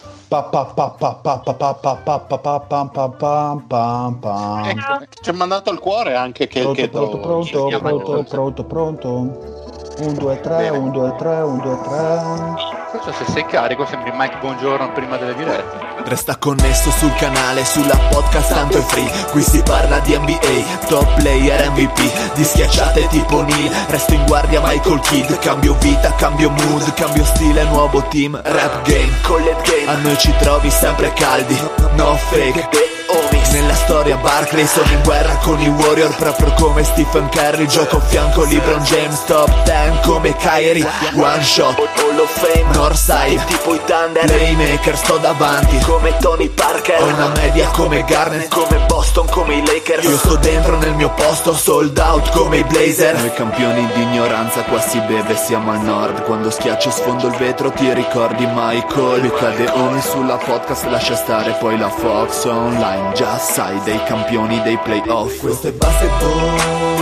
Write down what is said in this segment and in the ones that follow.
Ecco, ci ha mandato il cuore anche che Pronto. 1, 2, 3, 1, 2, 3, 1, 2, 3. Questo se sei carico sembri Mike Buongiorno prima delle dirette. Resta connesso sul canale, sulla podcast tanto è free. Qui si parla di NBA, top player MVP, di schiacciate tipo Neil. Resto in guardia Michael Kidd. Cambio vita, cambio mood, cambio stile, nuovo team. Rap game, collet game, a noi ci trovi sempre caldi. No fake, homies. Nella storia Barkley sono in guerra con i Warrior, proprio come Stephen Curry. Gioco a fianco LeBron James, top 10 come Kyrie. One shot, Hall of Fame, Northside, tipo i Thunder. Playmaker, sto davanti come Tony Parker. Ho una media come Garnett, come Boston, come i Lakers. Io sto dentro nel mio posto, sold out come i Blazer. Noi campioni di ignoranza, qua si beve, siamo al nord. Quando schiaccio sfondo il vetro ti ricordi Michael. Mi cade ogni sulla podcast, lascia stare poi la Fox online. Già sai dei campioni dei playoff. Questo è basketball.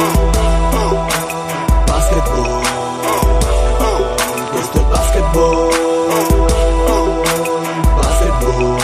Basketball. Questo è basketball. Basketball.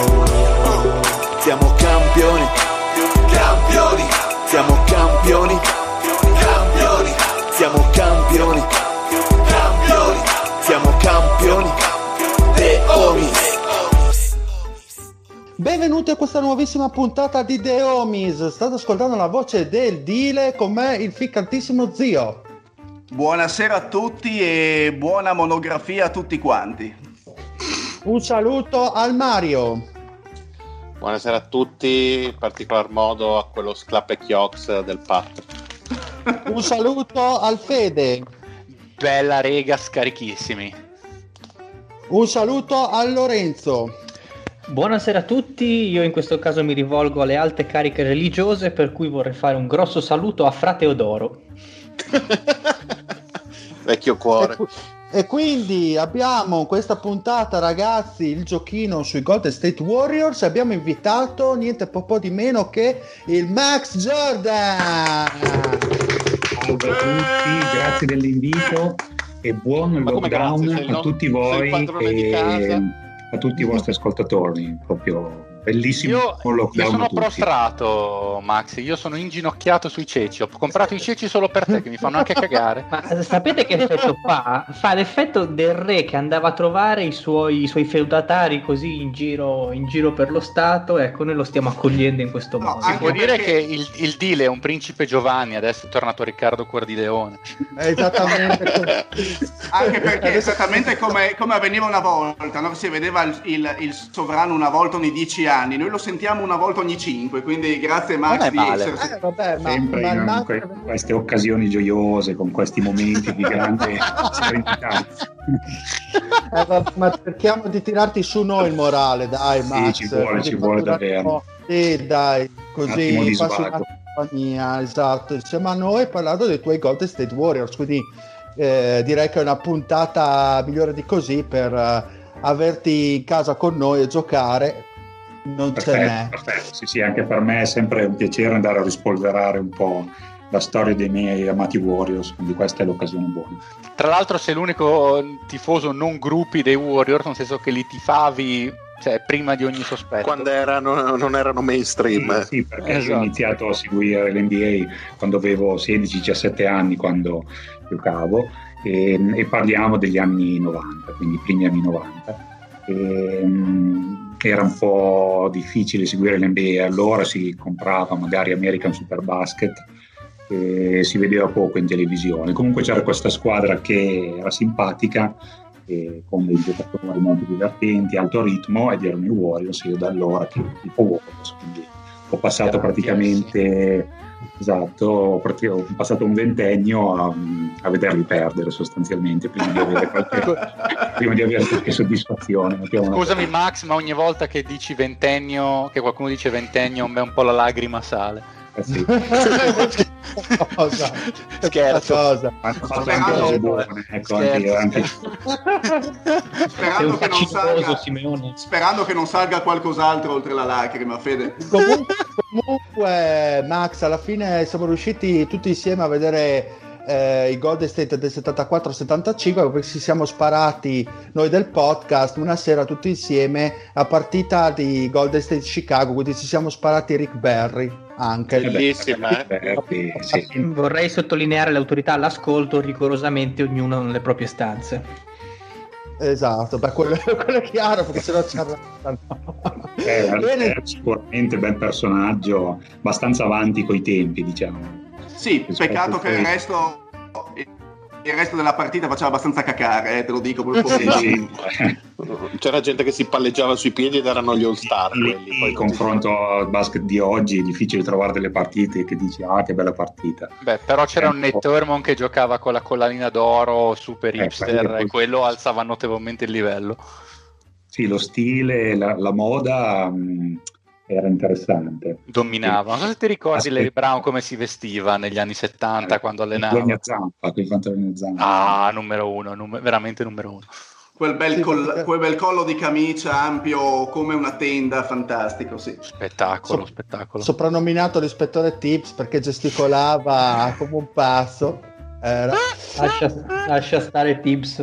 Siamo campioni. Campioni. Siamo campioni. Campioni. Siamo campioni. Campioni. Siamo campioni. The Homies. Benvenuti a questa nuovissima puntata di The Homies. State ascoltando la voce del Dile, con me il ficcantissimo zio. Buonasera a tutti e buona monografia a tutti quanti. Un saluto al Mario. Buonasera a tutti, in particolar modo a quello sclappechiox del Pat. Un saluto al Fede. Bella rega, scarichissimi. Un saluto al Lorenzo. Buonasera a tutti, io in questo caso mi rivolgo alle alte cariche religiose, per cui vorrei fare un grosso saluto a Fra Teodoro. Vecchio cuore. E quindi abbiamo questa puntata, ragazzi, il giochino sui Golden State Warriors. Abbiamo invitato niente po' di meno che il Max Jordan. Salve a tutti, grazie dell'invito e buon lockdown a tutti voi e a tutti i vostri ascoltatori. Proprio bellissimo. Io sono prostrato, Max, io sono inginocchiato sui ceci. Ho comprato i ceci solo per te, che mi fanno anche cagare. Ma sapete che effetto fa? Fa l'effetto del re che andava a trovare i suoi feudatari così in giro per lo stato. Ecco, noi lo stiamo accogliendo in questo modo. Si può dire che il Dile è un principe Giovanni, adesso è tornato Riccardo Cuor di Leone. Esattamente. Anche perché esattamente come avveniva una volta, no? Si vedeva il sovrano una volta ogni 10 anni, noi lo sentiamo una volta ogni 5, quindi grazie Max di essere sempre in queste occasioni gioiose, con questi momenti di grande serenità. Ma cerchiamo di tirarti su noi il morale, dai Max. Sì, ci vuole davvero. Sì, dai, così un attimo di passi svago. compagnia, esatto, insieme a noi parlando dei tuoi Golden State Warriors, quindi direi che è una puntata migliore di così per averti in casa con noi e giocare. Non ce n'è. Perfetto. Sì, anche per me è sempre un piacere andare a rispolverare un po' la storia dei miei amati Warriors, quindi questa è l'occasione buona. Tra l'altro sei l'unico tifoso non gruppi dei Warriors, nel senso che li tifavi, cioè, prima di ogni sospetto. Quando non erano mainstream. Sì, perché ho iniziato a seguire l'NBA quando avevo 16-17 anni, quando giocavo, e parliamo degli anni 90, quindi i primi anni 90. Era un po' difficile seguire l'NBA, allora si comprava magari American Superbasket e si vedeva poco in televisione. Comunque c'era questa squadra che era simpatica, con dei giocatori molto divertenti, alto ritmo, ed erano i Warriors. Io da allora che tipo Warriors, quindi ho passato praticamente ho passato un ventennio a vederli perdere sostanzialmente prima di avere qualche soddisfazione. Scusami Max, ma ogni volta che dici ventennio, che qualcuno dice ventennio, a me un po' la lagrima sale. Sì. Scherzo. Sperando che non salga qualcos'altro oltre la lacrima, Fede. Comunque Max, alla fine siamo riusciti tutti insieme a vedere i Golden State del 74-75, perché ci siamo sparati noi del podcast una sera tutti insieme a partita di Golden State Chicago, quindi ci siamo sparati Rick Barry anche. Bellissima, sì. Vorrei sottolineare l'autorità all'ascolto, rigorosamente ognuno nelle proprie stanze. Esatto, quello è chiaro, perché sennò ci arrabbiano. Sicuramente bel personaggio, abbastanza avanti coi tempi, diciamo. Sì, peccato che il resto della partita faceva abbastanza cacare, te lo dico proprio. Sì. C'era gente che si palleggiava sui piedi ed erano gli all-star quelli. Poi confronto al basket di oggi è difficile trovare delle partite che dici che bella partita. Beh, però c'era un Nate Thurmond che giocava con la collanina d'oro super hipster e quello alzava notevolmente il livello. Sì, lo stile, la moda era interessante. Dominava. Non so se ti ricordi Larry Brown come si vestiva negli anni 70 quando allenava. Quei pantaloni a zampa. Numero uno, veramente numero uno. Quel bel collo di camicia ampio come una tenda, fantastico, sì. Spettacolo. Soprannominato l'ispettore Tips perché gesticolava come un pazzo. Lascia stare Tips.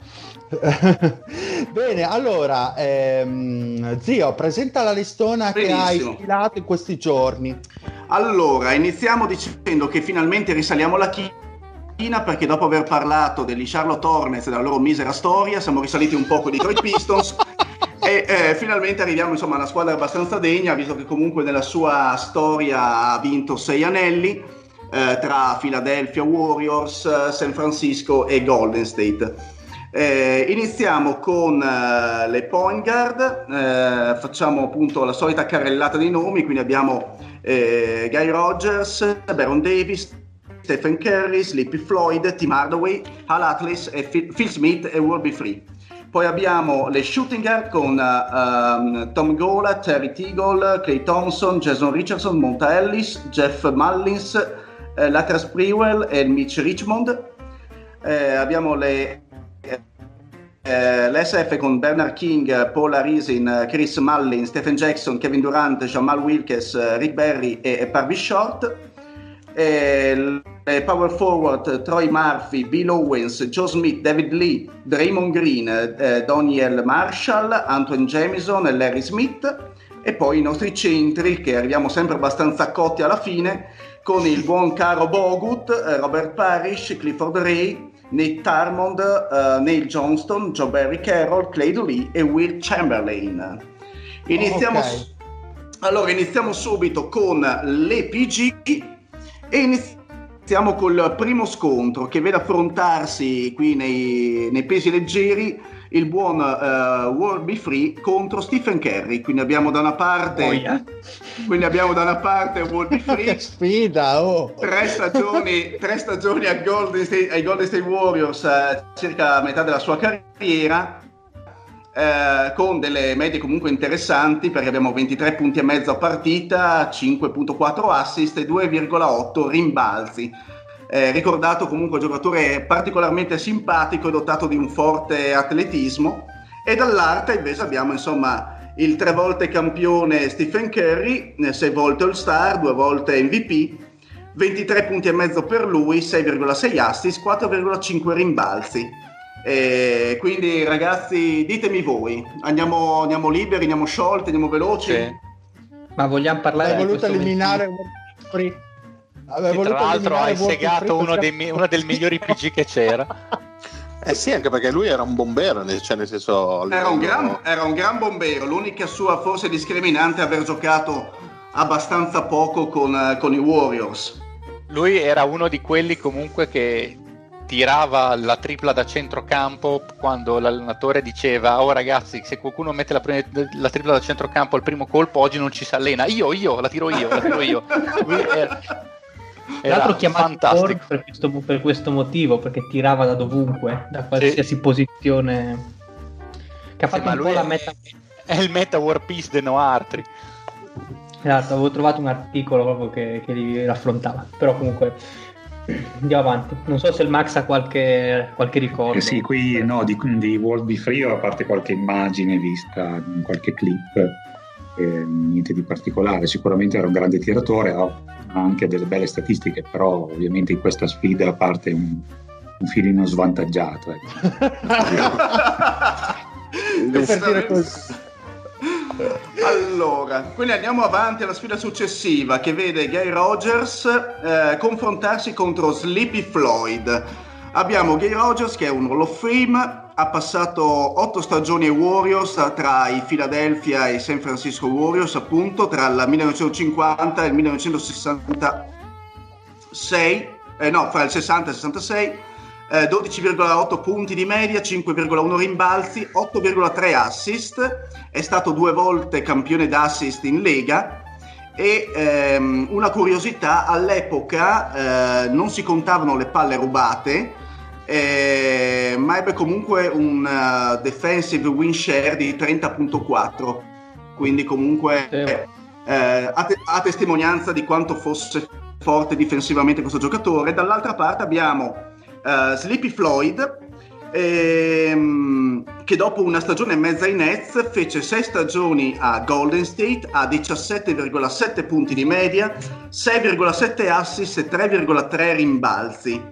Bene, allora zio, presenta la listona. Benissimo. Che hai stilato in questi giorni. Allora, iniziamo dicendo che finalmente risaliamo la china, perché dopo aver parlato degli Charlotte Hornets e della loro misera storia siamo risaliti un po' con i Detroit Pistons e finalmente arriviamo insomma a una squadra abbastanza degna, visto che comunque nella sua storia ha vinto 6 anelli tra Philadelphia Warriors, San Francisco e Golden State. Iniziamo con le point guard, facciamo appunto la solita carrellata dei nomi, quindi abbiamo Guy Rogers, Baron Davis, Stephen Curry, Sleepy Floyd, Tim Hardaway, Hal Atlas e Phil Smith e Will Be Free. Poi abbiamo le shooting guard con Tom Gola, Terry Teagle, Klay Thompson, Jason Richardson, Monta Ellis, Jeff Mullins, Latrell Sprewell e Mitch Richmond. Abbiamo l'SF con Bernard King, Paul Arisin, Chris Mullin, Stephen Jackson, Kevin Durant, Jamal Wilkes, Rick Barry e Parvis Short. Power forward Troy Murphy, Bill Owens, Joe Smith, David Lee, Draymond Green, Doniel Marshall, Antoine Jamison e Larry Smith. E poi i nostri centri, che arriviamo sempre abbastanza cotti alla fine, con il buon caro Bogut, Robert Parrish, Clifford Ray, Nate Thurmond, Neil Johnston, Joe Barry Carroll, Clay Dooley e Will Chamberlain. Allora iniziamo subito con le PG e iniziamo col primo scontro che vede affrontarsi qui nei pesi leggeri il buon Will Be Free contro Stephen Curry. Quindi abbiamo da una parte Will Be Free. Che sfida! 3 stagioni ai Golden State Warriors, circa metà della sua carriera, con delle medie comunque interessanti, perché abbiamo 23 punti e mezzo a partita, 5.4 assist e 2,8 rimbalzi. Ricordato comunque giocatore particolarmente simpatico e dotato di un forte atletismo. E dall'arte invece abbiamo insomma il 3 volte campione Stephen Curry, 6 volte All-Star, 2 volte MVP, 23 punti e mezzo per lui, 6,6 assist, 4,5 rimbalzi. Quindi ragazzi, ditemi voi, andiamo liberi, andiamo sciolti, andiamo veloci? Sì. Ma vogliamo parlare di voluto eliminare Free. Tra l'altro hai segato una delle migliori PG che c'era. Sì, anche perché lui era un bombero, cioè nel senso era un gran bombero. L'unica sua forse discriminante è aver giocato abbastanza poco con i Warriors. Lui era uno di quelli comunque che tirava la tripla da centrocampo quando l'allenatore diceva: oh ragazzi, se qualcuno mette la tripla da centrocampo al primo colpo oggi non ci si allena, io la tiro io. Lui tra l'altro chiamato per questo motivo, perché tirava da dovunque, da qualsiasi posizione, che ha fatto un po' la meta. È il meta War Peace de Noartri. Esatto, avevo trovato un articolo proprio che li raffrontava, però comunque andiamo avanti. Non so se il Max ha qualche ricordo. Sì, qui no, di World Be Free, a parte qualche immagine vista in qualche clip. niente di particolare. Sicuramente era un grande tiratore, ha anche delle belle statistiche, però ovviamente in questa sfida parte un filino svantaggiato. Per dire così. Allora, quindi andiamo avanti alla sfida successiva, che vede Guy Rogers confrontarsi contro Sleepy Floyd. Abbiamo Guy Rogers, che è un Hall of Fame, ha passato 8 stagioni ai Warriors, tra i Philadelphia e i San Francisco Warriors, appunto, tra il 1950 e il 1966, fra il 60 e il 66, 12,8 punti di media, 5,1 rimbalzi, 8,3 assist, è stato 2 volte campione d'assist in Lega. E una curiosità, all'epoca non si contavano le palle rubate, ma ebbe comunque un defensive win share di 30,4, quindi comunque a testimonianza di quanto fosse forte difensivamente questo giocatore. Dall'altra parte abbiamo Sleepy Floyd, che dopo una stagione e mezza in Nets fece 6 stagioni a Golden State a 17,7 punti di media, 6,7 assist e 3,3 rimbalzi.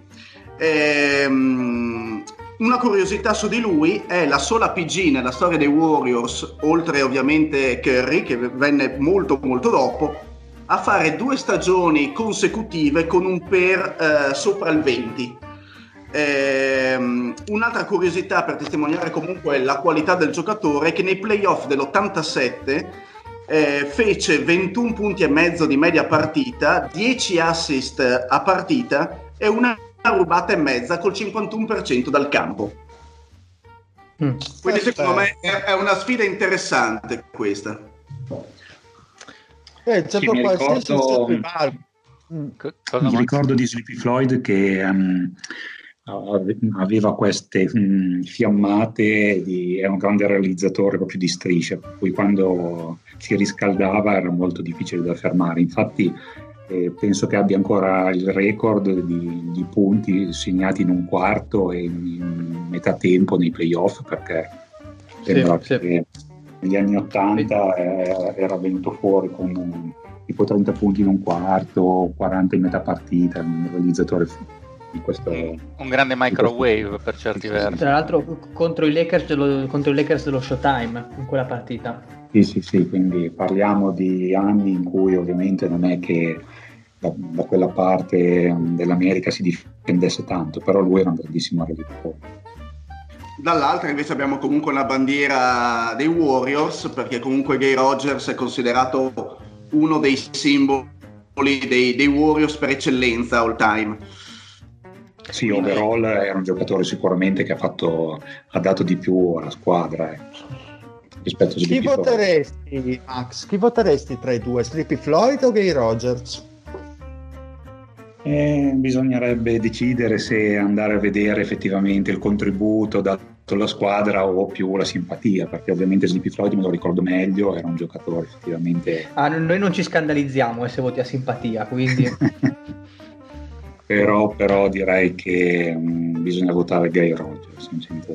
Una curiosità su di lui: è la sola PG nella storia dei Warriors, oltre ovviamente Curry, che venne molto molto dopo, a fare 2 stagioni consecutive con un per sopra il 20. Un'altra curiosità per testimoniare comunque la qualità del giocatore è che nei playoff dell'87 fece 21 punti e mezzo di media partita, 10 assist a partita e una rubata e mezza col 51% dal campo. Quindi secondo me è una sfida interessante questa. Mi ricordo di Sleepy Floyd che aveva queste fiammate è un grande realizzatore proprio di strisce, per cui quando si riscaldava era molto difficile da fermare. Infatti penso che abbia ancora il record di punti segnati in un quarto e in metà tempo nei playoff, perché sembra che negli anni 80 era venuto fuori con tipo 30 punti in un quarto, 40 in metà partita, un realizzatore di questo. Un grande microwave per certi versi. Tra l'altro contro i Lakers dello Showtime in quella partita. Sì, quindi parliamo di anni in cui ovviamente non è che da quella parte dell'America si difendesse tanto, però lui era un grandissimo realizzatore. Dall'altra invece abbiamo comunque una bandiera dei Warriors, perché comunque Guy Rogers è considerato uno dei simboli dei Warriors per eccellenza all time. Sì, overall era un giocatore sicuramente che ha dato di più alla squadra rispetto a Chi voteresti, Max? Chi voteresti tra i due, Sleepy Floyd o Guy Rogers? Bisognerebbe decidere se andare a vedere effettivamente il contributo dato alla squadra o più la simpatia, perché ovviamente Sleepy Floyd me lo ricordo meglio, era un giocatore effettivamente. Noi non ci scandalizziamo se voti a simpatia, quindi però direi che bisogna votare Guy Rogers.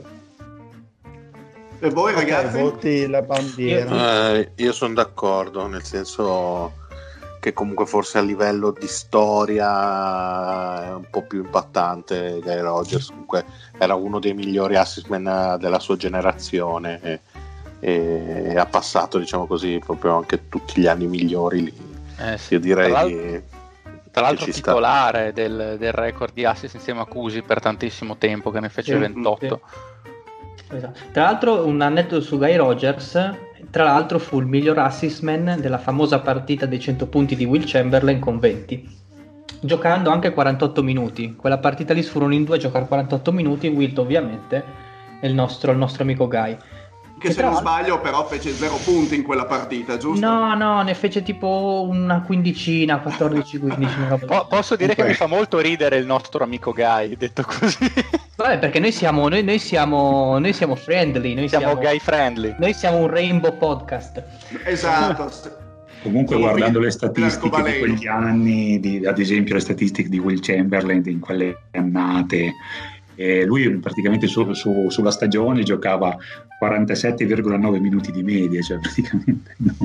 E voi ragazzi? Voti la bandiera. Io sono d'accordo, nel senso che comunque forse a livello di storia è un po' più impattante Guy Rogers. Comunque era uno dei migliori assist man della sua generazione e ha passato, diciamo così, proprio anche tutti gli anni migliori lì. Sì. Io direi tra l'altro titolare del record di assist insieme a Cusi per tantissimo tempo, che ne fece 28. Esatto. Tra l'altro, un aneddoto su Guy Rogers: tra l'altro fu il miglior assist man della famosa partita dei 100 punti di Will Chamberlain con 20, giocando anche 48 minuti. Quella partita lì furono in 2 a giocare 48 minuti. Wilt ovviamente è il nostro amico Guy, che se non sbaglio però fece 0 punti in quella partita, giusto? No, ne fece tipo una quindicina, 14-15. Posso dire che mi fa molto ridere il nostro amico Guy, detto così. Vabbè, perché noi siamo friendly, noi siamo Guy friendly. Noi siamo un Rainbow podcast. Esatto. Comunque guardando le statistiche di quegli anni, ad esempio le statistiche di Will Chamberlain in quelle annate, lui praticamente sulla stagione giocava 47,9 minuti di media, cioè praticamente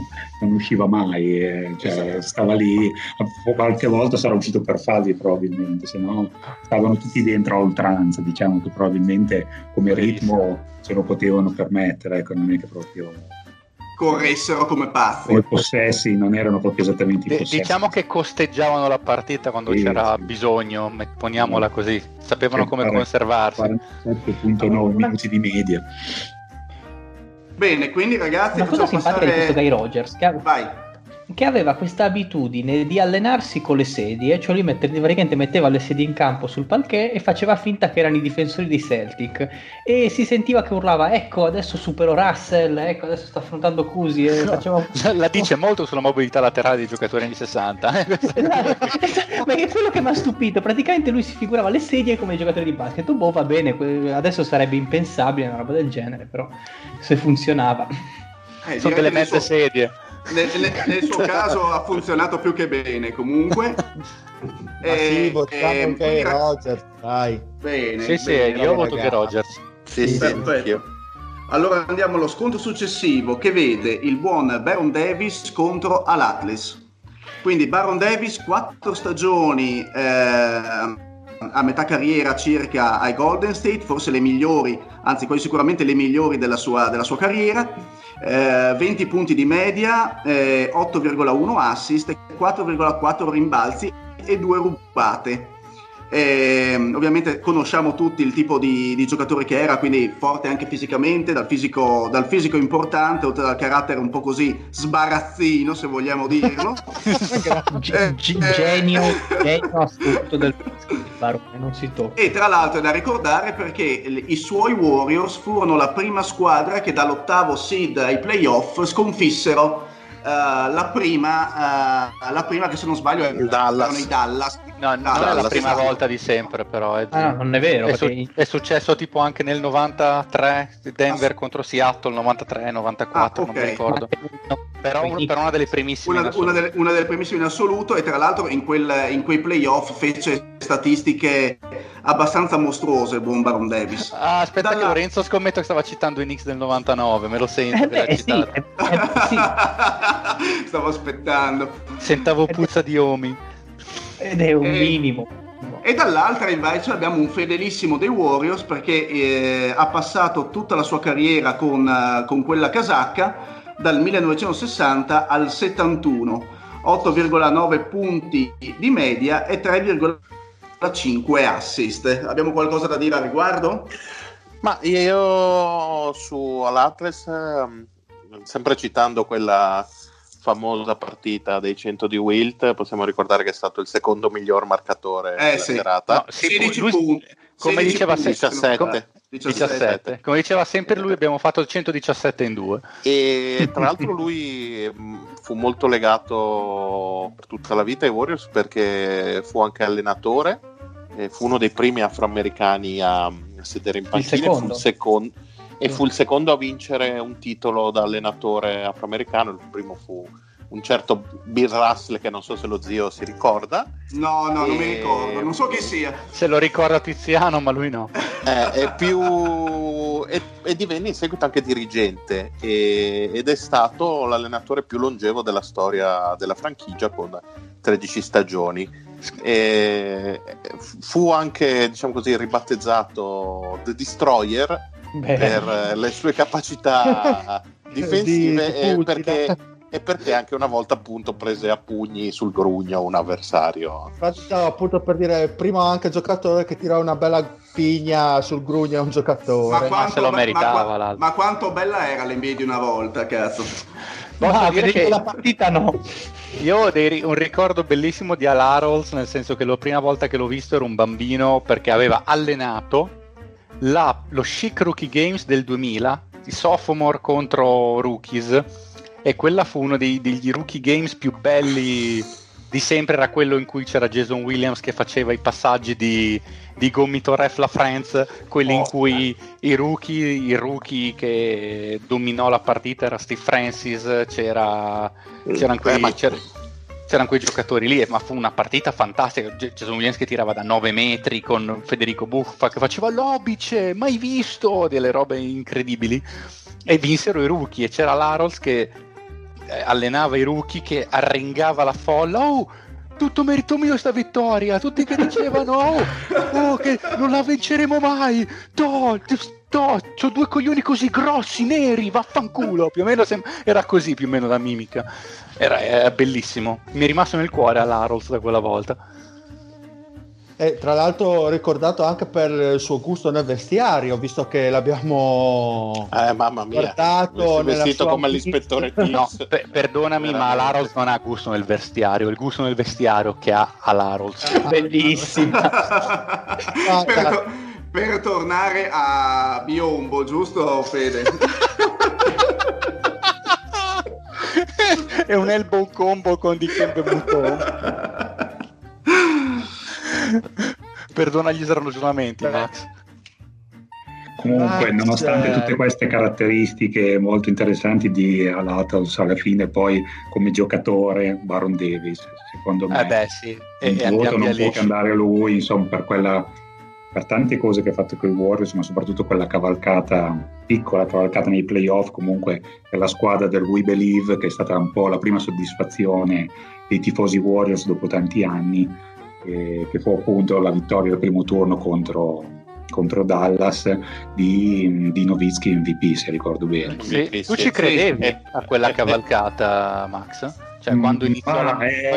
non usciva mai, cioè, stava lì, qualche volta sarà uscito per fasi probabilmente, se no stavano tutti dentro a oltranza, diciamo che probabilmente come ritmo se lo potevano permettere, ecco, non è che proprio corressero come pazzi. Come possessi, non erano proprio esattamente i possessi. Diciamo che costeggiavano la partita quando c'era bisogno, poniamola così, sapevano come conservarsi. 47.9 minuti di media. Bene, quindi ragazzi, una cosa simpatica di questo Guy Rogers che aveva questa abitudine di allenarsi con le sedie, cioè lui praticamente metteva le sedie in campo sul parquet e faceva finta che erano i difensori dei Celtic e si sentiva che urlava ecco adesso supero Russell, ecco adesso sta affrontando Cusi e faceva... La dice molto sulla mobilità laterale dei giocatori anni 60 ma è quello che mi ha stupito, praticamente lui si figurava le sedie come i giocatori di basket. Va bene, adesso sarebbe impensabile una roba del genere, però se funzionava sono delle mezze sedie. Nel suo caso ha funzionato più che bene comunque. Sì, votiamo Guy Rogers, dai. Bene, sì, io voto Guy Rogers. Sì, perfetto. Allora andiamo allo scontro successivo che vede il buon Baron Davis contro Al Atlas. Quindi Baron Davis 4 stagioni a metà carriera circa ai Golden State, forse le migliori, anzi quasi sicuramente le migliori della sua carriera. 20 punti di media, 8,1 assist, 4,4 rimbalzi e 2 rubate. Ovviamente conosciamo tutti il tipo di giocatore che era, quindi forte anche fisicamente, dal fisico importante, oltre al carattere un po' così sbarazzino, se vogliamo dirlo. Genio assoluto del Barone, non si tocca. E tra l'altro è da ricordare perché i suoi Warriors furono la prima squadra che dall'8º seed ai playoff sconfissero la prima che se non sbaglio erano i Dallas. No, non è la prima volta di sempre, però non è vero, è successo tipo anche nel 93 Denver contro Seattle, 93-94, non mi ricordo, però una delle primissime una delle primissime in assoluto, e tra l'altro in quei playoff fece statistiche abbastanza mostruose il buon Baron Davis. Aspetta che Lorenzo scommetto che stava citando i Knicks del 99, me lo sento sì. Stavo aspettando, sentavo puzza di Omi. Ed è un minimo. E dall'altra invece abbiamo un fedelissimo dei Warriors perché ha passato tutta la sua carriera con quella casacca dal 1960 al 71, 8,9 punti di media e 3,5 assist. Abbiamo qualcosa da dire a riguardo? Ma io su Al-Atlas, sempre citando quella famosa partita dei 100 di Wilt, possiamo ricordare che è stato il secondo miglior marcatore della serata. No, 16 punti. Come diceva 17. Come diceva sempre lui, abbiamo fatto 117 in 2. E tra l'altro lui fu molto legato per tutta la vita ai Warriors perché fu anche allenatore, fu uno dei primi afroamericani a sedere in panchina, fu il secondo a vincere un titolo da allenatore afroamericano. Il primo fu un certo Bill Russell, che non so se lo zio si ricorda. No, non mi ricordo, non so chi sia. Se lo ricorda Tiziano, ma lui no. E divenne in seguito anche dirigente ed è stato l'allenatore più longevo della storia della franchigia con 13 stagioni. Fu anche, diciamo così, ribattezzato The Destroyer per le sue capacità difensive e perché anche una volta appunto prese a pugni sul grugno un avversario. Stavo appunto per dire, primo anche giocatore che tirava una bella pigna sul grugno a un giocatore. Ma se lo meritava ma quanto bella era l'NBA di una volta, cazzo. Posso dire che la partita no. Io ho un ricordo bellissimo di Al Harrells, nel senso che la prima volta che l'ho visto ero un bambino perché aveva allenato lo Chic Rookie Games del 2000, i sophomore contro rookies, e quella fu uno degli rookie games più belli di sempre. Era quello in cui c'era Jason Williams che faceva i passaggi di Gomito Ref La France, quelli in cui il rookie che dominò la partita era Steve Francis, c'erano quei giocatori lì, ma fu una partita fantastica. Jason Williams che tirava da 9 metri con Federico Buffa che faceva l'obice, mai visto, delle robe incredibili, e vinsero i rookie. E c'era l'Harrells che allenava i rookie, che arringava la folla. Oh, tutto merito mio sta vittoria, tutti che dicevano che non la vinceremo mai, c'ho due coglioni così grossi, neri, vaffanculo, più o meno era così più o meno la mimica, era bellissimo, mi è rimasto nel cuore all'Harold da quella volta. E tra l'altro ricordato anche per il suo gusto nel vestiario, visto che l'abbiamo mamma mia, guardato vestito come l'ispettore Tips. No, perdonami, ma l'Harold non ha gusto nel vestiario, il gusto nel vestiario che ha all'Harold. Bellissima. Per tornare a Biombo, giusto Fede? È un elbow combo con Dikembe Mutombo. Perdona gli ragionamenti, Max. Comunque, nonostante tutte queste caratteristiche molto interessanti di Al-Attles, alla fine poi come giocatore Baron Davis, secondo me sì. il voto non può che andare a lui, insomma, per tante cose che ha fatto con i Warriors, ma soprattutto quella piccola cavalcata nei playoff, comunque per la squadra del We Believe, che è stata un po' la prima soddisfazione dei tifosi Warriors dopo tanti anni, che fu appunto la vittoria del primo turno contro Dallas di Nowitzki MVP, se ricordo bene. Tu ci credevi a quella cavalcata, Max? Cioè, quando iniziò la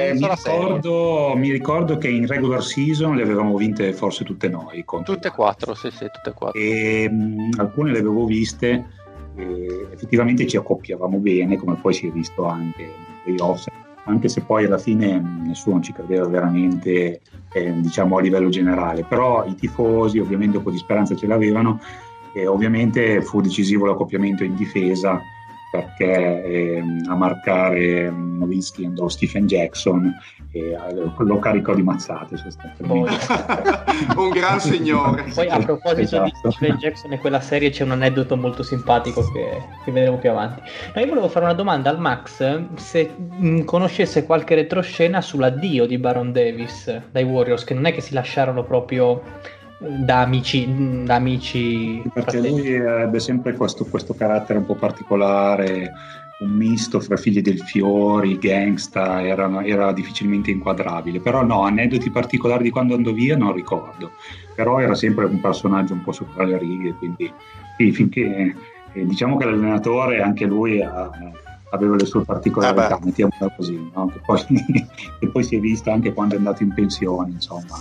serie? Mi ricordo che in regular season le avevamo vinte forse tutte noi. Tutte e quattro, sì, tutte e quattro. E alcune le avevo viste, e effettivamente ci accoppiavamo bene, come poi si è visto anche nei playoffs, anche se poi alla fine nessuno ci credeva veramente, diciamo a livello generale, però i tifosi ovviamente un po' di speranza ce l'avevano, e ovviamente fu decisivo l'accoppiamento in difesa, perché a marcare Nowitzki andò Stephen Jackson e lo caricò di mazzate sostanzialmente. Un gran signore. Poi a proposito di Stephen Jackson e quella serie, c'è un aneddoto molto simpatico che vedremo più avanti. No, io volevo fare una domanda al Max, se conoscesse qualche retroscena sull'addio di Baron Davis dai Warriors, che non è che si lasciarono proprio da amici perché lui ebbe sempre questo carattere un po' particolare, un misto fra figli del fiori, gangsta, era difficilmente inquadrabile, però no, aneddoti particolari di quando andò via non ricordo, però era sempre un personaggio un po' sopra le righe, quindi sì, finché diciamo che l'allenatore anche lui aveva le sue particolarità, mettiamola così, no? che poi si è visto anche quando è andato in pensione, insomma.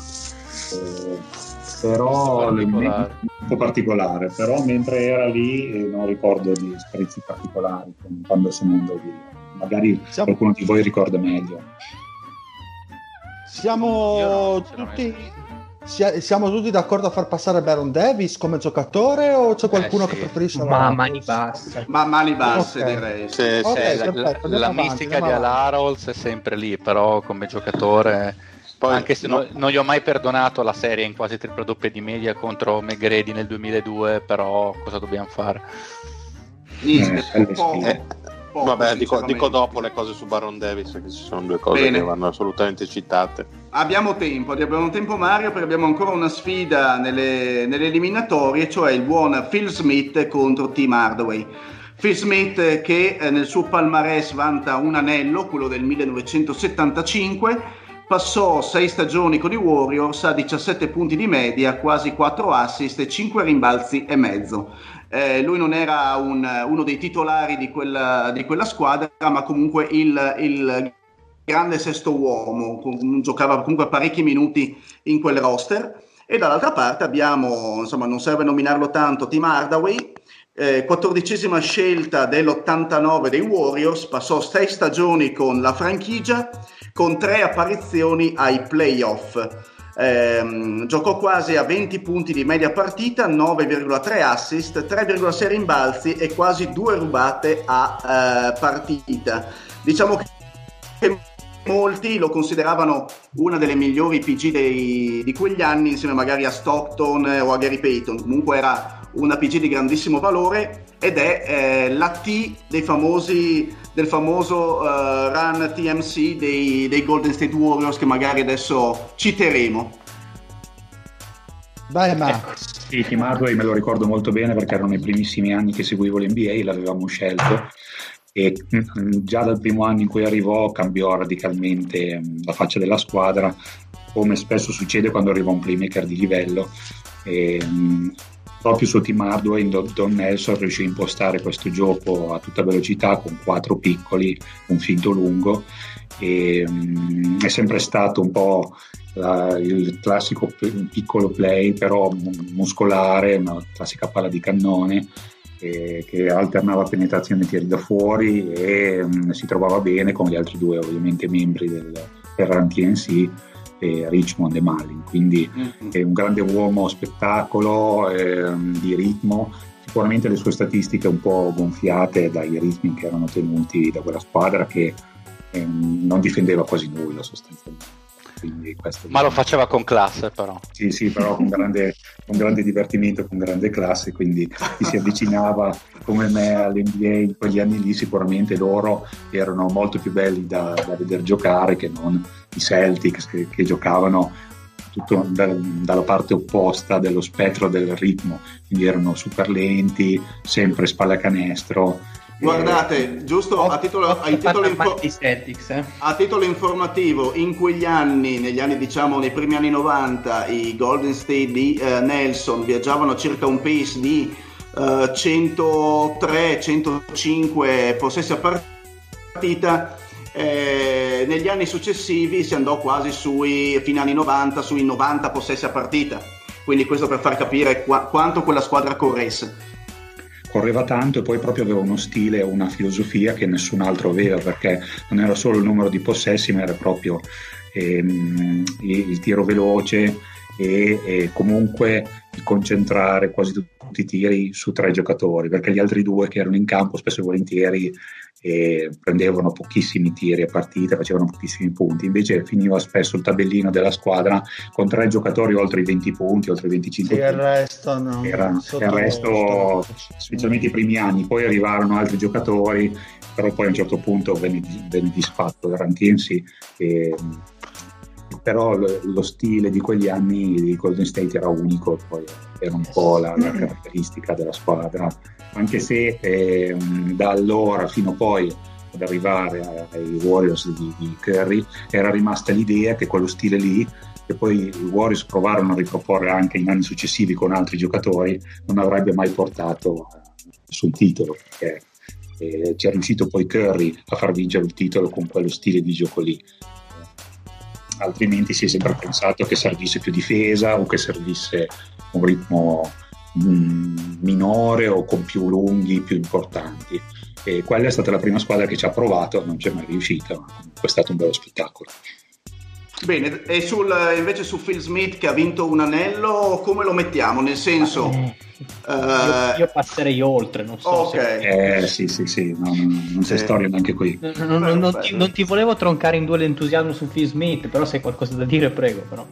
Però un po' particolare, però mentre era lì non ricordo di sprizzi particolari quando se ne andò via. Magari qualcuno di voi ricorda meglio. Siamo tutti d'accordo a far passare Baron Davis come giocatore, o c'è qualcuno che preferisce mani basse? Mani basse, okay. Direi. La mistica di Al-Harold è sempre lì, però come giocatore... Poi, anche se non gli ho mai perdonato la serie in quasi tripla doppia di media contro McGrady nel 2002, però cosa dobbiamo fare? Vabbè, dico dopo le cose su Baron Davis, che ci sono due cose che vanno assolutamente citate. Abbiamo tempo Mario, perché abbiamo ancora una sfida nelle eliminatorie, cioè il buon Phil Smith contro Tim Hardaway. Phil Smith che nel suo palmarès vanta un anello, quello del 1975. Passò 6 stagioni con i Warriors a 17 punti di media, quasi 4 assist e 5 rimbalzi e mezzo. Lui non era uno dei titolari di quella squadra, ma comunque il grande sesto uomo, giocava comunque parecchi minuti in quel roster. E dall'altra parte abbiamo, insomma, non serve nominarlo tanto, Tim Hardaway, 14ª scelta dell'89 dei Warriors, passò 6 stagioni con la franchigia, con 3 apparizioni ai playoff. Giocò quasi a 20 punti di media partita, 9,3 assist, 3,6 rimbalzi e quasi 2 rubate a partita. Diciamo che molti lo consideravano una delle migliori PG di quegli anni, insieme magari a Stockton o a Gary Payton. Comunque era una PG di grandissimo valore, ed è la T del famoso run TMC dei Golden State Warriors, che magari adesso citeremo. Vai Max. Sì, Tim Hardaway me lo ricordo molto bene, perché erano i primissimi anni che seguivo l'NBA, l'avevamo scelto, e già dal primo anno in cui arrivò cambiò radicalmente la faccia della squadra, come spesso succede quando arriva un playmaker di livello. Proprio su Team Hardaway Don Nelson riuscì a impostare questo gioco a tutta velocità con 4 piccoli, un finto lungo, e è sempre stato un po' il classico piccolo play, però muscolare, una classica palla di cannone che alternava penetrazione e tiri da fuori, e si trovava bene con gli altri due ovviamente membri del Ferrari TNC, Richmond e Malin, quindi è un grande uomo spettacolo, di ritmo. Sicuramente le sue statistiche un po' gonfiate dai ritmi che erano tenuti da quella squadra che non difendeva quasi nulla sostanzialmente. Ma lo faceva con classe, però. Sì, però con grande divertimento, con grande classe, quindi chi si avvicinava come me all'NBA in quegli anni lì, sicuramente loro erano molto più belli da vedere giocare che non i Celtics che giocavano tutto dalla parte opposta dello spettro del ritmo, quindi erano super lenti, sempre spallacanestro. Guardate, giusto a titolo informativo, in quegli anni, nei primi anni 90, i Golden State di Nelson viaggiavano a circa un pace di 103-105 possessi a partita. Negli anni successivi si andò quasi fino anni 90 sui 90 possessi a partita, quindi questo per far capire quanto quella squadra corresse. Correva tanto, e poi proprio aveva uno stile, una filosofia che nessun altro aveva, perché non era solo il numero di possessi, ma era proprio il tiro veloce e comunque il concentrare quasi tutti i tiri su 3 giocatori, perché gli altri 2 che erano in campo spesso e volentieri prendevano pochissimi tiri a partita, facevano pochissimi punti, invece finiva spesso il tabellino della squadra con 3 giocatori oltre i 20 punti, oltre i 25 punti. Il resto no. Il resto, specialmente i primi anni, poi arrivarono altri giocatori, però poi a un certo punto venne disfatto il TNC, però lo stile di quegli anni di Golden State era unico, poi era un po' la caratteristica della squadra, anche se da allora fino poi ad arrivare ai Warriors di Curry era rimasta l'idea che quello stile lì, che poi i Warriors provarono a riproporre anche in anni successivi con altri giocatori, non avrebbe mai portato sul titolo, perché ci è riuscito poi Curry a far vincere il titolo con quello stile di gioco lì. Altrimenti si è sempre pensato che servisse più difesa o che servisse un ritmo minore o con più lunghi, più importanti, e quella è stata la prima squadra che ci ha provato, non c'è mai riuscita, ma comunque è stato un bello spettacolo. Bene, e invece su Phil Smith, che ha vinto un anello, come lo mettiamo? Nel senso io passerei oltre, non so. Okay. Sì, non c'è storia neanche qui. Non ti volevo troncare in due l'entusiasmo su Phil Smith, però se hai qualcosa da dire, prego. Però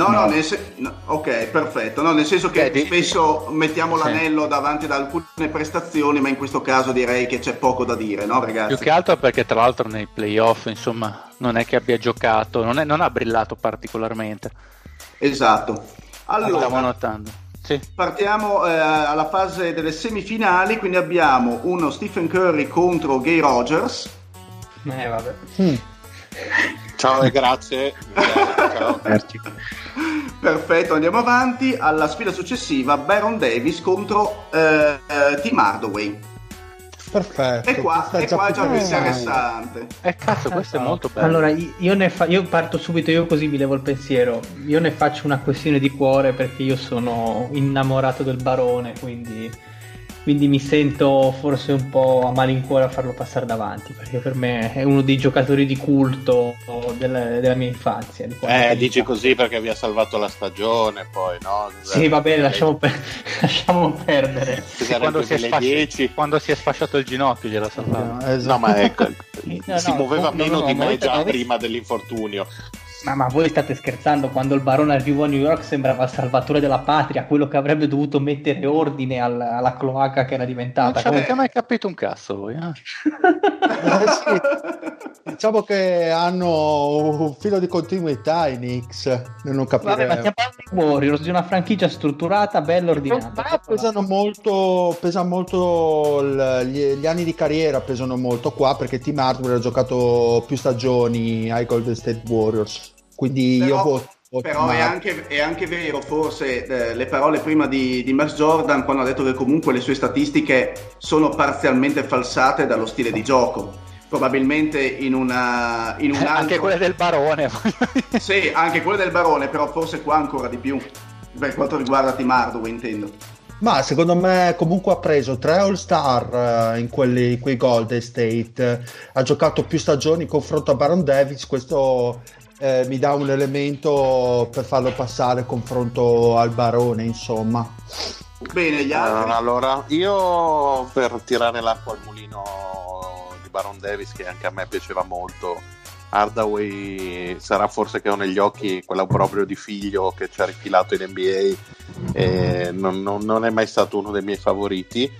ok, perfetto. No, nel senso che spesso mettiamo l'anello davanti ad alcune prestazioni, ma in questo caso direi che c'è poco da dire, no, ragazzi? Più che altro perché tra l'altro nei playoff, insomma, non è che abbia giocato, non ha brillato particolarmente. Esatto. Allora, stavo notando. Sì. Partiamo alla fase delle semifinali, quindi abbiamo uno Stephen Curry contro Guy Rogers. Vabbè. Ciao e grazie. Ciao. Perfetto, andiamo avanti. Alla sfida successiva, Baron Davis contro Team Hardaway. Perfetto. E qua è già più interessante. Cazzo, questo è molto bello. Allora, io parto subito, io così mi levo il pensiero. Io ne faccio una questione di cuore, perché io sono innamorato del Barone, quindi mi sento forse un po' a malincuore a farlo passare davanti, perché per me è uno dei giocatori di culto della mia infanzia. Dici così perché vi ha salvato la stagione, poi no? Sì, va bene, lasciamo perdere. Quando si è sfasciato il ginocchio gliela salvato. No, ma ecco, si muoveva meno di me già prima dell'infortunio. Ma voi state scherzando? Quando il barone arrivò a New York sembrava il salvatore della patria, quello che avrebbe dovuto mettere ordine alla cloaca che era diventata. Non ci avete mai capito un cazzo voi, eh? Sì. Diciamo che hanno un filo di continuità i Knicks nel non capire. Vabbè, ma stiamo parlando di Warriors, di una franchigia strutturata, bella ordinata. Pesano molto gli anni di carriera, pesano molto qua, perché Tim Hardaway ha giocato più stagioni ai Golden State Warriors, quindi io voto. Però è anche vero, forse, le parole prima di Max Jordan, quando ha detto che comunque le sue statistiche sono parzialmente falsate dallo stile di gioco. Probabilmente in un altro... Anche quelle del barone. Sì, anche quelle del barone, però forse qua ancora di più, per quanto riguarda Tim Hardaway, intendo. Ma secondo me comunque ha preso 3 All-Star in quei Golden State, ha giocato più stagioni in confronto a Baron Davis, questo mi dà un elemento per farlo passare confronto al barone, insomma. Bene, gli altri? Allora, io per tirare l'acqua al mulino di Baron Davis, che anche a me piaceva molto, Hardaway sarà forse che ho negli occhi quell'opprobrio di figlio che ci ha rifilato in NBA, non è mai stato uno dei miei favoriti.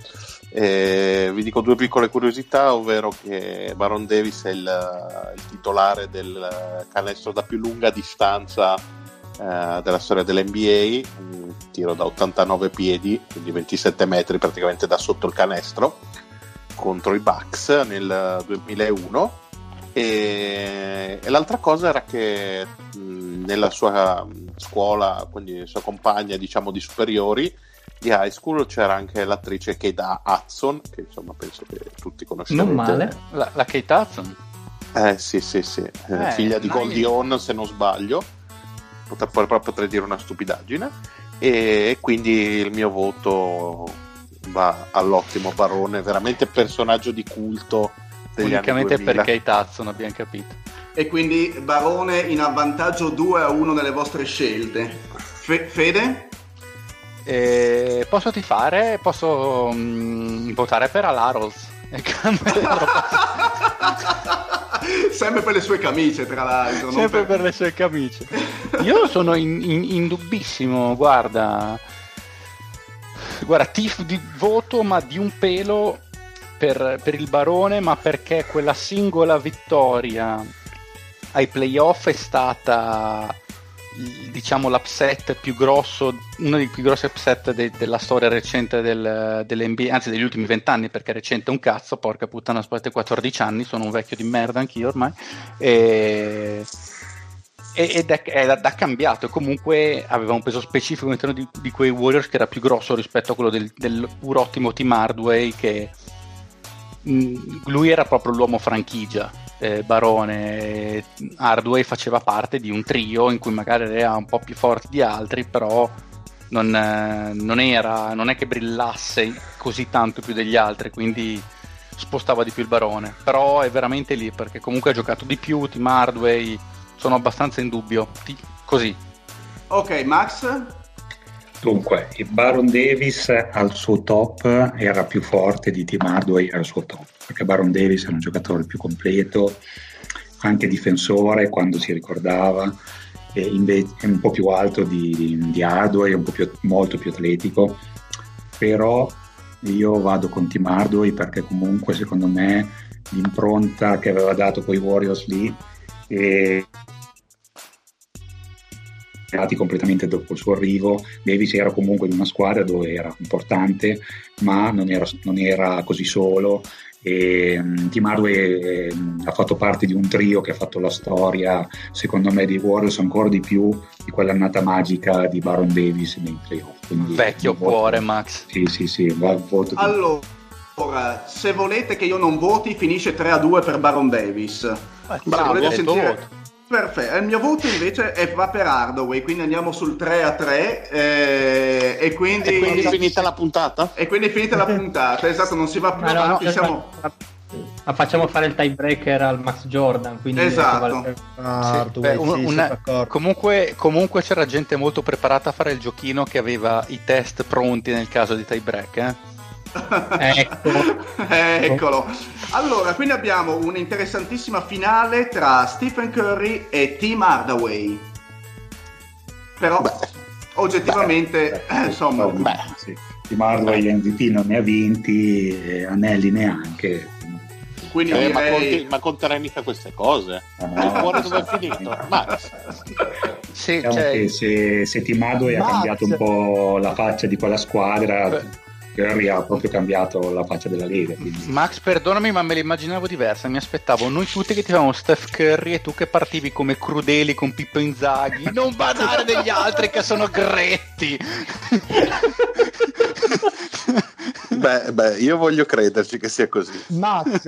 Vi dico 2 piccole curiosità, ovvero che Baron Davis è il titolare del canestro da più lunga distanza della storia dell'NBA, un tiro da 89 piedi, quindi 27 metri praticamente da sotto il canestro, contro i Bucks nel 2001. E l'altra cosa era che nella sua scuola, quindi sua compagna, diciamo, di superiori, di high school, c'era anche l'attrice Kate Hudson, che insomma penso che tutti conoscerete. Non male. La Kate Hudson? Sì. Figlia di Goldie Hawn, se non sbaglio. Potrei dire una stupidaggine. E quindi il mio voto va all'ottimo barone, veramente personaggio di culto degli unicamente anni 2000. Per Kate Hudson, abbiamo capito. E quindi barone in avvantaggio 2-1 nelle vostre scelte. Fede? Posso tifare? Posso votare per Alaros. Sempre per le sue camicie, tra l'altro. Sempre per le sue camicie. Io sono in dubbissimo, guarda, tif di voto, ma di un pelo per il barone, ma perché quella singola vittoria ai playoff è stata, diciamo, l'upset più grosso, uno dei più grossi upset della storia recente dell'NBA, anzi degli ultimi 20 anni, perché recente un cazzo, porca puttana, aspetta, 14 anni, sono un vecchio di merda anch'io ormai, ed ha cambiato, e comunque aveva un peso specifico all'interno di quei Warriors che era più grosso rispetto a quello del pur ottimo Tim Hardaway, che lui era proprio l'uomo franchigia. Barone, Hardaway faceva parte di un trio in cui magari era un po' più forte di altri, però non è che brillasse così tanto più degli altri, quindi spostava di più il barone. Però è veramente lì, perché comunque ha giocato di più. Tim Hardaway, sono abbastanza in dubbio così. Ok, Max? Dunque, il Baron Davis al suo top era più forte di Tim Hardaway al suo top, perché Baron Davis era un giocatore più completo, anche difensore quando si ricordava, e invece è un po' più alto di Hardaway, molto più atletico, però io vado con Tim Hardaway perché comunque secondo me l'impronta che aveva dato coi Warriors lì completamente dopo il suo arrivo. Davis era comunque in una squadra dove era importante, ma non era così solo, e Tim Hardaway ha fatto parte di un trio che ha fatto la storia, secondo me, dei Warriors ancora di più di quell'annata magica di Baron Davis nei playoff. Quindi, vecchio cuore, Max. Sì, va voto. Allora, se volete che io non voti, finisce 3-2 per Baron Davis. Bravo, sentire... Perfetto, il mio voto invece va per Hardaway, quindi andiamo sul 3-3 e quindi è finita la puntata? E quindi è finita la puntata, esatto, non si va più avanti, ma facciamo fare il tiebreaker al Max Jordan, quindi esatto. Comunque c'era gente molto preparata a fare il giochino che aveva i test pronti nel caso di tiebreak, Eccolo. Allora, quindi abbiamo un'interessantissima finale tra Stephen Curry e Tim Hardaway. Però oggettivamente insomma, sì. Tim Hardaway MVP non ne ha vinti, anelli neanche. Quindi direi... ma conterai mica queste cose. Fuori dove è finito? Max. Sì, Diciamo che se Tim Hardaway ha cambiato un po' la faccia di quella squadra, Curry ha proprio cambiato la faccia della Lega. Quindi. Max, perdonami, ma me l'immaginavo diversa. Mi aspettavo noi tutti che ti avevamo Steph Curry e tu che partivi come crudeli con Pippo Inzaghi. Non badare degli altri che sono gretti. Beh, io voglio crederci che sia così. Max,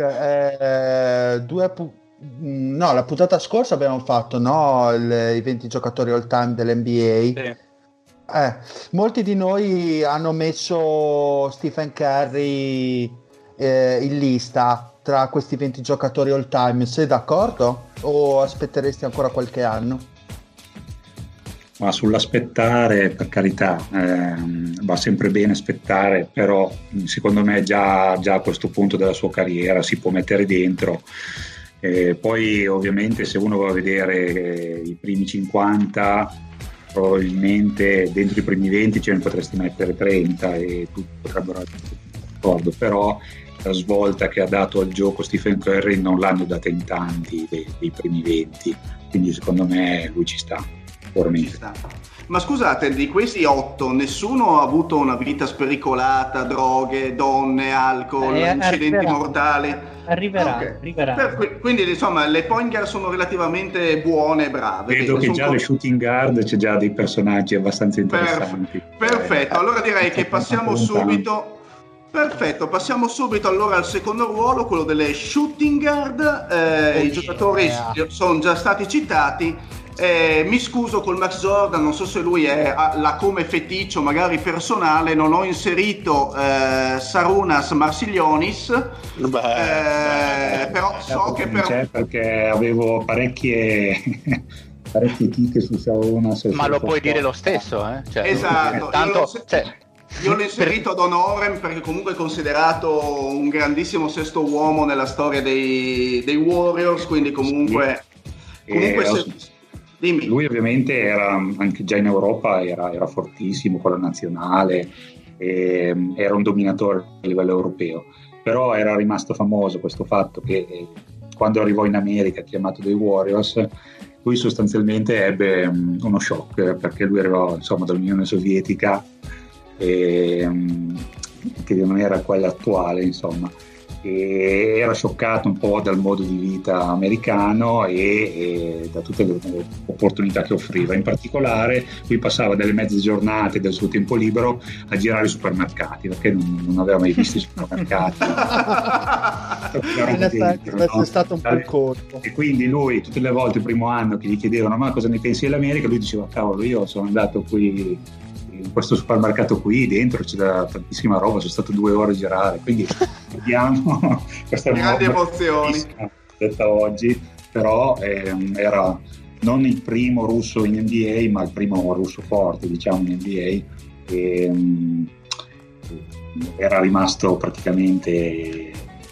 la puntata scorsa abbiamo fatto i 20 giocatori all time dell'NBA. Sì. Molti di noi hanno messo Stephen Curry in lista tra questi 20 giocatori all time. Sei d'accordo o aspetteresti ancora qualche anno? Ma sull'aspettare, per carità, va sempre bene aspettare, però secondo me già a questo punto della sua carriera si può mettere dentro. Poi ovviamente se uno va a vedere i primi 50, probabilmente dentro i primi 20 ce ne potresti mettere 30 e tutti potrebbero essere d'accordo, però la svolta che ha dato al gioco Stephen Curry non l'hanno data in tanti dei primi 20, quindi secondo me lui ci sta. Ma scusate, di questi 8 nessuno ha avuto una vita spericolata, droghe, donne, alcol, incidenti mortali? Arriverà. Quindi insomma le point guard sono relativamente buone e brave. Vedo che già le shooting guard c'è già dei personaggi abbastanza interessanti. Perfetto, allora direi che passiamo subito. Perfetto, passiamo subito allora al secondo ruolo, quello delle shooting guard. I giocatori sono già stati citati. Mi scuso col Max Jordan, non so se lui l'ha come feticcio magari personale, non ho inserito Sarunas Marsilionis, però so che perché avevo parecchie chicche su Sarunas. Ma lo puoi dire lo stesso, Cioè, esatto, io l'ho inserito ad honorem perché comunque è considerato un grandissimo sesto uomo nella storia dei Warriors, quindi comunque Dimmi. Lui ovviamente era anche già in Europa, era fortissimo con la nazionale, era un dominatore a livello europeo, però era rimasto famoso questo fatto che quando arrivò in America chiamato dai Warriors, lui sostanzialmente ebbe uno shock perché lui arrivò dall'Unione Sovietica che non era quella attuale, e era scioccato un po' dal modo di vita americano e da tutte le opportunità che offriva. In particolare lui passava delle mezze giornate del suo tempo libero a girare i supermercati perché non aveva mai visto i supermercati. È stato un po' il colpo. E quindi lui tutte le volte il primo anno che gli chiedevano ma cosa ne pensi dell'America, lui diceva cavolo, io sono andato qui in questo supermercato qui, dentro c'è tantissima roba, sono stato 2 ore a girare, quindi vediamo questa grandi emozioni detta oggi, però era non il primo russo in NBA ma il primo russo forte in NBA, e era rimasto praticamente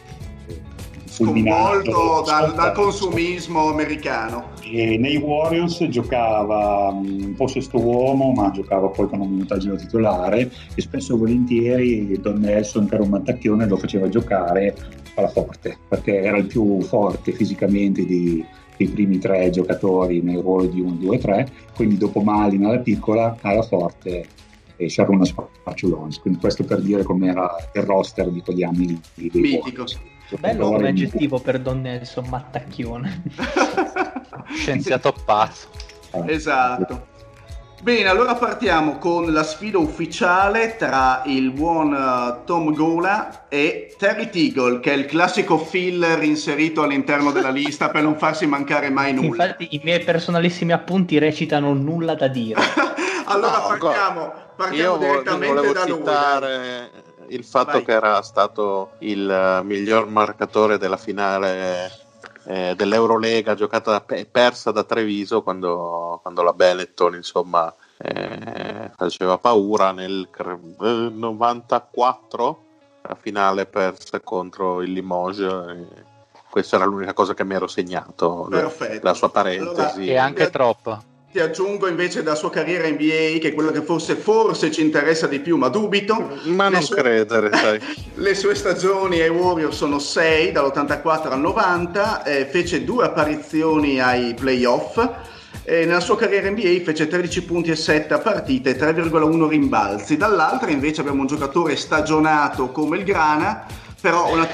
sconvolto dal consumismo americano. E nei Warriors giocava un po' sesto uomo, ma giocava poi con un minutaggio titolare, e spesso e volentieri Don Nelson, che era un mattacchione, lo faceva giocare alla forte perché era il più forte fisicamente dei primi 3 giocatori nel ruolo di 1, 2, 3, quindi dopo Malin alla piccola, alla forte e Sarunas Marsilionis. Quindi questo per dire com'era il roster di quegli anni dei mitico. Bello come aggettivo per Don Nelson, mattacchione. Scienziato pazzo. Esatto. Bene, allora partiamo con la sfida ufficiale tra il buon Tom Gola e Terry Teagle, che è il classico filler inserito all'interno della lista per non farsi mancare mai nulla. Infatti i miei personalissimi appunti recitano nulla da dire. Allora partiamo direttamente da lui. Citare il fatto che era stato il miglior marcatore della finale dell'Eurolega giocata persa da Treviso quando la Benetton faceva paura nel 94, la finale persa contro il Limoges. Questa era l'unica cosa che mi ero segnato. Perfetto. La sua parentesi. Allora, E anche troppo. Ti aggiungo invece della sua carriera NBA, che è quello che forse ci interessa di più, ma dubito. Ma non credere, sai. Le sue stagioni ai Warriors sono 6, dall'84 al 90, fece 2 apparizioni ai playoff. Nella sua carriera NBA fece 13 punti e 7 a partita e 3,1 rimbalzi. Dall'altra invece abbiamo un giocatore stagionato come il Grana, però un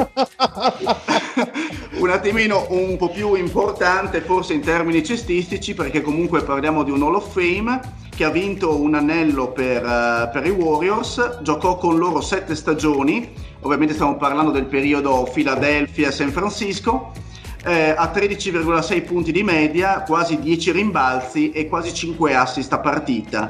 attimino un po' più importante forse in termini cestistici, perché comunque parliamo di un Hall of Fame che ha vinto un anello per i Warriors, giocò con loro 7 stagioni, ovviamente stiamo parlando del periodo Philadelphia-San Francisco, a 13,6 punti di media, quasi 10 rimbalzi e quasi 5 assist a partita.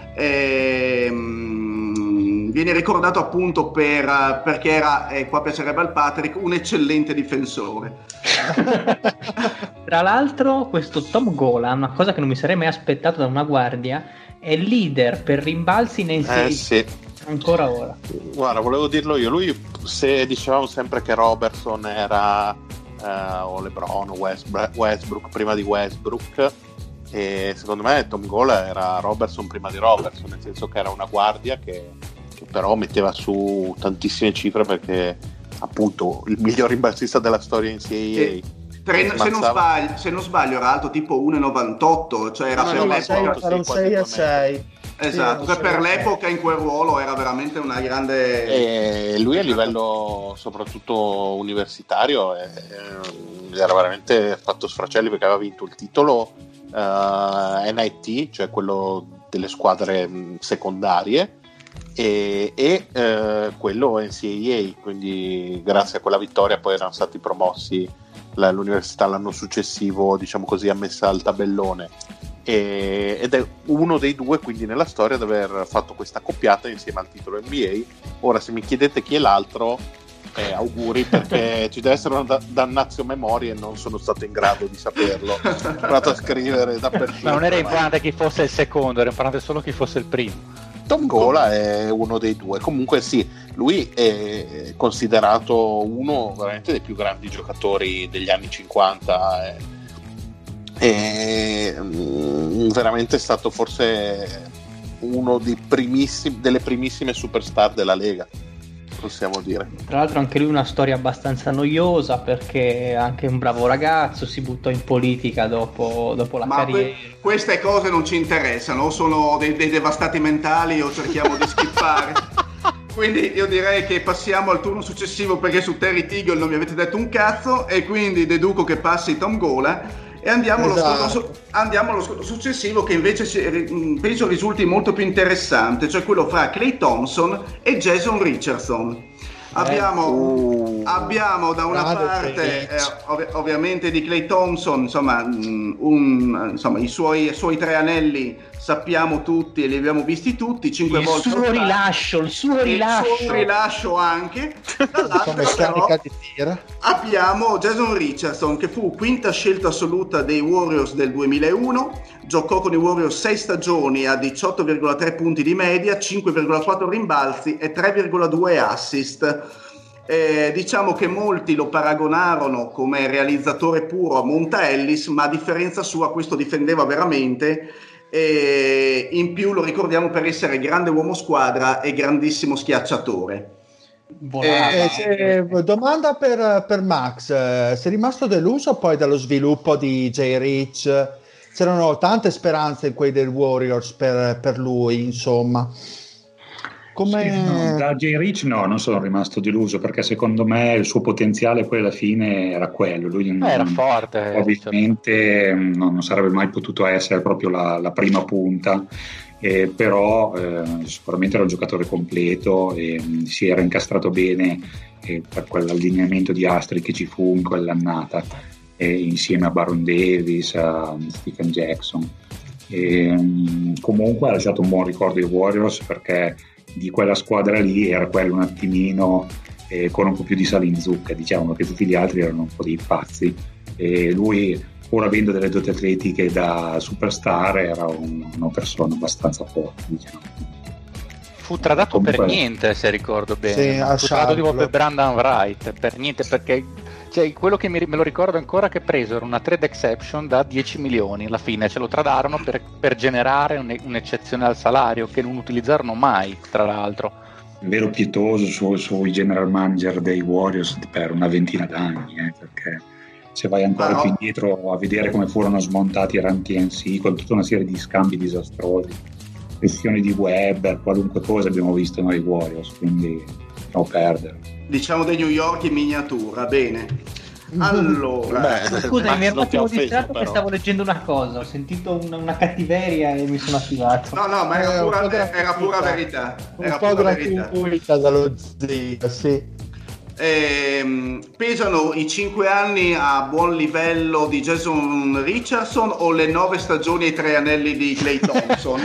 Viene ricordato appunto perché era, qua piacerebbe al Patrick, un eccellente difensore. Tra l'altro questo Tom Gola, una cosa che non mi sarei mai aspettato da una guardia, è leader per rimbalzi in NCAA. Sì. Ancora ora. Guarda, volevo dirlo io. Lui, se dicevamo sempre che Robertson era o LeBron o Westbrook prima di Westbrook, e secondo me Tom Gola era Robertson prima di Robertson, nel senso che era una guardia che però metteva su tantissime cifre, perché appunto il miglior rimbalzista della storia in NCAA. Se non sbaglio era alto tipo 1,98, cioè era per l'epoca, era un 6-6. esatto, sì, che per l'epoca in quel ruolo era veramente una grande. E lui a livello soprattutto universitario era veramente fatto sfracelli, perché aveva vinto il titolo NIT, cioè quello delle squadre secondarie, e quello NCAA, quindi grazie a quella vittoria poi erano stati promossi l'università l'anno successivo, diciamo così, ammessa al tabellone, ed è uno dei due quindi nella storia ad aver fatto questa accoppiata insieme al titolo NBA. Ora, se mi chiedete chi è l'altro, auguri, perché ci deve essere una dannazio memoria e non sono stato in grado di saperlo. Ho provato a scrivere dappertutto. Ma non era importante chi fosse il secondo, era importante solo chi fosse il primo. Tom Gola è uno dei due. Comunque sì, lui è considerato uno veramente dei più grandi giocatori degli anni 50, è veramente stato forse uno delle primissime superstar della Lega, possiamo dire. Tra l'altro anche lui una storia abbastanza noiosa, perché anche un bravo ragazzo, si buttò in politica dopo la carriera. Queste cose non ci interessano, o sono dei devastati mentali o cerchiamo di skippare. Quindi io direi che passiamo al turno successivo, perché su Terry Teagle non mi avete detto un cazzo, e quindi deduco che passi Tom Gola. E andiamo allo scontro successivo, che invece penso risulti molto più interessante, cioè quello fra Klay Thompson e Jason Richardson. Abbiamo da una parte ovviamente di Klay Thompson, insomma, i suoi 3 anelli sappiamo tutti e li abbiamo visti tutti 5 volte. Il suo rilascio anche. Dall'altra però abbiamo Jason Richardson, che fu quinta scelta assoluta dei Warriors del 2001, giocò con i Warriors 6 stagioni a 18,3 punti di media, 5,4 rimbalzi e 3,2 assist. Diciamo che molti lo paragonarono come realizzatore puro a Monta Ellis, ma a differenza sua questo difendeva veramente, e in più lo ricordiamo per essere grande uomo squadra e grandissimo schiacciatore. Domanda per Max, sei rimasto deluso poi dallo sviluppo di Jay Rich? C'erano tante speranze in quei del Warriors per lui, insomma. Da Jay Rich non sono rimasto deluso, perché secondo me il suo potenziale poi alla fine era quello. Lui era forte, ovviamente non sarebbe mai potuto essere proprio la prima punta, però sicuramente era un giocatore completo e si era incastrato bene per quell'allineamento di astri che ci fu in quell'annata, insieme a Baron Davis, a Stephen Jackson. Comunque ha lasciato un buon ricordo ai Warriors, perché di quella squadra lì era quello un attimino con un po' più di sale in zucca, diciamo, che tutti gli altri erano un po' dei pazzi, e lui, pur avendo delle doti atletiche da superstar, era una persona abbastanza forte, diciamo. fu tradato per niente, se ricordo bene. Fu tradato tipo per Brandon Wright, per niente, perché quello che me lo ricordo ancora che presero una trade exception da 10 milioni, alla fine ce lo tradarono per generare un'eccezione al salario che non utilizzarono mai, tra l'altro. Vero pietoso sui general manager dei Warriors per una ventina d'anni, perché se vai ancora più indietro a vedere come furono smontati i Run TNC con tutta una serie di scambi disastrosi, questioni di Webber, qualunque cosa abbiamo visto noi Warriors, quindi no perdere. Diciamo dei New York in miniatura, bene. Allora, scusa, mi ero un attimo distratto che stavo leggendo una cosa, ho sentito una cattiveria e mi sono attivato. No, ma era pura verità. Un po' gratuita dallo zio, sì. Pesano i 5 anni a buon livello di Jason Richardson o le 9 stagioni e i 3 anelli di Klay Thompson?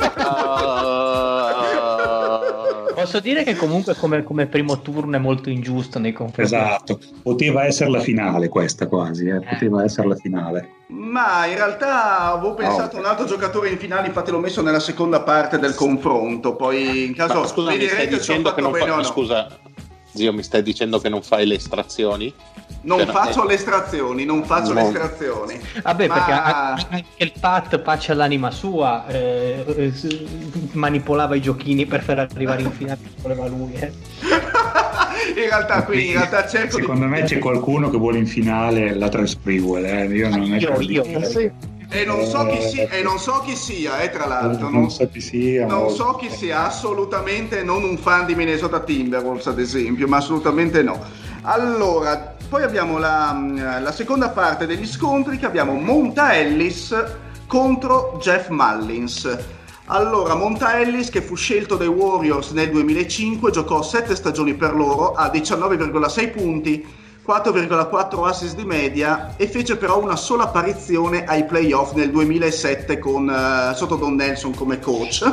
Posso dire che comunque come primo turno è molto ingiusto nei confronti. Esatto, poteva essere la finale questa quasi, poteva essere la finale. Ma in realtà avevo pensato a un altro giocatore in finale, infatti l'ho messo nella seconda parte del confronto, poi in caso scusa, mi stai dicendo che non fa... Scusa, zio, mi stai dicendo che non fai le estrazioni? Non faccio le estrazioni. Vabbè, perché anche il Patch all'anima sua manipolava i giochini per far arrivare in finale che voleva lui. In realtà cerco secondo me c'è qualcuno che vuole in finale la Sprewell, io non è E non so chi sia, tra l'altro. Non so chi sia, assolutamente non un fan di Minnesota Timberwolves, ad esempio, ma assolutamente no. Allora, poi abbiamo la seconda parte degli scontri, che abbiamo Monta Ellis contro Jeff Mullins. Allora, Monta Ellis, che fu scelto dai Warriors nel 2005, giocò 7 stagioni per loro, a 19,6 punti, 4,4 assist di media, e fece però una sola apparizione ai playoff nel 2007 sotto Don Nelson come coach.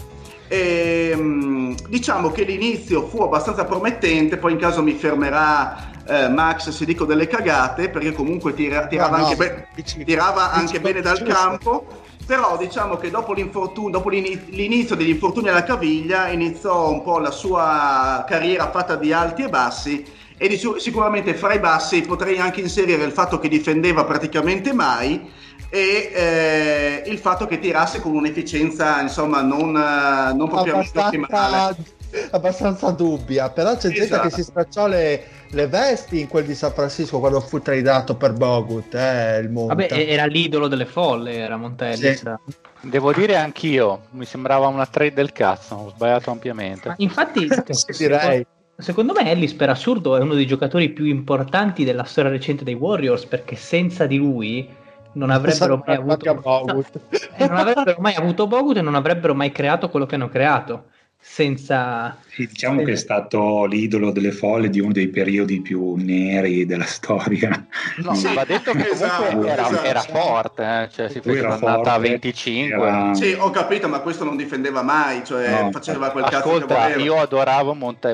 E, diciamo che l'inizio fu abbastanza promettente, poi in caso mi fermerà Max se dico delle cagate, perché comunque tirava anche bene dal campo. Però diciamo che dopo l'inizio degli infortuni alla caviglia iniziò un po' la sua carriera fatta di alti e bassi, e sicuramente fra i bassi potrei anche inserire il fatto che difendeva praticamente mai e il fatto che tirasse con un'efficienza insomma non propriamente ottimale, abbastanza dubbia. Però c'è gente che si stracciò le vesti in quel di San Francisco quando fu tradato per Bogut, il Monta. Vabbè, era l'idolo delle folle, era Monta Ellis. Sì. Devo dire anch'io, mi sembrava una trade del cazzo, ho sbagliato ampiamente. Ma infatti direi secondo me Ellis, per assurdo, è uno dei giocatori più importanti della storia recente dei Warriors, perché senza di lui non avrebbero mai avuto Bogut. Non avrebbero mai avuto Bogut e non avrebbero mai creato quello che hanno creato. Diciamo che è stato l'idolo delle folle di uno dei periodi più neri della storia. No, va detto che comunque era forte, cioè si fece un'annata a 25. Sì, ho capito, ma questo non difendeva mai, cioè faceva quel cazzo che voleva. Io adoravo Monte,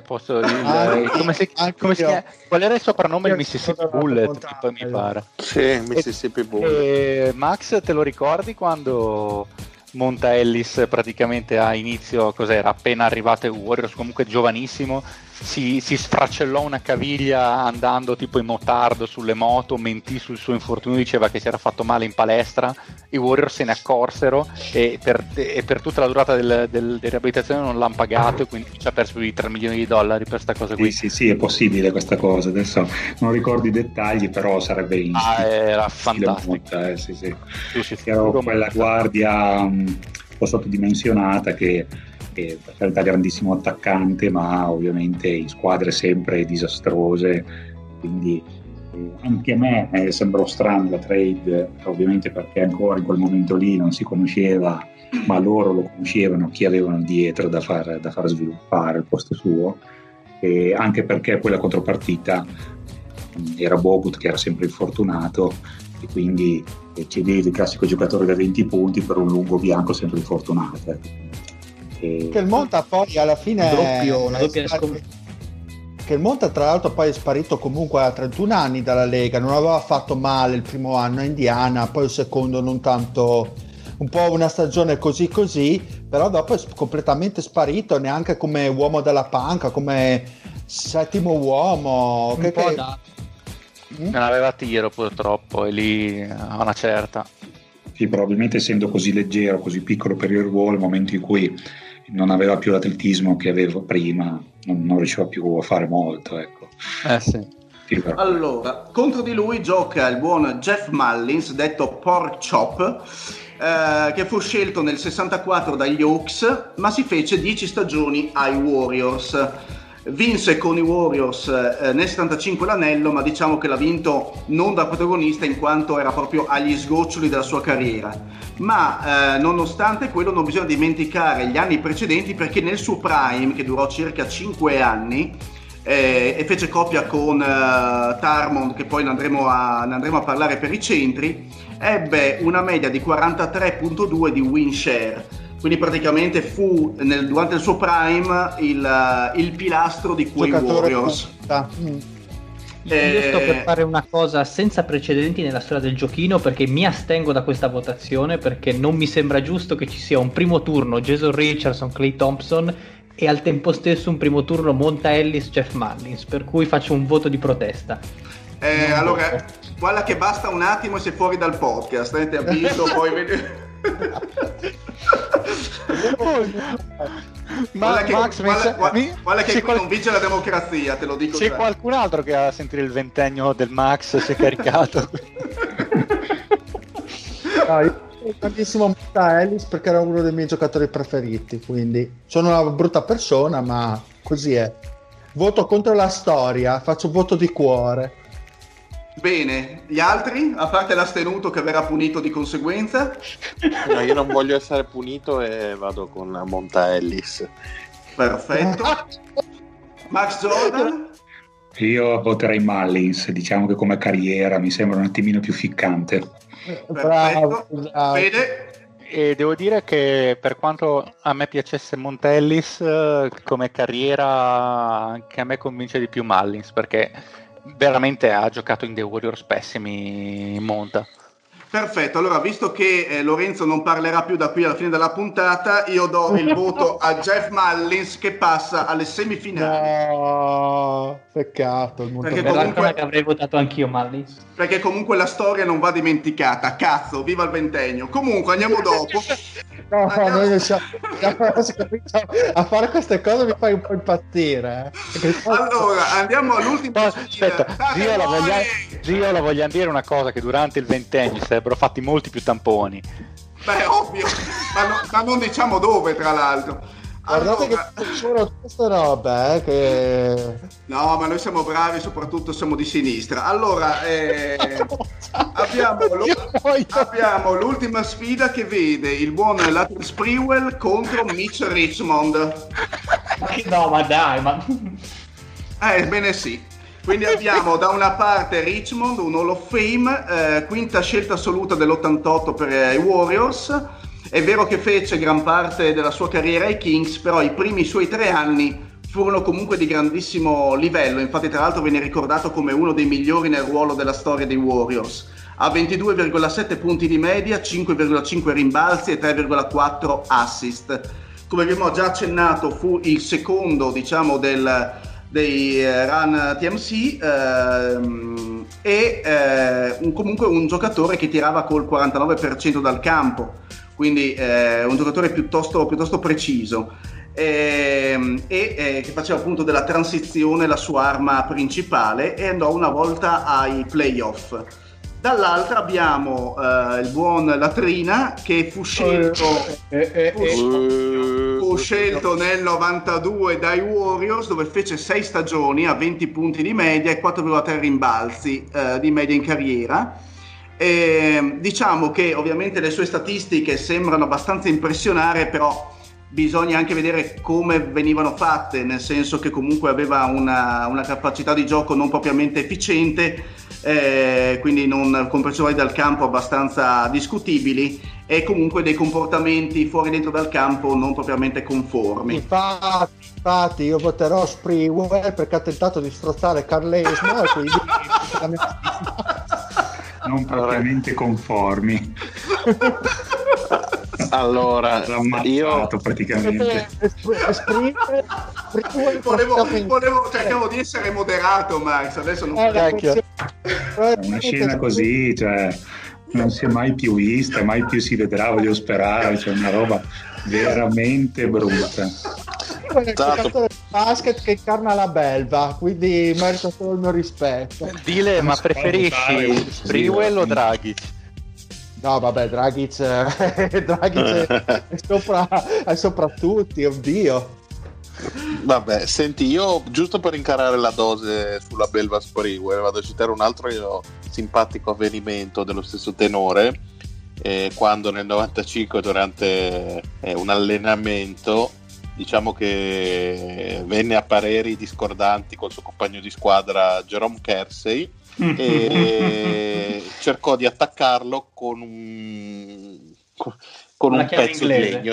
qual era il soprannome? Il Mississippi Bullet, mi pare. Sì, Mississippi Bullet. Max, te lo ricordi quando Monta Ellis praticamente a inizio, cos'era, appena arrivato ai Warriors, comunque giovanissimo, si sfracellò una caviglia andando tipo in motardo sulle moto, mentì sul suo infortunio, diceva che si era fatto male in palestra, i Warriors se ne accorsero e per tutta la durata della riabilitazione non l'hanno pagato, e quindi ci ha perso più di $3 milioni per questa cosa qui. Sì, è possibile questa cosa, adesso non ricordo i dettagli, però sarebbe era fantastico. Sì. Era quella guardia un po' sottodimensionata che per carità grandissimo attaccante, ma ovviamente in squadre sempre disastrose, quindi anche a me sembrò strano la trade, ovviamente perché ancora in quel momento lì non si conosceva, ma loro lo conoscevano chi avevano dietro da far sviluppare al posto suo, e anche perché poi la contropartita era Bogut, che era sempre infortunato, e quindi cedevi il classico giocatore da 20 punti per un lungo bianco sempre infortunato. Che il Monta poi alla fine che il Monta tra l'altro poi è sparito comunque a 31 anni dalla Lega, non aveva fatto male il primo anno a Indiana, poi il secondo non tanto un po' una stagione così, però dopo è completamente sparito, neanche come uomo della panca, come settimo uomo. Non aveva tiro purtroppo, e lì a una certa. Sì, probabilmente essendo così leggero, così piccolo per il ruolo, nel momento in cui non aveva più l'atletismo che aveva prima, non riusciva più a fare molto, ecco. Sì. Allora, contro di lui gioca il buon Jeff Mullins, detto Pork Chop, che fu scelto nel 64 dagli Hawks, ma si fece 10 stagioni ai Warriors. Vinse con i Warriors nel 75 l'anello, ma diciamo che l'ha vinto non da protagonista, in quanto era proprio agli sgoccioli della sua carriera. Ma nonostante quello non bisogna dimenticare gli anni precedenti, perché nel suo prime, che durò circa 5 anni, e fece coppia con Tarmond, che poi ne andremo a parlare per i centri, ebbe una media di 43.2 di win share, quindi praticamente fu durante il suo prime il pilastro di quei Warriors. Io sto per fare una cosa senza precedenti nella storia del giochino, perché mi astengo da questa votazione, perché non mi sembra giusto che ci sia un primo turno Jason Richardson, Klay Thompson e al tempo stesso un primo turno Monta Ellis, Jeff Mullins, per cui faccio un voto di protesta. Allora, guarda che basta un attimo e sei fuori dal podcast, ti avviso, poi guarda che qui non vince la democrazia, te lo dico. C'è qualcun altro che ha sentito il ventennio del Max, si è caricato. No, io sono tantissimo Monta Ellis perché era uno dei miei giocatori preferiti, quindi sono una brutta persona, ma così è. Voto contro la storia, faccio voto di cuore. Bene, gli altri, a parte l'astenuto che verrà punito di conseguenza? No, io non voglio essere punito e vado con Monta Ellis. Perfetto. Max Jordan? Io voterei Mullins, diciamo che come carriera mi sembra un attimino più ficcante. Perfetto. Fede? E devo dire che per quanto a me piacesse Monta Ellis, come carriera anche a me convince di più Mullins, perché veramente ha giocato in The Warriors pessimi Monta. Perfetto, allora visto che Lorenzo non parlerà più da qui alla fine della puntata, io do il voto a Jeff Mullins, che passa alle semifinali. No, peccato. Perché comunque avrei votato anch'io Mullins. Perché comunque la storia non va dimenticata. Cazzo, viva il ventennio. Comunque andiamo dopo. Noi riusciamo a fare queste cose, mi fai un po' impazzire. Allora, andiamo all'ultima sfida. Aspetta, Gio, la vogliamo dire una cosa, che durante il ventennio sarebbero fatti molti più tamponi. Beh, ovvio, ma non diciamo dove, tra l'altro. Guardate che facciano queste robe, che... No, ma noi siamo bravi, soprattutto siamo di sinistra. Allora, abbiamo l'ultima sfida, che vede il buon Latrell Sprewell contro Mitch Richmond. No, ma dai, ma... Bene sì. Quindi abbiamo da una parte Richmond, un Hall of Fame, quinta scelta assoluta dell'88 per i Warriors. È vero che fece gran parte della sua carriera ai Kings, però i primi suoi 3 anni furono comunque di grandissimo livello. Infatti, tra l'altro, viene ricordato come uno dei migliori nel ruolo della storia dei Warriors. Ha 22,7 punti di media, 5,5 rimbalzi e 3,4 assist. Come abbiamo già accennato, fu il secondo, diciamo, dei Run TMC, comunque un giocatore che tirava col 49% dal campo, quindi un giocatore piuttosto preciso, che faceva appunto della transizione la sua arma principale, e andò una volta ai playoff. Dall'altra abbiamo il buon Latrina, che fu scelto nel 92 dai Warriors, dove fece 6 stagioni a 20 punti di media e 4,3 rimbalzi di media in carriera. Diciamo che ovviamente le sue statistiche sembrano abbastanza impressionare, però bisogna anche vedere come venivano fatte, nel senso che comunque aveva una capacità di gioco non propriamente efficiente, quindi con percentuali dal campo abbastanza discutibili, e comunque dei comportamenti fuori e dentro dal campo non propriamente conformi. Infatti io voterò Sprewell perché ha tentato di strozzare Carlesmo e quindi non propriamente conformi. Allora, io praticamente cercavo di essere moderato, Max, adesso non una scena così, cioè non si è mai più vista, mai più si vedrà, voglio sperare, cioè una roba veramente brutta. Il giocatore di basket che incarna la belva, quindi merita solo il mio rispetto. Dile, ma preferisci Sprewell o Dragic? No, vabbè, Dragic è sopra tutti, oddio. Vabbè, senti, io giusto per incarare la dose sulla belva Sprewell vado a citare un altro simpatico avvenimento dello stesso tenore, quando nel 95 durante un allenamento, diciamo che venne a pareri discordanti col suo compagno di squadra Jerome Kersey e cercò di attaccarlo con un pezzo di legno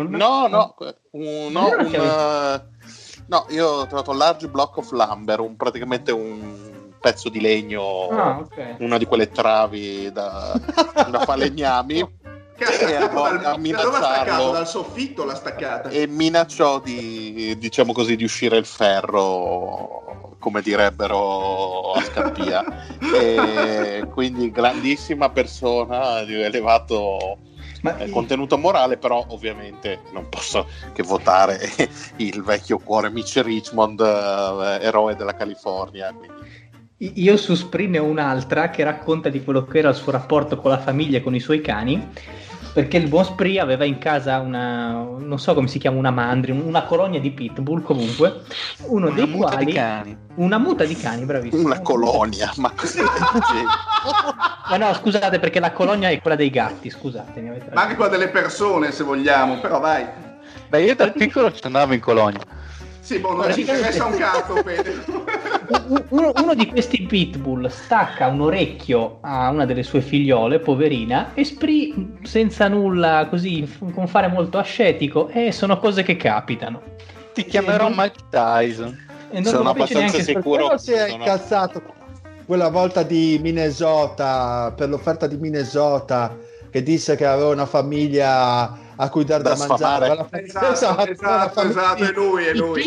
no, io ho trovato un large block of lumber, praticamente un pezzo di legno, una di quelle travi da falegnami. Da minacciarlo dal soffitto, l'ha staccata e minacciò di uscire il ferro, come direbbero a Scampia. E quindi grandissima persona di elevato contenuto morale, però ovviamente non posso che votare il vecchio cuore Mitch Richmond, eroe della California. Quindi. Io su Spree ne ho un'altra che racconta di quello che era il suo rapporto con la famiglia e con i suoi cani, perché il buon Spree aveva in casa non so come si chiama, una mandria, una colonia di pitbull, comunque una muta di cani, bravissimo. Una colonia, ma così. Ma no, scusate, perché la colonia è quella dei gatti, scusatemi. Ma anche quella delle persone, se vogliamo, però vai. Beh, io da piccolo ci andavo in colonia. Sì, non ci interessa un cazzo, Pedro. Uno di questi pitbull stacca un orecchio a una delle sue figliole, poverina, e Spree, senza nulla, così, con fare molto ascetico, sono cose che capitano. Ti chiamerò Mike Tyson. E non sono abbastanza sicuro che si è incazzato quella volta di Minnesota, per l'offerta di Minnesota, che disse che aveva una famiglia a cui dar da mangiare. Esatto, è lui.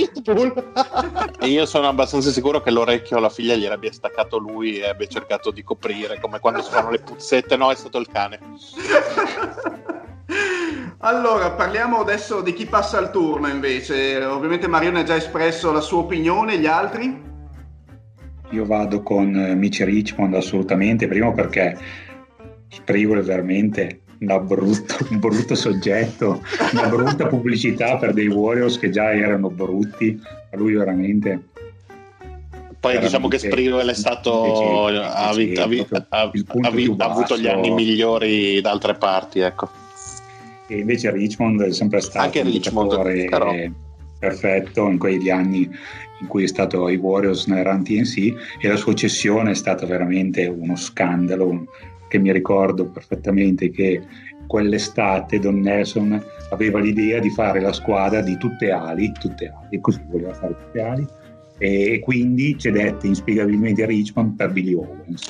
E io sono abbastanza sicuro che l'orecchio alla figlia gliela abbia staccato lui e abbia cercato di coprire, come quando si fanno le puzzette. No, è stato il cane. Allora, parliamo adesso di chi passa il turno invece. Ovviamente Marione ha già espresso la sua opinione, gli altri? Io vado con Mitch Richmond assolutamente, primo perché Sprewell è veramente un brutto soggetto, una brutta pubblicità per dei Warriors che già erano brutti, ma lui veramente. Poi diciamo che Sprewell è stato ha avuto gli anni migliori da altre parti, ecco. E invece Richmond è sempre stato anche un giocatore perfetto in quegli anni in cui è stato ai Warriors nel Run TNC, e la sua cessione è stata veramente uno scandalo, che mi ricordo perfettamente che quell'estate Don Nelson aveva l'idea di fare la squadra di tutte ali, così voleva fare tutte ali, e quindi cedette inspiegabilmente a Richmond per Billy Owens.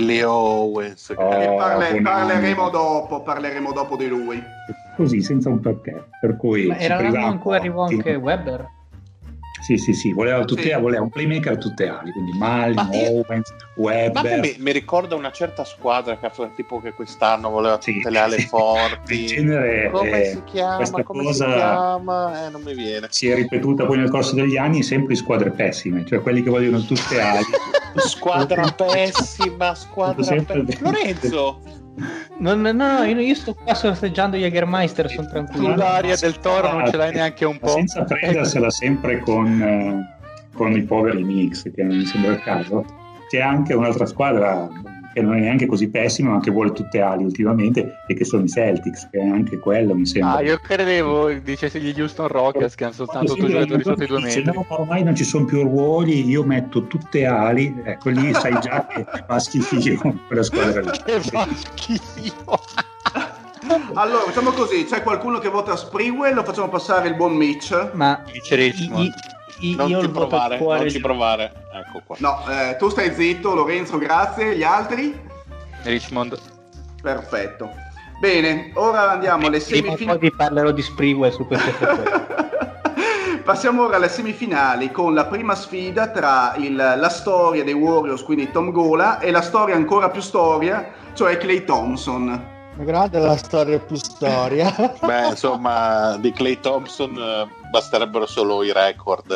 Parleremo dopo di lui. Così, senza un perché. Per cui ma era l'anno in cui arrivò anche Webber? Sì, voleva un playmaker a tutte ali, quindi Malin, Owens, Webber. Ma mi ricorda una certa squadra che tipo che quest'anno voleva tutte le ali forti. In genere, come si chiama? Non mi viene. Si è ripetuta poi nel corso degli anni, sempre in squadre pessime, cioè quelli che vogliono tutte ali. Squadra pessima, Lorenzo! No, io sto qua sorteggiando Jägermeister, sono tranquillo. Sull'aria del toro non ce l'hai neanche un po'. Senza prendersela sempre con i poveri Knicks, che non mi sembra il caso. C'è anche un'altra squadra che non è neanche così pessima, ma che vuole tutte ali ultimamente, e che sono i Celtics, che anche quello mi sembra. Io credevo dicessi gli Houston Rockets, che hanno soltanto 8 giocatori sotto i 2 metri. No, ormai non ci sono più ruoli, io metto tutte ali, ecco lì sai già che va schifio quella squadra lì. Che va schifio. Allora, facciamo così, c'è qualcuno che vota Sprewell o facciamo passare il buon Mitch? Ma Mitch Richmond. Non ci provare. Ecco qua. No, tu stai zitto, Lorenzo, grazie. Gli altri? Richmond. Perfetto. Bene, ora andiamo alle Prima o semifinali. poi vi parlerò di Sprewell su queste frequenze. Passiamo ora alle semifinali con la prima sfida tra la storia dei Warriors, quindi Tom Gola, e la storia ancora più storia, cioè Klay Thompson. Grande la storia più storia. Beh, insomma, di Klay Thompson basterebbero solo i record,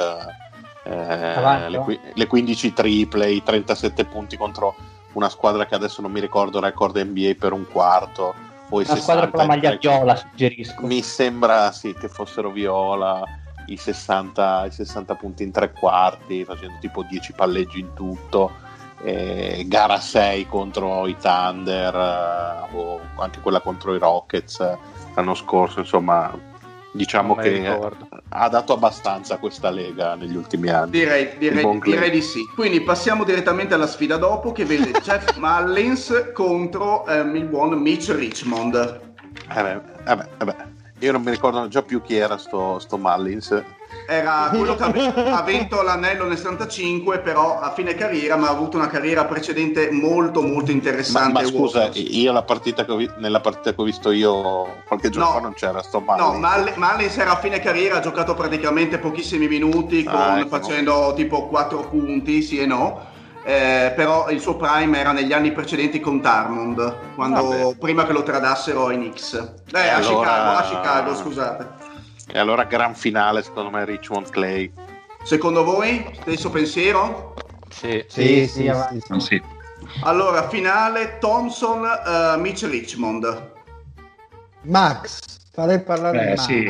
le 15 triple, i 37 punti contro una squadra che adesso non mi ricordo, record NBA per un quarto, o i Una 60, squadra con la maglia viola, suggerisco. mi sembra sì che fossero viola, i 60 punti in tre quarti, facendo tipo 10 palleggi in tutto, gara 6 contro i Thunder, o anche quella contro i Rockets l'anno scorso. Insomma, diciamo che ha dato abbastanza a questa lega negli ultimi anni. Direi di sì. Quindi passiamo direttamente alla sfida dopo, che vede Jeff Mullins contro il buon Mitch Richmond. Io non mi ricordo già più chi era sto Mullins. Era quello che ha vinto l'anello nel 75, però a fine carriera, ma ha avuto una carriera precedente molto molto interessante. Ma scusa, io nella partita che ho visto io qualche giorno fa non c'era sto Mullins. No, Mullins era a fine carriera, ha giocato praticamente pochissimi minuti, facendo tipo 4 punti, sì e no. Però il suo prime era negli anni precedenti con Darmond, prima che lo tradassero ai Knicks, a Chicago, scusate. E allora gran finale secondo me Richmond Clay. Secondo voi stesso pensiero? Sì. Allora finale Thompson Mitch Richmond. Max, farei parlare di Max. Sì,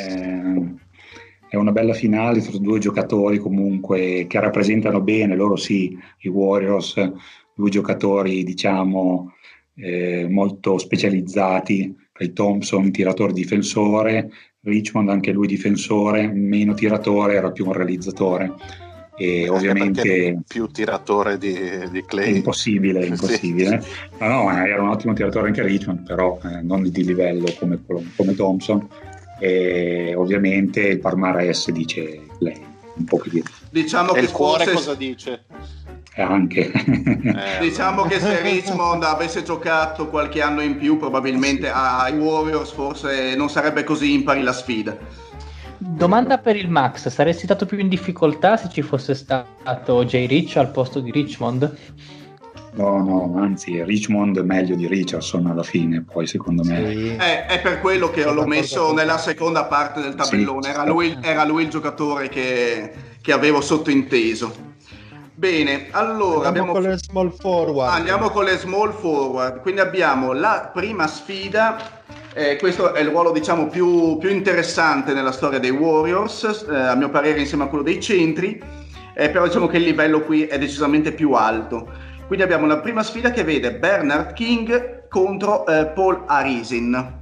è una bella finale tra due giocatori comunque che rappresentano bene, loro sì, i Warriors, due giocatori diciamo molto specializzati. Klay Thompson tiratore difensore, Richmond anche lui difensore, meno tiratore, era più un realizzatore, e ovviamente più tiratore di Klay è impossibile. Sì. No, era un ottimo tiratore anche Richmond, però non di livello come Thompson, e ovviamente il palmarès dice Klay un po' più. Diciamo e che il cuore forse cosa dice? Anche diciamo che se Richmond avesse giocato qualche anno in più probabilmente ai Warriors forse non sarebbe così impari la sfida. Domanda per il Max: saresti stato più in difficoltà se ci fosse stato Jay Rich al posto di Richmond? No, anzi Richmond è meglio di Richardson alla fine, poi secondo me Sì. È per quello che l'ho messo nella seconda parte del tabellone, Sì. era lui il giocatore che avevo sottointeso. Bene, allora Andiamo con le small forward. Andiamo con le small forward, quindi abbiamo la prima sfida, questo è il ruolo diciamo più interessante nella storia dei Warriors, a mio parere insieme a quello dei centri, però diciamo che il livello qui è decisamente più alto. Quindi abbiamo una prima sfida che vede Bernard King contro Paul Arizin.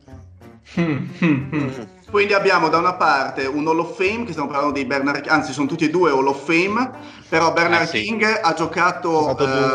Quindi abbiamo da una parte un Hall of Fame, che stiamo parlando di Bernard, anzi sono tutti e due Hall of Fame, però Bernard King ha giocato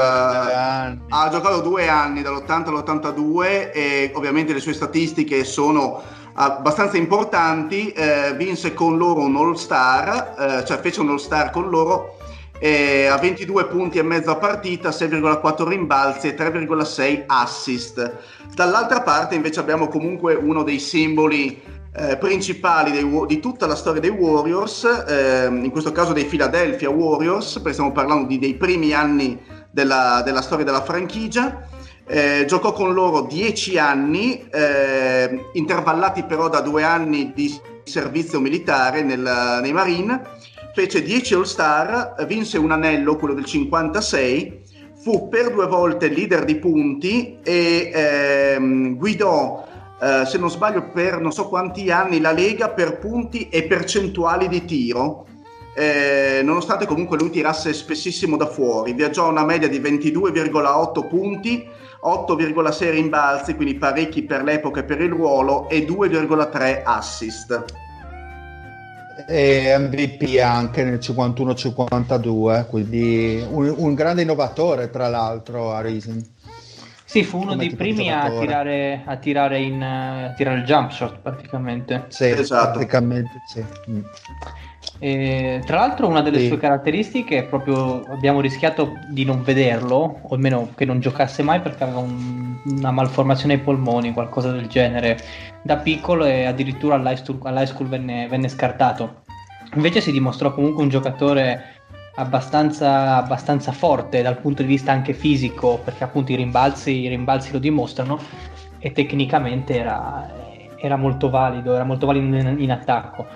2 anni, dall'80 all'82, e ovviamente le sue statistiche sono abbastanza importanti. Vinse con loro un All-Star, cioè fece un All-Star con loro, a 22 punti e mezzo a partita, 6,4 rimbalzi e 3,6 assist. Dall'altra parte invece abbiamo comunque uno dei simboli principali di tutta la storia dei Warriors, in questo caso dei Philadelphia Warriors, perché stiamo parlando dei primi anni della storia della franchigia. Giocò con loro 10 anni, intervallati però da 2 anni di servizio militare nei Marine. Fece 10 All-Star, vinse un anello, quello del 56, fu per 2 volte leader di punti e guidò, se non sbaglio, per non so quanti anni la Lega per punti e percentuali di tiro, nonostante comunque lui tirasse spessissimo da fuori. Viaggiò a una media di 22,8 punti, 8,6 rimbalzi, quindi parecchi per l'epoca e per il ruolo, e 2,3 assist. E MVP anche nel 51-52, quindi un grande innovatore tra l'altro Arizin. Sì, fu uno dei tipo primi a giocatore. tirare il jump shot praticamente. Sì, Esatto. praticamente sì. E, tra l'altro, una delle Sì. sue caratteristiche è proprio abbiamo rischiato di non vederlo, o almeno che non giocasse mai perché aveva una malformazione ai polmoni, qualcosa del genere, da piccolo, e addirittura all'high school venne scartato. Invece si dimostrò comunque un giocatore abbastanza forte dal punto di vista anche fisico, perché appunto i rimbalzi lo dimostrano, e tecnicamente era molto valido in attacco.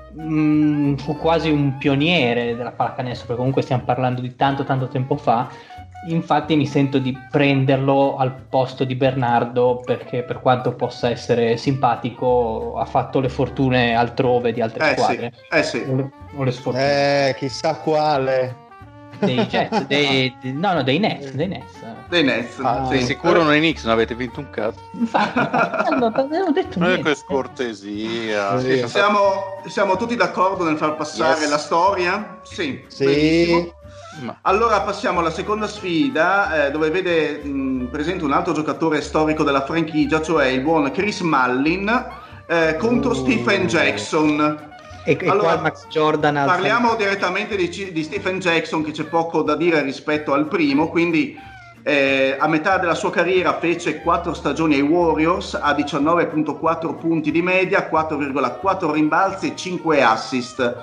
Fu quasi un pioniere della pallacanestro, perché comunque stiamo parlando di tanto tempo fa. Infatti mi sento di prenderlo al posto di Bernardo, perché per quanto possa essere simpatico ha fatto le fortune altrove di altre squadre. Sì. O le sfortune Chissà quale. dei Jets, dei Nets. Dei Nets. Sì. Sicuro non i Knicks, non avete vinto un cazzo. Infatti, non ho detto Non è niente. per scortesia. Sì. Siamo tutti d'accordo nel far passare la storia? Sì. Benissimo. Allora passiamo alla seconda sfida, dove vede presente un altro giocatore storico della franchigia, cioè il buon Chris Mullin contro Stephen Jackson. E Allora, qua Max Jordan parliamo direttamente di Stephen Jackson, che c'è poco da dire rispetto al primo. Quindi a metà della sua carriera fece 4 stagioni ai Warriors a 19.4 punti di media, 4,4 rimbalzi e 5 assist.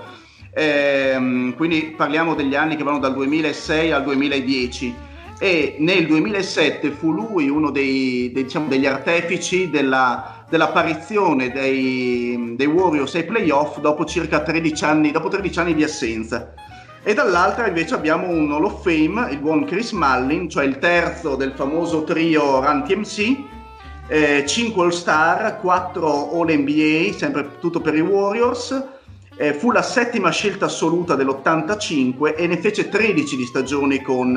Quindi parliamo degli anni che vanno dal 2006 al 2010, e nel 2007 fu lui uno degli artefici dell'apparizione dei Warriors ai playoff dopo circa 13 anni di assenza. E dall'altra invece abbiamo un Hall of Fame, il buon Chris Mullin, cioè il terzo del famoso trio Run TMC, 5 All-Star, 4 All-NBA, sempre tutto per i Warriors. Fu la 7ª scelta assoluta dell'85 e ne fece 13 di stagioni con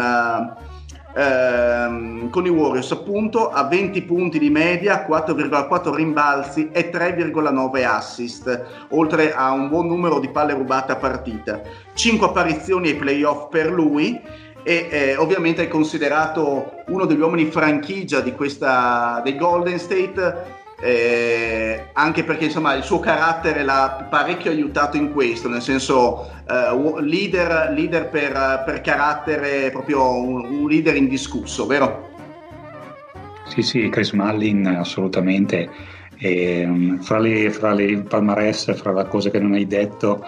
i Warriors, appunto, a 20 punti di media, 4,4 rimbalzi e 3,9 assist, oltre a un buon numero di palle rubate a partita. 5 apparizioni ai playoff per lui, e ovviamente è considerato uno degli uomini franchigia dei Golden State, anche perché insomma il suo carattere l'ha parecchio aiutato in questo, nel senso leader per carattere, proprio un leader indiscusso, vero? Sì, Chris Mullin assolutamente. Fra le palmarès, fra le cose che non hai detto,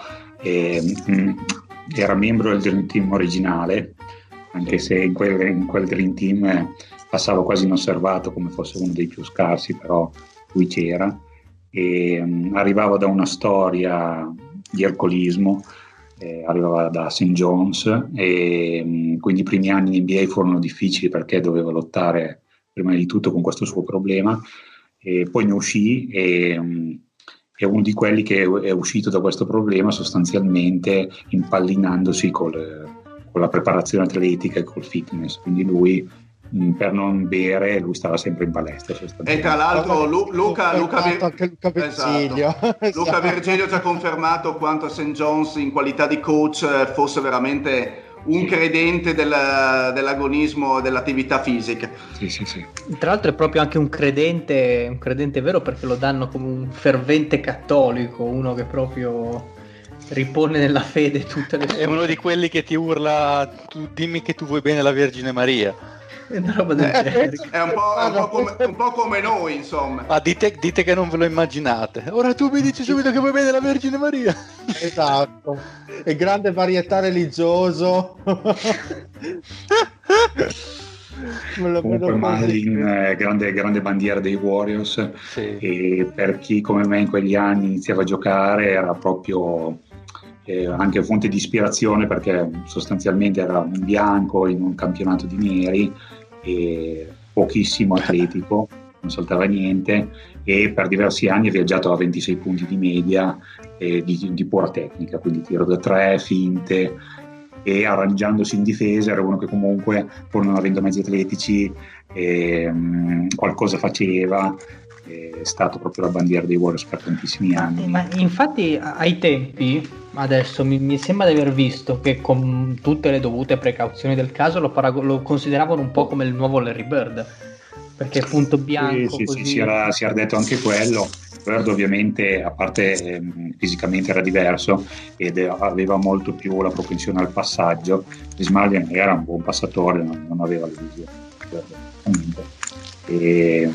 era membro del Dream Team originale, anche se in quel Dream Team passava quasi inosservato, come fosse uno dei più scarsi, però lui c'era, e arrivava da una storia di alcolismo, arrivava da St. John's, e quindi i primi anni in NBA furono difficili perché doveva lottare prima di tutto con questo suo problema, e poi ne uscì, e è uno di quelli che è uscito da questo problema sostanzialmente impallinandosi con la preparazione atletica e col fitness. Quindi lui, per non bere, lui stava sempre in palestra. E tra l'altro Luca Virgilio. Esatto. Luca Virgilio ci ha confermato quanto St. John's in qualità di coach fosse veramente un credente dell'agonismo e dell'attività fisica. Sì. Tra l'altro è proprio anche un credente vero, perché lo danno come un fervente cattolico, uno che proprio ripone nella fede tutte le sue. È uno di quelli che ti urla: dimmi che tu vuoi bene la Vergine Maria. Una roba del genere. È un po' come noi, insomma. Dite che non ve lo immaginate. Ora tu mi dici subito che vuoi bene la Vergine Maria. Esatto. E grande varietà religioso. Comunque Mullin, grande bandiera dei Warriors, sì. E per chi come me in quegli anni iniziava a giocare era proprio anche fonte di ispirazione, perché sostanzialmente era un bianco in un campionato di neri, e pochissimo atletico, non saltava niente, e per diversi anni ha viaggiato a 26 punti di media, di pura tecnica, quindi tiro da 3, finte, e arrangiandosi in difesa era uno che comunque, pur non avendo mezzi atletici, qualcosa faceva. È stato proprio la bandiera dei Warriors per tantissimi anni. Ma infatti ai tempi, adesso mi sembra di aver visto che, con tutte le dovute precauzioni del caso, lo consideravano un po' come il nuovo Larry Bird, perché è punto bianco. Sì, così. si era detto anche quello. Bird ovviamente, a parte fisicamente era diverso ed aveva molto più la propensione al passaggio. Smalley era un buon passatore, non aveva le visioni. E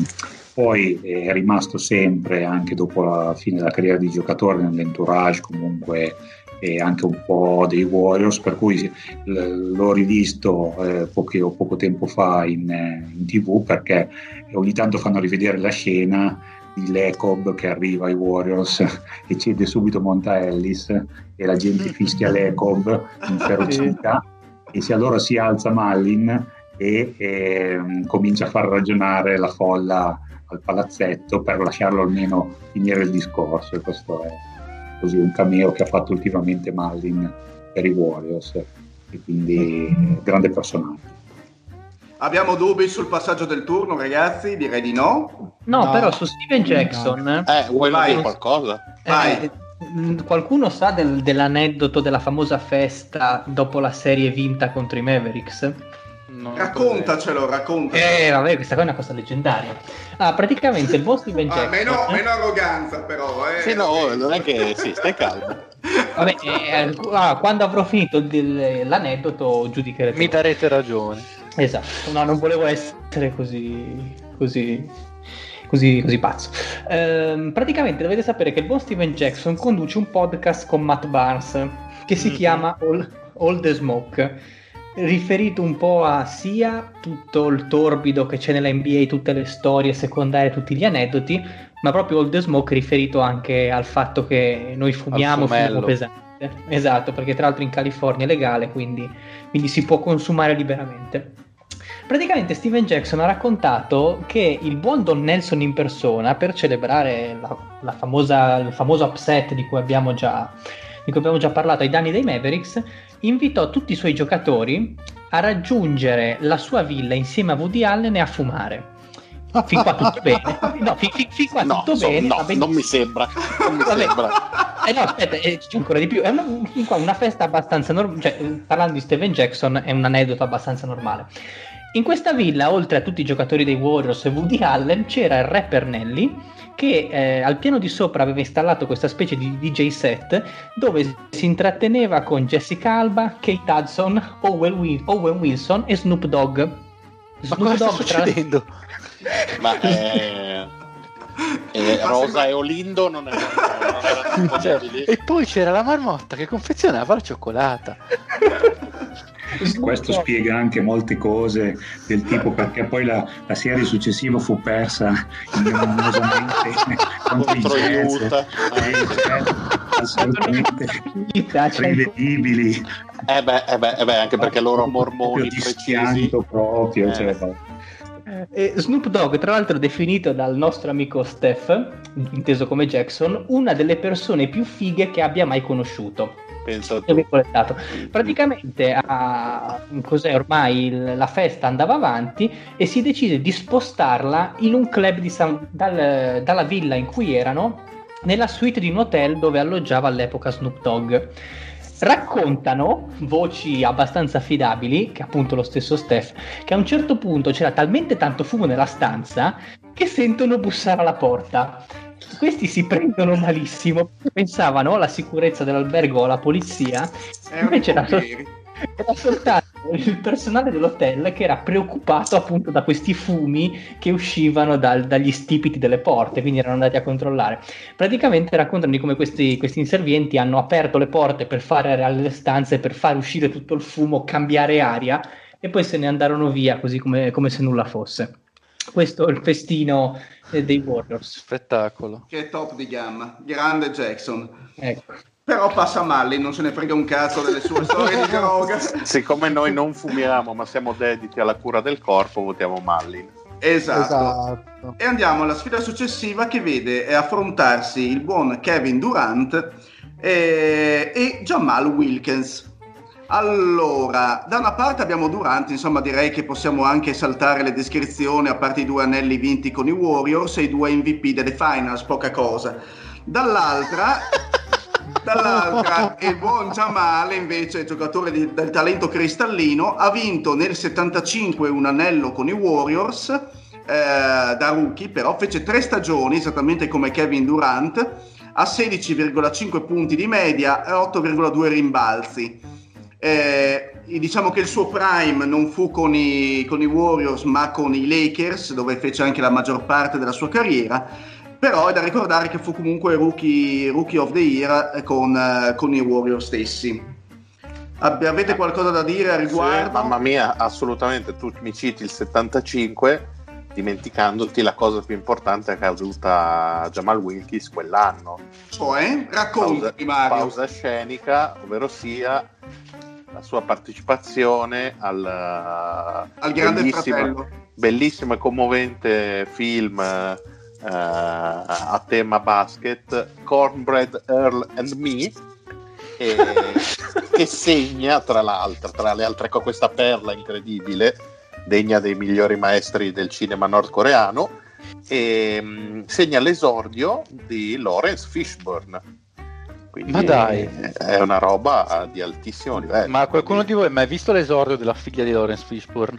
poi è rimasto sempre, anche dopo la fine della carriera di giocatore, nell'entourage comunque, e anche un po' dei Warriors, per cui l'ho rivisto poco tempo fa in TV, perché ogni tanto fanno rivedere la scena di Lacob che arriva ai Warriors e cede subito Monta Ellis e la gente fischia Lacob inferocita, e allora si alza Mullin e comincia a far ragionare la folla al palazzetto per lasciarlo almeno finire il discorso. E questo è così un cameo che ha fatto ultimamente Mullin per i Warriors, e quindi grande personaggio. Abbiamo dubbi sul passaggio del turno, ragazzi? Direi di no. No, però su Steven Jackson vuoi dire qualcosa? Vai. Qualcuno sa dell'aneddoto della famosa festa dopo la serie vinta contro i Mavericks? Raccontacelo. Vabbè, questa qua è una cosa leggendaria. Praticamente il buon Steven Jackson... meno arroganza però. Sì, no, non è che... Sì, stai calmo. Vabbè, quando avrò finito l'aneddoto giudicherete. Mi darete ragione. Esatto, no, non volevo essere così pazzo. Praticamente dovete sapere che il buon Steven Jackson conduce un podcast con Matt Barnes che si chiama All the Smoke, riferito un po' a sia tutto il torbido che c'è nella NBA, tutte le storie secondarie, tutti gli aneddoti, ma proprio All the Smoke riferito anche al fatto che noi fumiamo pesante. Esatto, perché tra l'altro in California è legale, quindi si può consumare liberamente. Praticamente Steven Jackson ha raccontato che il buon Don Nelson in persona, per celebrare il famoso upset di cui abbiamo già parlato ai danni dei Mavericks, invitò tutti i suoi giocatori a raggiungere la sua villa insieme a Woody Allen e a fumare. Fin qua tutto bene. Fin qua tutto bene. No, non mi sembra. No, aspetta, c'è ancora di più. È una festa abbastanza normale. Cioè, parlando di Steven Jackson, è un aneddoto abbastanza normale. In questa villa, oltre a tutti i giocatori dei Warriors e Woody Allen, c'era il rapper Nelly, che al piano di sopra aveva installato questa specie di DJ set dove si intratteneva con Jessica Alba, Kate Hudson, Owen Wilson e Snoop Dogg. Snoop Dogg succedendo? Rosa e Olindo non erano possibili. E poi c'era la marmotta che confezionava la cioccolata. Questo spiega anche molte cose del tipo perché poi la serie successiva fu persa ignominiosamente contro i Utah, assolutamente prevedibili. Anche perché loro mormoni precisi proprio. E Snoop Dogg, tra l'altro, definito dal nostro amico Steph, inteso come Jackson, una delle persone più fighe che abbia mai conosciuto. Penso praticamente ormai la festa andava avanti e si decise di spostarla in un club dalla villa in cui erano, nella suite di un hotel dove alloggiava all'epoca Snoop Dogg. Raccontano voci abbastanza affidabili, che appunto lo stesso Steph, che a un certo punto c'era talmente tanto fumo nella stanza che sentono bussare alla porta. Questi si prendono malissimo, pensavano alla sicurezza dell'albergo o alla polizia, invece era soltanto il personale dell'hotel che era preoccupato appunto da questi fumi che uscivano dagli stipiti delle porte, quindi erano andati a controllare. Praticamente raccontano di come questi inservienti hanno aperto le porte per fare aria alle stanze, per far uscire tutto il fumo, cambiare aria, e poi se ne andarono via così come se nulla fosse. Questo è il festino dei Warriors. Spettacolo. Che top di gamma, grande Jackson. Ecco. Però passa Mullin, non se ne frega un cazzo delle sue storie di droga. Siccome noi non fumiamo ma siamo dediti alla cura del corpo, votiamo Mullin. Esatto. E andiamo alla sfida successiva, che vede affrontarsi il buon Kevin Durant e Jamal Wilkins. Allora, da una parte abbiamo Durant, insomma direi che possiamo anche saltare le descrizioni, a parte i 2 anelli vinti con i Warriors e i 2 MVP delle Finals, poca cosa. Dall'altra il buon Jamal, invece giocatore del talento cristallino, ha vinto nel 75 un anello con i Warriors da rookie, però fece 3 stagioni, esattamente come Kevin Durant, a 16,5 punti di media e 8,2 rimbalzi. Diciamo che il suo prime non fu con i Warriors, ma con i Lakers, dove fece anche la maggior parte della sua carriera. Però è da ricordare che fu comunque rookie of the year con i Warriors stessi. Avete qualcosa da dire a riguardo? Sì, mamma mia, assolutamente. Tu mi citi il 75 dimenticandoti la cosa più importante che ha avuto a Jamal Wilkins quell'anno. Cioè, racconti, Mario. Pausa scenica, ovvero sia la sua partecipazione al Grande Fratello. Bellissimo e commovente film a tema basket, Cornbread, Earl and Me, che segna tra le altre cose questa perla incredibile, degna dei migliori maestri del cinema nordcoreano, e segna l'esordio di Lawrence Fishburne. Quindi ma dai, è una roba di altissimo livello. Ma qualcuno di voi ha mai visto l'esordio della figlia di Lawrence Fishburne?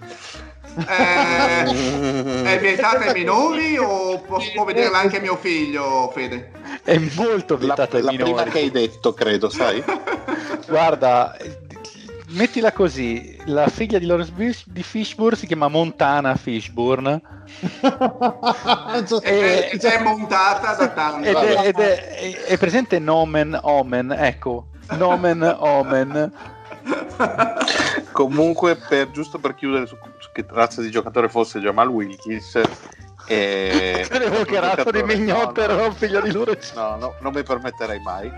È vietata ai minori o può vederla anche mio figlio, Fede? È molto vietata ai minori. La prima che hai detto, credo, sai? Guarda, mettila così, la figlia di Lawrence di Fishburne si chiama Montana Fishburne è montata da tanto ed è presente Nomen Omen, ecco, Nomen Omen. Comunque, giusto per chiudere su che razza di giocatore fosse Jamal Wilkins, credevo che razza di mignotte era figlio di Lawrence. No, non mi permetterei mai.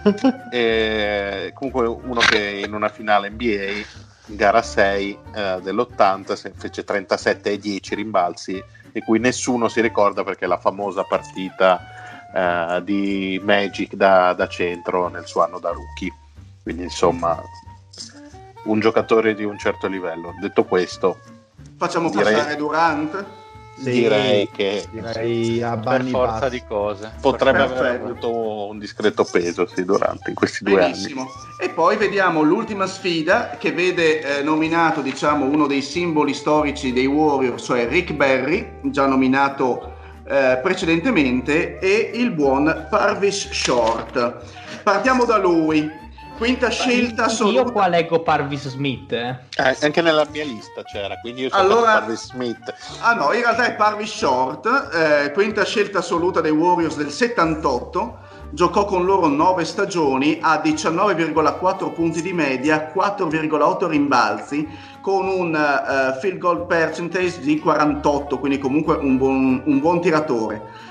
Comunque uno che in una finale NBA, gara 6 dell'80, fece 37 e 10 rimbalzi, di cui nessuno si ricorda perché è la famosa partita di Magic da centro nel suo anno da rookie. Quindi insomma, un giocatore di un certo livello. Detto questo, facciamo passare Durant. Sì, direi a per forza di cose potrebbe aver avuto un discreto peso Durant in questi 2 anni. E poi vediamo l'ultima sfida che vede nominato, diciamo, uno dei simboli storici dei Warriors, cioè Rick Barry, già nominato precedentemente, e il buon Parvish Short. Partiamo da lui. Quinta scelta assoluta. Io qua leggo Parvis Smith. Anche nella mia lista c'era, quindi io sono Parvis Smith. Ah no, in realtà è Parvis Short, quinta scelta assoluta dei Warriors del 78. Giocò con loro 9 stagioni a 19,4 punti di media, 4,8 rimbalzi, con un field goal percentage di 48, quindi comunque un buon tiratore.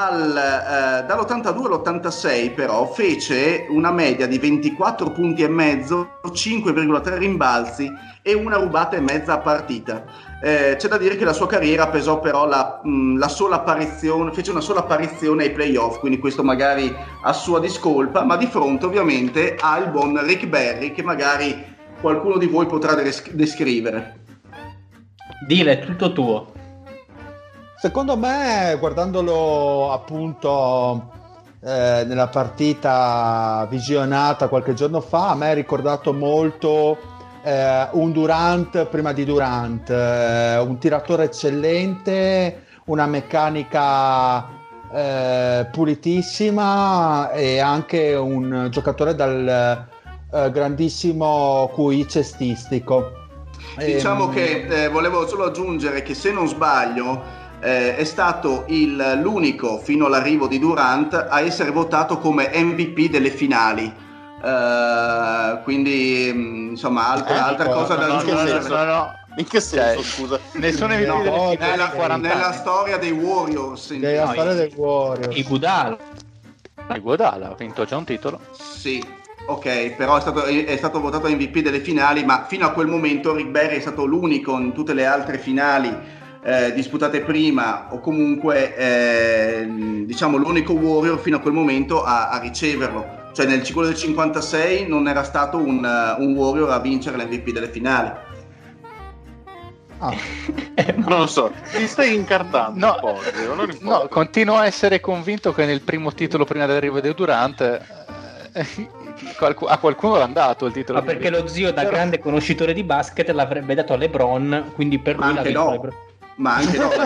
Dall'82 all'86 però fece una media di 24 punti e mezzo, 5,3 rimbalzi e una rubata e mezza a partita. C'è da dire che la sua carriera pesò però la sola apparizione, fece una sola apparizione ai playoff, quindi questo magari a sua discolpa, ma di fronte ovviamente ha il buon Rick Barry, che magari qualcuno di voi potrà descrivere. Dile, tutto tuo. Secondo me, guardandolo appunto nella partita visionata qualche giorno fa, a me ha ricordato molto un Durant prima di Durant, un tiratore eccellente, una meccanica pulitissima e anche un giocatore dal grandissimo QI cestistico. Diciamo che volevo solo aggiungere che, se non sbaglio, è stato l'unico fino all'arrivo di Durant a essere votato come MVP delle finali, quindi insomma altra cosa da aggiungere. In che senso, scusa? Nessuno MVP delle finali in 40 nella storia dei Warriors, nella storia dei Warriors. Iguodala ha vinto già un titolo. Sì, ok, però è stato votato MVP delle finali, ma fino a quel momento Rick Barry è stato l'unico in tutte le altre finali disputate prima, o comunque diciamo l'unico Warrior fino a quel momento a riceverlo. Cioè nel ciclo del 56 non era stato un Warrior a vincere l'MVP delle finali. Non lo so, ti stai incartando un po'. No, continuo a essere convinto che nel primo titolo prima dell'arrivo di Durant a qualcuno l'ha dato il titolo. Ma perché lo zio, da grande conoscitore di basket, l'avrebbe dato a LeBron, quindi per lui anche l'ha no. vinto. ma anche no.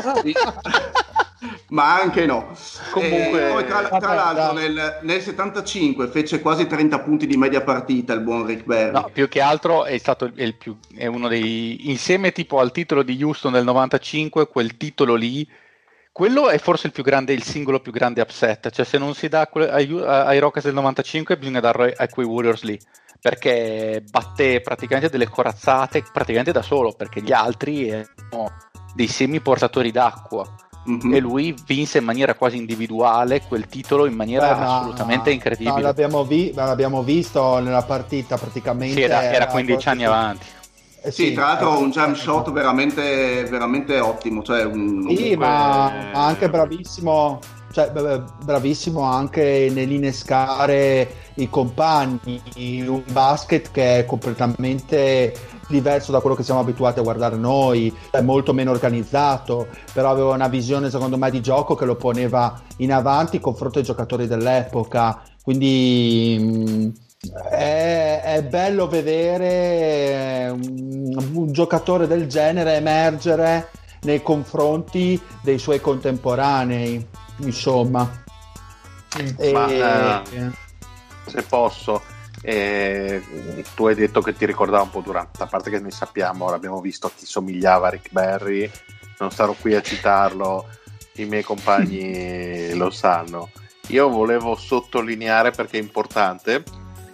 Ma anche no. Comunque, poi tra l'altro nel 75 fece quasi 30 punti di media partita il buon Rick Barry. No, più che altro è stato è uno dei, insieme tipo al titolo di Houston del 95, quel titolo lì, quello è forse il singolo più grande upset, cioè se non si dà ai Rockets del 95 bisogna darlo a quei Warriors lì, perché batté praticamente delle corazzate praticamente da solo, perché gli altri erano dei semi portatori d'acqua. E lui vinse in maniera quasi individuale quel titolo in maniera assolutamente incredibile. L'abbiamo visto nella partita praticamente. Sì, era 15 anni avanti. Sì, tra l'altro un jump shot veramente, veramente ottimo. Cioè ma anche bravissimo. Cioè, bravissimo anche nell'innescare i compagni, un basket che è completamente diverso da quello che siamo abituati a guardare noi, è molto meno organizzato, però aveva una visione secondo me di gioco che lo poneva in avanti in confronto ai giocatori dell'epoca, quindi è bello vedere un giocatore del genere emergere nei confronti dei suoi contemporanei, insomma. Se posso, tu hai detto che ti ricordava un po' Durant, a parte che noi sappiamo, l'abbiamo visto a chi somigliava Rick Barry, non starò qui a citarlo, i miei compagni lo sanno. Io volevo sottolineare, perché è importante,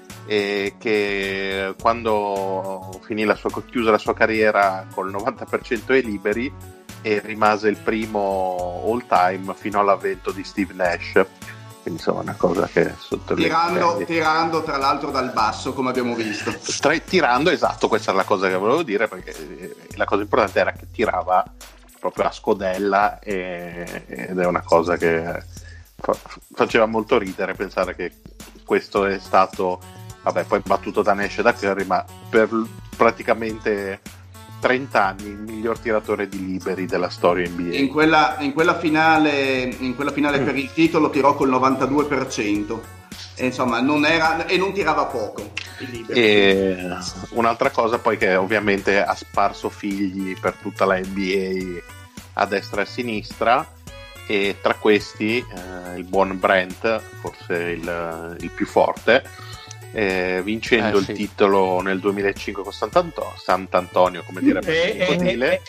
che quando chiuse la sua carriera col 90% ai liberi, e rimase il primo all time fino all'avvento di Steve Nash, quindi insomma una cosa che tirando tra l'altro dal basso, come abbiamo visto, tirando, esatto, questa è la cosa che volevo dire, perché la cosa importante era che tirava proprio a scodella, ed è una cosa che faceva molto ridere pensare che questo è stato, vabbè, poi battuto da Nash e da Curry, ma per praticamente 30 anni il miglior tiratore di liberi della storia NBA. In quella finale per il titolo tirò col 92%, e insomma non tirava poco il liberi. E un'altra cosa poi, che ovviamente ha sparso figli per tutta la NBA a destra e a sinistra, e tra questi il buon Brent, forse il più forte, vincendo il titolo nel 2005 con Sant'Antonio, come direbbe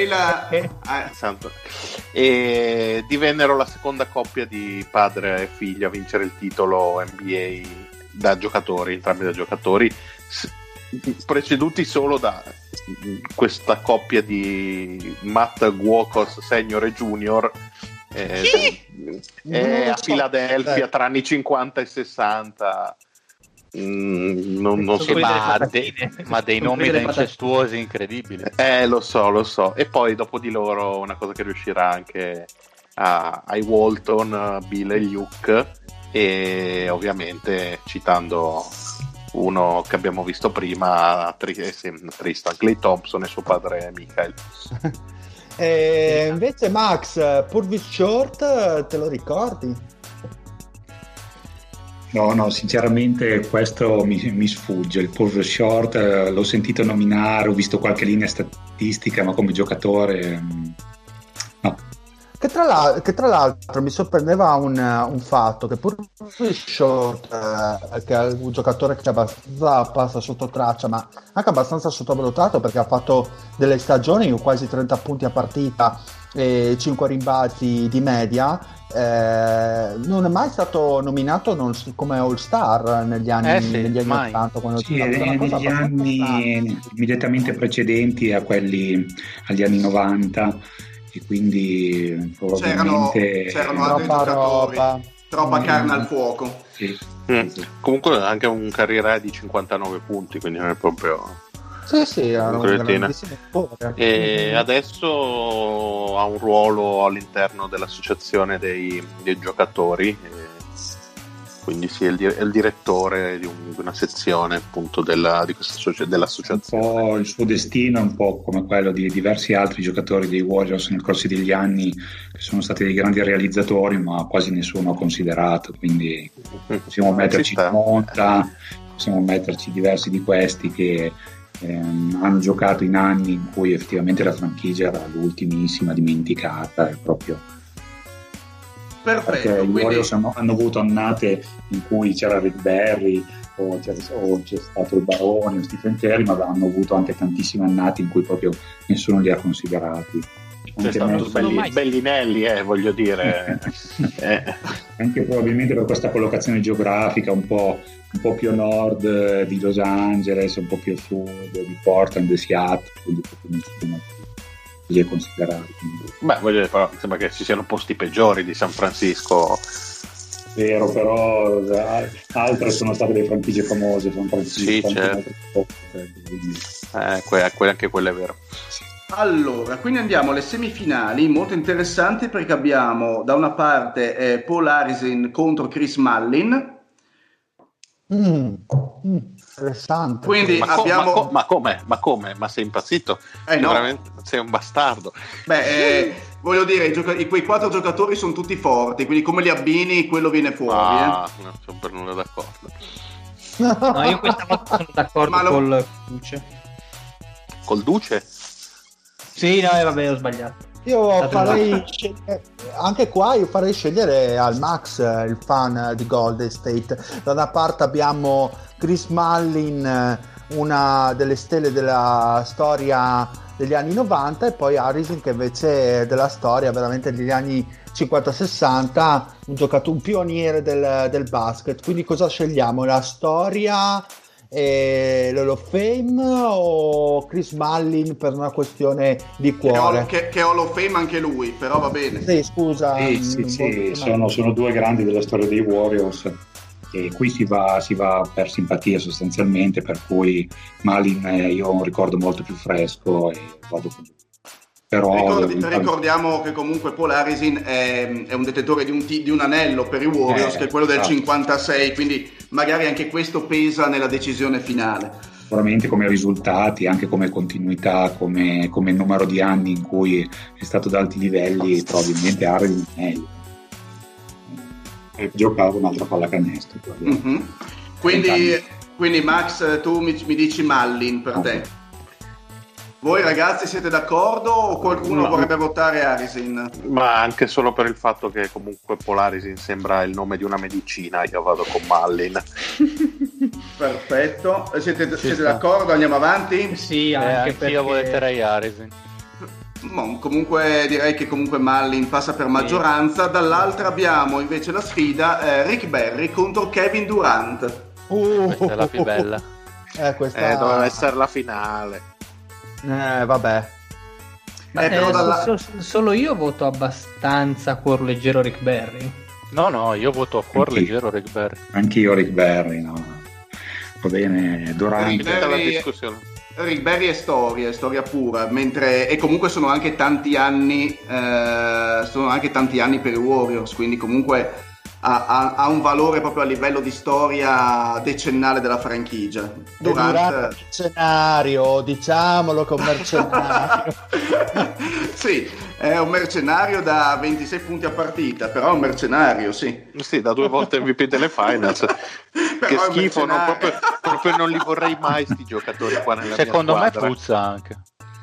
e divennero la seconda coppia di padre e figlio a vincere il titolo NBA entrambi da giocatori, preceduti solo da questa coppia di Matt Guokos Senior e Junior, a Philadelphia tra anni 50 e 60. Non so, ma dei nomi da incestuosi incredibili. Lo so. E poi dopo di loro una cosa che riuscirà anche ai Walton, Bill e Luke, e ovviamente citando uno che abbiamo visto prima, Tristan, Klay Thompson e suo padre Michael. Invece Max, Purvis Short, te lo ricordi? No, sinceramente questo mi sfugge. Il Purvis Short l'ho sentito nominare, ho visto qualche linea statistica, ma come giocatore no. Che tra l'altro mi sorprendeva un fatto, che Purvis Short, che è un giocatore che passa sotto traccia, ma anche abbastanza sottovalutato, perché ha fatto delle stagioni quasi 30 punti a partita e 5 rimbalzi di media, non è mai stato nominato come All Star negli anni 80, quando negli anni immediatamente precedenti a quelli agli anni 90, e quindi probabilmente c'erano altri giocatori, troppa carne al fuoco. Sì. Comunque anche un carriera di 59 punti, quindi non è proprio sì, e adesso ha un ruolo all'interno dell'associazione dei giocatori, quindi sì, è il direttore di una sezione appunto dell'associazione. Un po' il suo destino è un po' come quello di diversi altri giocatori dei Warriors nel corso degli anni, che sono stati dei grandi realizzatori, ma quasi nessuno ha considerato, quindi possiamo metterci Monta, possiamo metterci diversi di questi che hanno giocato in anni in cui effettivamente la franchigia era l'ultimissima, dimenticata, è proprio perfetto. Perché i Warriors hanno avuto annate in cui c'era Rick Barry o c'è stato il Barone o Stephen Curry, ma hanno avuto anche tantissime annate in cui proprio nessuno li ha considerati. C'è stato Bellinelli, voglio dire. Anche probabilmente per questa collocazione geografica un po' più a nord di Los Angeles, un po' più a sud di Portland e Seattle, quindi nessuno li è considerato. Beh, voglio dire, però sembra che ci siano posti peggiori di San Francisco. Vero, però altre sono state delle franchigie famose, San Francisco. Sì, certo. Anche quello è vero. Allora, quindi andiamo alle semifinali, molto interessanti perché abbiamo da una parte Paul Harrison contro Chris Mullin. Interessante. Quindi abbiamo... Ma come? Ma sei impazzito? No. Veramente sei un bastardo. Beh, voglio dire, quei 4 giocatori sono tutti forti, quindi come li abbini quello viene fuori. Non sono per nulla d'accordo. No, io questa volta sono d'accordo col Duce. Col Duce? Sì, no, vabbè, ho sbagliato. Io farei scegliere, anche qua io farei scegliere al Max, il fan di Golden State. Da una parte abbiamo Chris Mullin, una delle stelle della storia degli anni 90, e poi Harrison che invece è della storia veramente degli anni 50-60, un pioniere del basket. Quindi cosa scegliamo? La storia e l'Hall of Fame o Chris Mullin per una questione di cuore? Che Hall of Fame anche lui, però va bene. Sì, scusa. Sì, sono due grandi della storia dei Warriors e qui si va per simpatia sostanzialmente, per cui Mullin io ho un ricordo molto più fresco e vado con lui. Però ricordiamo che comunque Paul Harrison è un detentore di un anello per i Warriors, che è quello del 56, quindi magari anche questo pesa nella decisione finale. Sicuramente come risultati, anche come continuità, come numero di anni in cui è stato ad alti livelli, probabilmente Harrison è meglio. Giocava un'altra pallacanestro. Mm-hmm. Quindi Max, tu mi dici Mullin per te. Voi ragazzi siete d'accordo o qualcuno vorrebbe votare Harrison? Ma anche solo per il fatto che comunque Paul Harrison sembra il nome di una medicina, io vado con Mullin. Perfetto, siete d'accordo? Andiamo avanti? Sì, anche perché io voterei Harrison. Comunque direi che comunque Mullin passa per maggioranza. Dall'altra abbiamo invece la sfida Rick Barry contro Kevin Durant. Questa è la più bella. Questa doveva essere la finale. Vabbè. Solo io voto abbastanza a cuor leggero Rick Barry. No, io voto a cuor leggero Rick Barry. Anch'io Rick Barry, no. Va bene, Durant. La discussione. Rick Barry è storia pura, e comunque sono anche tanti anni per i Warriors, quindi comunque ha un valore proprio a livello di storia decennale della franchigia. Durant mercenario, diciamolo, con mercenario. Sì, è un mercenario da 26 punti a partita, però è un mercenario, sì. Sì, da 2 volte MVP delle finals. Che schifo, proprio non li vorrei mai sti giocatori qua nella secondo mia me puzza anche.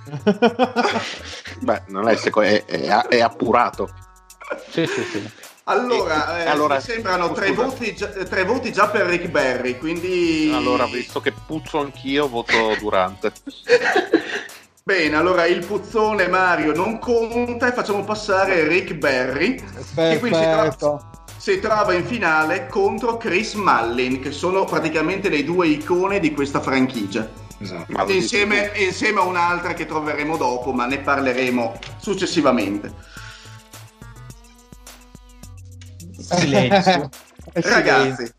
Beh, non è appurato. Sì. Allora, mi sembrano 3 voti già per Rick Barry, quindi... Allora, visto che puzzo anch'io, voto Durant. Bene, allora il puzzone Mario non conta e facciamo passare Rick Barry, che quindi si trova in finale contro Chris Mullin, che sono praticamente le 2 icone di questa franchigia. Esatto. Insieme a un'altra che troveremo dopo, ma ne parleremo successivamente. Silenzio. Ragazzi,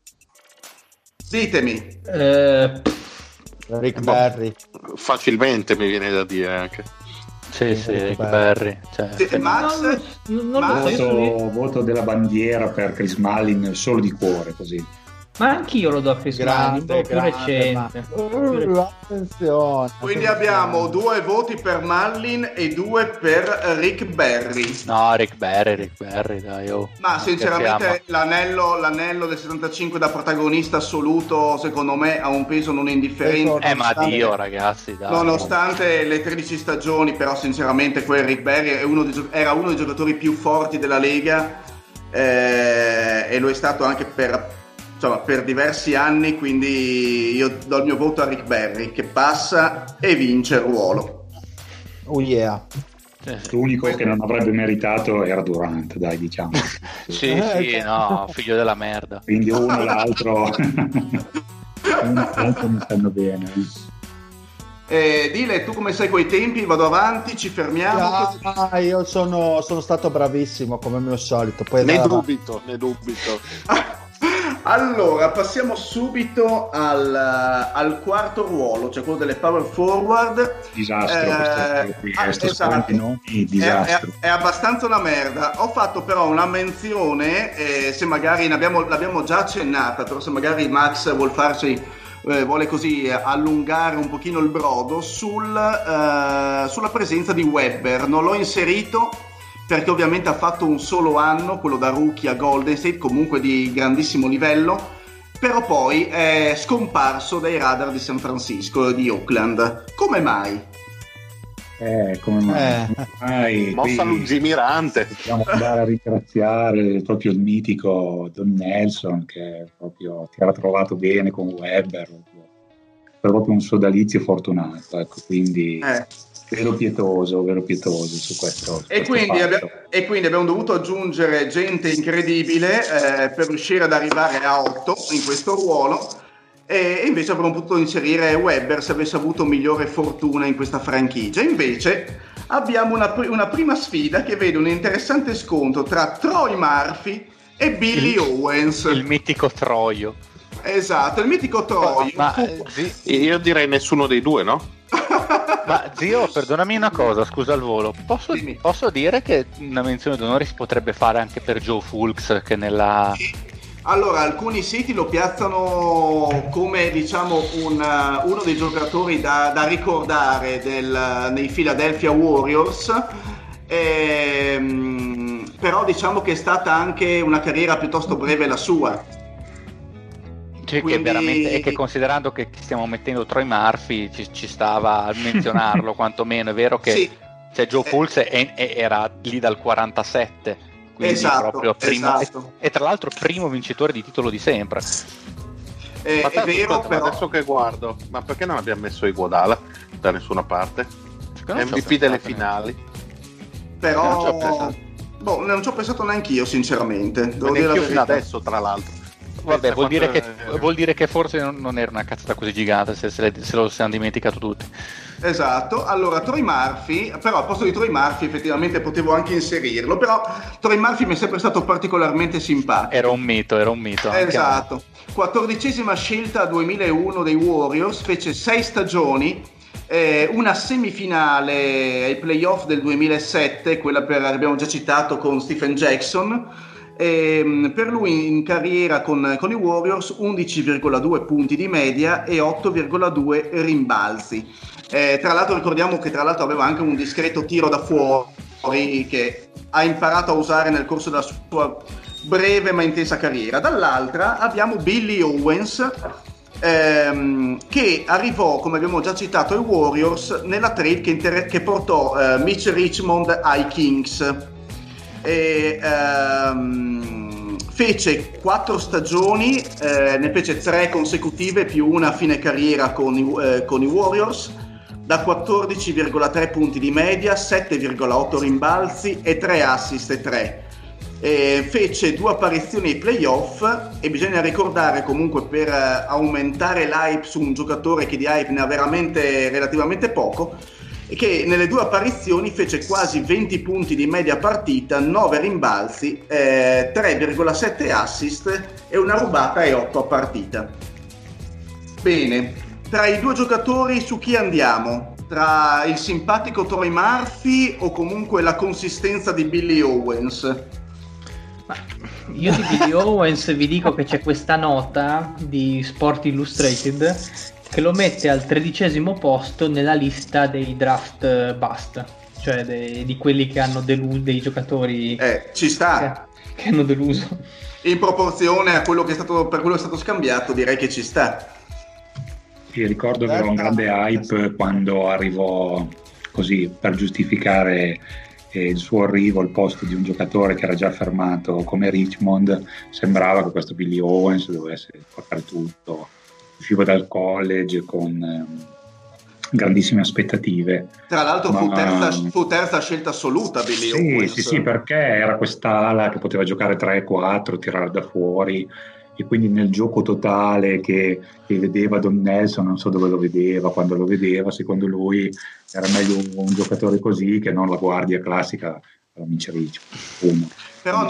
ditemi. Rick Barry. Facilmente mi viene da dire anche. Sì, Rick Barry. Max? Voto della bandiera per Chris Mullin solo di cuore, così. Ma anch'io lo do a Chris Mullin, più recente. Attenzione. Quindi abbiamo 2 voti per Mullin e 2 per Rick Barry. No, Rick Barry, dai. Ma sinceramente l'anello del 75 da protagonista assoluto, secondo me, ha un peso non indifferente. Ma Dio, ragazzi, dai. Nonostante le 13 stagioni, però sinceramente quel Rick Barry era uno dei giocatori più forti della Lega, e lo è stato anche per diversi anni, quindi io do il mio voto a Rick Barry, che passa e vince il ruolo. Oh yeah. L'unico che non avrebbe meritato era Durant, dai, diciamo. sì, no, figlio della merda. Quindi uno e l'altro mi stanno bene. Dile, tu come sei coi tempi? Vado avanti, ci fermiamo? Io sono stato bravissimo come al mio solito. Poi ne dubito. Allora, passiamo subito al quarto ruolo, cioè quello delle power forward. Disastro, esatto. Disastro. È abbastanza una merda. Ho fatto però una menzione, se magari l'abbiamo già accennata, però se magari Max vuole così allungare un pochino il brodo sulla presenza di Webber. Non l'ho inserito perché ovviamente ha fatto un solo anno, quello da rookie a Golden State, comunque di grandissimo livello, però poi è scomparso dai radar di San Francisco e di Oakland. Come mai? Mossa lungimirante. Dobbiamo andare a ringraziare proprio il mitico Don Nelson, che proprio si era trovato bene con Webber, proprio un sodalizio fortunato, ecco, quindi vero pietoso su questo. E quindi abbiamo dovuto aggiungere gente incredibile per riuscire ad arrivare a 8 in questo ruolo, e invece avremmo potuto inserire Webber se avesse avuto migliore fortuna in questa franchigia. Invece abbiamo una prima sfida che vede un interessante scontro tra Troy Murphy e Billy Owens. Il mitico Troio. Esatto, il mitico Troio. Io direi nessuno dei due, no? Ma zio, perdonami una cosa, scusa al volo, posso dire che una menzione d'onore si potrebbe fare anche per Joe Fulks, che nella... Allora, alcuni siti lo piazzano come, diciamo, uno dei giocatori da ricordare nei Philadelphia Warriors, però diciamo che è stata anche una carriera piuttosto breve la sua. Cioè, quindi... che veramente, e che considerando che stiamo mettendo Troy Murphy ci stava a menzionarlo quantomeno. È vero che cioè, Joe Fulks era lì dal 47, quindi proprio primo, e tra l'altro primo vincitore di titolo di sempre. È vero, però adesso che guardo, ma perché non abbiamo messo Iguodala da nessuna parte? MVP delle finali. Però non ci ho pensato neanch'io, sinceramente. Devo dire la verità. Adesso, tra l'altro. Vabbè, vuol dire che forse non era una cazzata così gigante, se lo siamo dimenticato tutti. Esatto. Allora, Troy Murphy, però al posto di Troy Murphy effettivamente potevo anche inserirlo, però Troy Murphy mi è sempre stato particolarmente simpatico. Era un mito. Esatto. 14ª scelta 2001 dei Warriors, fece 6 stagioni, una semifinale ai playoff del 2007, quella abbiamo già citato con Stephen Jackson. Per lui in carriera con i Warriors 11,2 punti di media e 8,2 rimbalzi. Tra l'altro ricordiamo che aveva anche un discreto tiro da fuori che ha imparato a usare nel corso della sua breve ma intensa carriera. Dall'altra abbiamo Billy Owens, che arrivò, come abbiamo già citato, ai Warriors nella trade che portò Mitch Richmond ai Kings. Fece 4 stagioni, ne fece 3 consecutive più una a fine carriera con i Warriors, da 14,3 punti di media, 7,8 rimbalzi e 3 assist e 3. Fece 2 apparizioni ai playoff, e bisogna ricordare comunque, per aumentare l'hype su un giocatore che di hype ne ha veramente relativamente poco, che nelle 2 apparizioni fece quasi 20 punti di media partita, 9 rimbalzi, 3,7 assist e una rubata e 8 a partita. Bene, tra i 2 giocatori su chi andiamo? Tra il simpatico Troy Murphy o comunque la consistenza di Billy Owens? Io di Billy Owens vi dico che c'è questa nota di Sport Illustrated che lo mette al 13° posto nella lista dei draft bust, cioè di quelli che hanno deluso, dei giocatori ci sta. Che hanno deluso. In proporzione a quello che è stato, per quello che è stato scambiato, direi che ci sta. Io ricordo che era un grande hype quando arrivò così per giustificare il suo arrivo al posto di un giocatore che era già fermato come Richmond. Sembrava che questo Billy Owens dovesse portare tutto, usciva dal college con grandissime aspettative. Tra l'altro fu terza scelta assoluta Billy Owens. Sì, perché era quest'ala che poteva giocare 3-4, tirare da fuori, e quindi nel gioco totale che vedeva Don Nelson, non so dove lo vedeva, quando lo vedeva, secondo lui era meglio un giocatore così che non la guardia classica per vincere Richmond. Però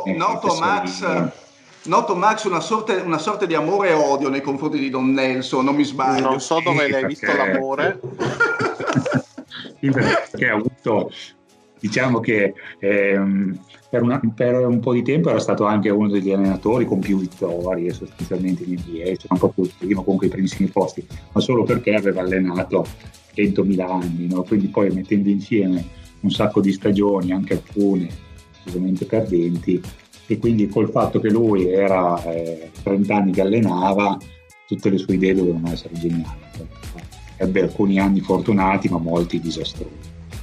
noto Max una sorta di amore e odio nei confronti di Don Nelson, non mi sbaglio. Non so dove l'hai visto l'amore. Sì, perché ha avuto, diciamo che per un po' di tempo era stato anche uno degli allenatori con più vittorie sostanzialmente in NBA, cioè un po' più primo, comunque i primissimi posti, ma solo perché aveva allenato 100.000 anni, no? Quindi poi mettendo insieme un sacco di stagioni, anche alcune decisamente perdenti, e quindi col fatto che lui era 30 anni che allenava, tutte le sue idee dovevano essere geniali. Ebbe alcuni anni fortunati, ma molti disastrosi.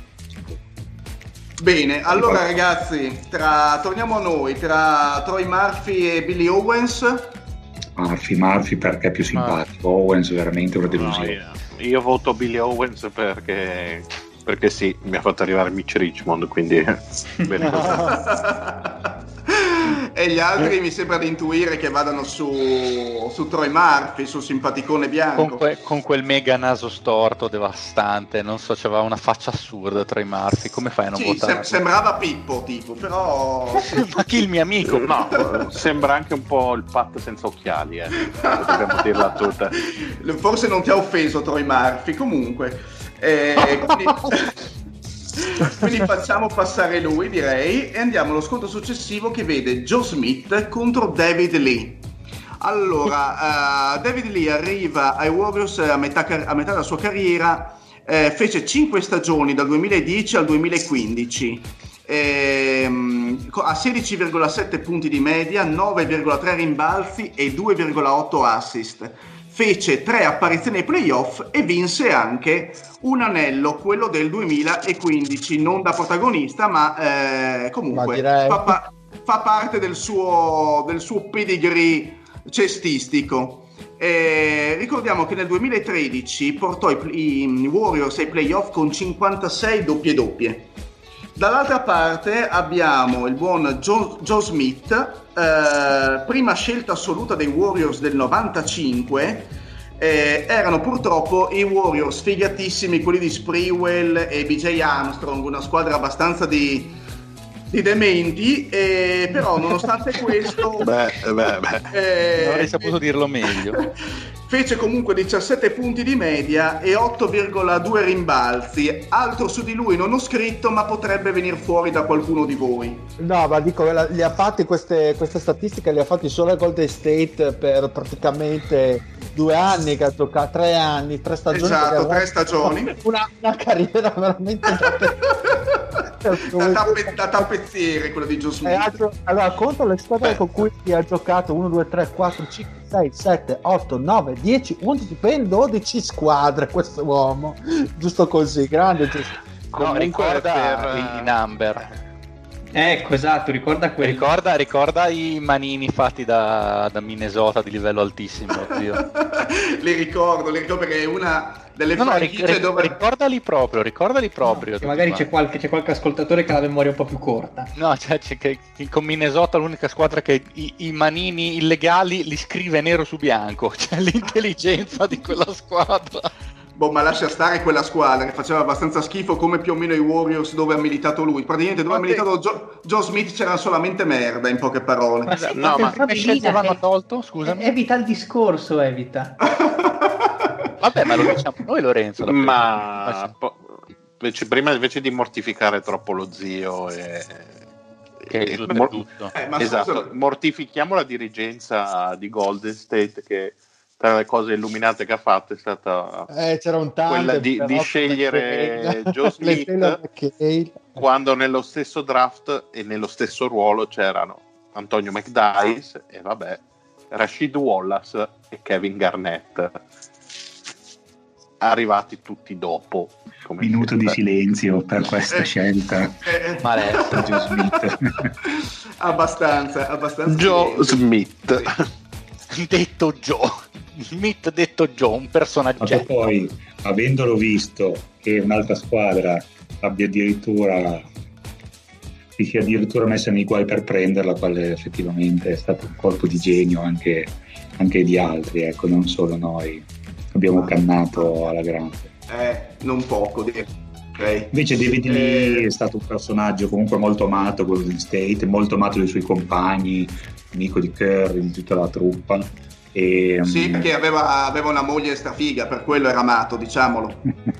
Bene, allora ragazzi, torniamo a noi, tra Troy Murphy e Billy Owens. Murphy perché è più simpatico, Owens veramente una delusione. No, io voto Billy Owens perché sì, mi ha fatto arrivare Mitch Richmond, quindi bene così. E gli altri mi sembra di intuire che vadano su Troy Murphy, sul simpaticone bianco. Con quel mega naso storto devastante, non so, c'aveva una faccia assurda Troy Murphy, come fai a non votare? Sembrava Pippo tipo, però ma chi il mio amico? No, sembra anche un po' il Pat senza occhiali, dobbiamo dirla tutta. Forse non ti ha offeso Troy Murphy, comunque quindi facciamo passare lui, direi, e andiamo allo scontro successivo che vede Joe Smith contro David Lee. Allora, David Lee arriva ai Warriors a metà della sua carriera, fece 5 stagioni dal 2010 al 2015, a 16,7 punti di media, 9,3 rimbalzi e 2,8 assist. Fece 3 apparizioni ai playoff e vinse anche un anello, quello del 2015, non da protagonista, ma comunque fa parte del suo pedigree cestistico. Ricordiamo che nel 2013 portò i Warriors ai playoff con 56 doppie. Dall'altra parte abbiamo il buon Joe Smith, prima scelta assoluta dei Warriors del 95. Erano purtroppo i Warriors figatissimi, quelli di Sprewell e BJ Armstrong, una squadra abbastanza di dementi, però nonostante questo avrei saputo dirlo meglio. Fece comunque 17 punti di media e 8,2 rimbalzi. Altro su di lui non ho scritto, ma potrebbe venire fuori da qualcuno di voi. No, ma dico, le ha fatte queste statistiche, le ha fatte solo a Golden State per praticamente 2 anni, che ha giocato 3 anni, 3 stagioni. Esatto, 3 stagioni. Una carriera veramente da tappezziere quella di Joe Smith. Allora, conta le squadre con cui ha giocato: 1, 2, 3, 4, 5, 6, 7, 8, 9, 10, 11, ben 12 squadre questo uomo, giusto così, grande, giusto. No, ricorda i number. Ecco, esatto, ricorda quelli. Ricorda i manini fatti da Minnesota di livello altissimo, zio. Li ricordo perché è una delle franchigie dove... Ricordali proprio. No, magari c'è qualche ascoltatore che ha la memoria un po' più corta. No, c'è che con Minnesota l'unica squadra che i manini illegali li scrive nero su bianco, c'è l'intelligenza di quella squadra. Boh, ma lascia stare quella squadra che faceva abbastanza schifo, come più o meno i Warriors dove ha militato lui. Praticamente dove ha militato Joe Smith c'era solamente merda, in poche parole. Ma sì, no, ma come scelte vanno tolto? Scusami. Evita il discorso, evita. Vabbè, ma lo diciamo noi, Lorenzo. Ma prima invece di mortificare troppo lo zio Esatto, mortifichiamo la dirigenza di Golden State, che tra le cose illuminate che ha fatto è stata c'era un quella di scegliere Joe Smith quando nello stesso draft e nello stesso ruolo c'erano Antonio McDyess e Rashid Wallace e Kevin Garnett, arrivati tutti dopo. Minuto di silenzio per questa scelta. Maledetto Joe Smith. abbastanza Joe Smith. detto Joe Smith, detto Joe, un personaggio. Ma poi, avendolo visto che un'altra squadra si sia addirittura messa nei guai per prenderla, quale effettivamente è stato un colpo di genio anche di altri, ecco, non solo noi abbiamo cannato alla grande. Non poco, direi. Invece David Lee è stato un personaggio comunque molto amato a Golden State, molto amato dai suoi compagni, amico di Curry, di tutta la truppa. Sì, perché aveva una moglie strafiga, per quello era amato, diciamolo.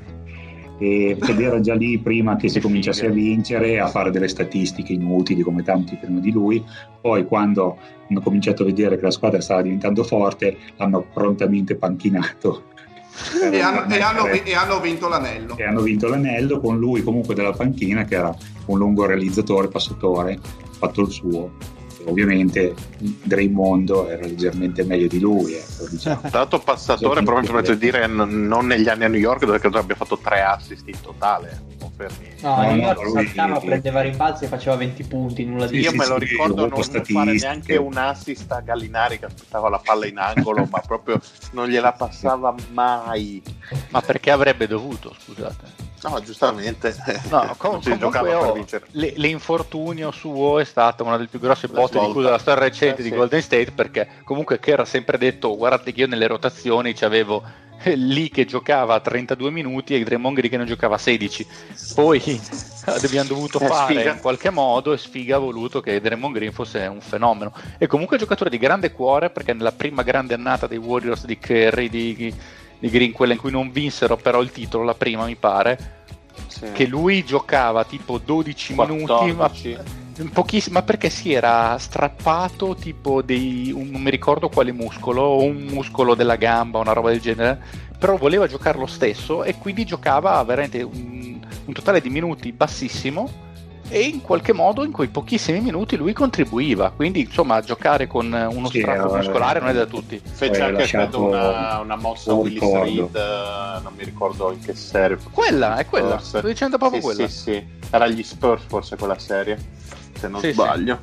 Ed era già lì prima che si cominciasse a vincere, a fare delle statistiche inutili come tanti prima di lui. Poi quando hanno cominciato a vedere che la squadra stava diventando forte, l'hanno prontamente panchinato. E hanno vinto l'anello. E hanno vinto l'anello con lui comunque dalla panchina, che era un lungo realizzatore, passatore, fatto il suo. Ovviamente Draymond era leggermente meglio di lui, ecco, diciamo. Tanto passatore, però mi permetto di dire non negli anni a New York, dove credo abbia fatto 3 assist in totale. A New York saltava, prendeva rimbalzi e faceva 20 punti, nulla di Io me lo ricordo non fare neanche un assist a Gallinari che aspettava la palla in angolo, ma proprio non gliela passava mai. Ma perché avrebbe dovuto, scusate? No, giustamente. No, comunque per vincere. L'infortunio suo è stata una delle più grosse botte di cui della storia recente di Golden State, perché comunque Kerr ha sempre detto: guardate che io nelle rotazioni c'avevo lì che giocava a 32 minuti e Draymond Green che non giocava a 16. Poi abbiamo dovuto fare sfiga. in qualche modo, e Sfiga ha voluto che Draymond Green fosse un fenomeno. E comunque giocatore di grande cuore, perché nella prima grande annata dei Warriors di Curry, di Green, quella in cui non vinsero però il titolo, la prima mi pare, che lui giocava tipo 12 minuti, ma pochissimo, ma perché si era strappato tipo non mi ricordo quale muscolo, un muscolo della gamba, una roba del genere, però voleva giocare lo stesso e quindi giocava veramente un totale di minuti bassissimo, e in qualche modo in quei pochissimi minuti lui contribuiva, quindi insomma giocare con uno strappo muscolare non è da tutti. Fece anche credo una mossa a Willis Reed, non mi ricordo in che serie. Quella è quella, forse. sto dicendo proprio Sì, quella. sì, era gli Spurs forse quella serie, se non sbaglio.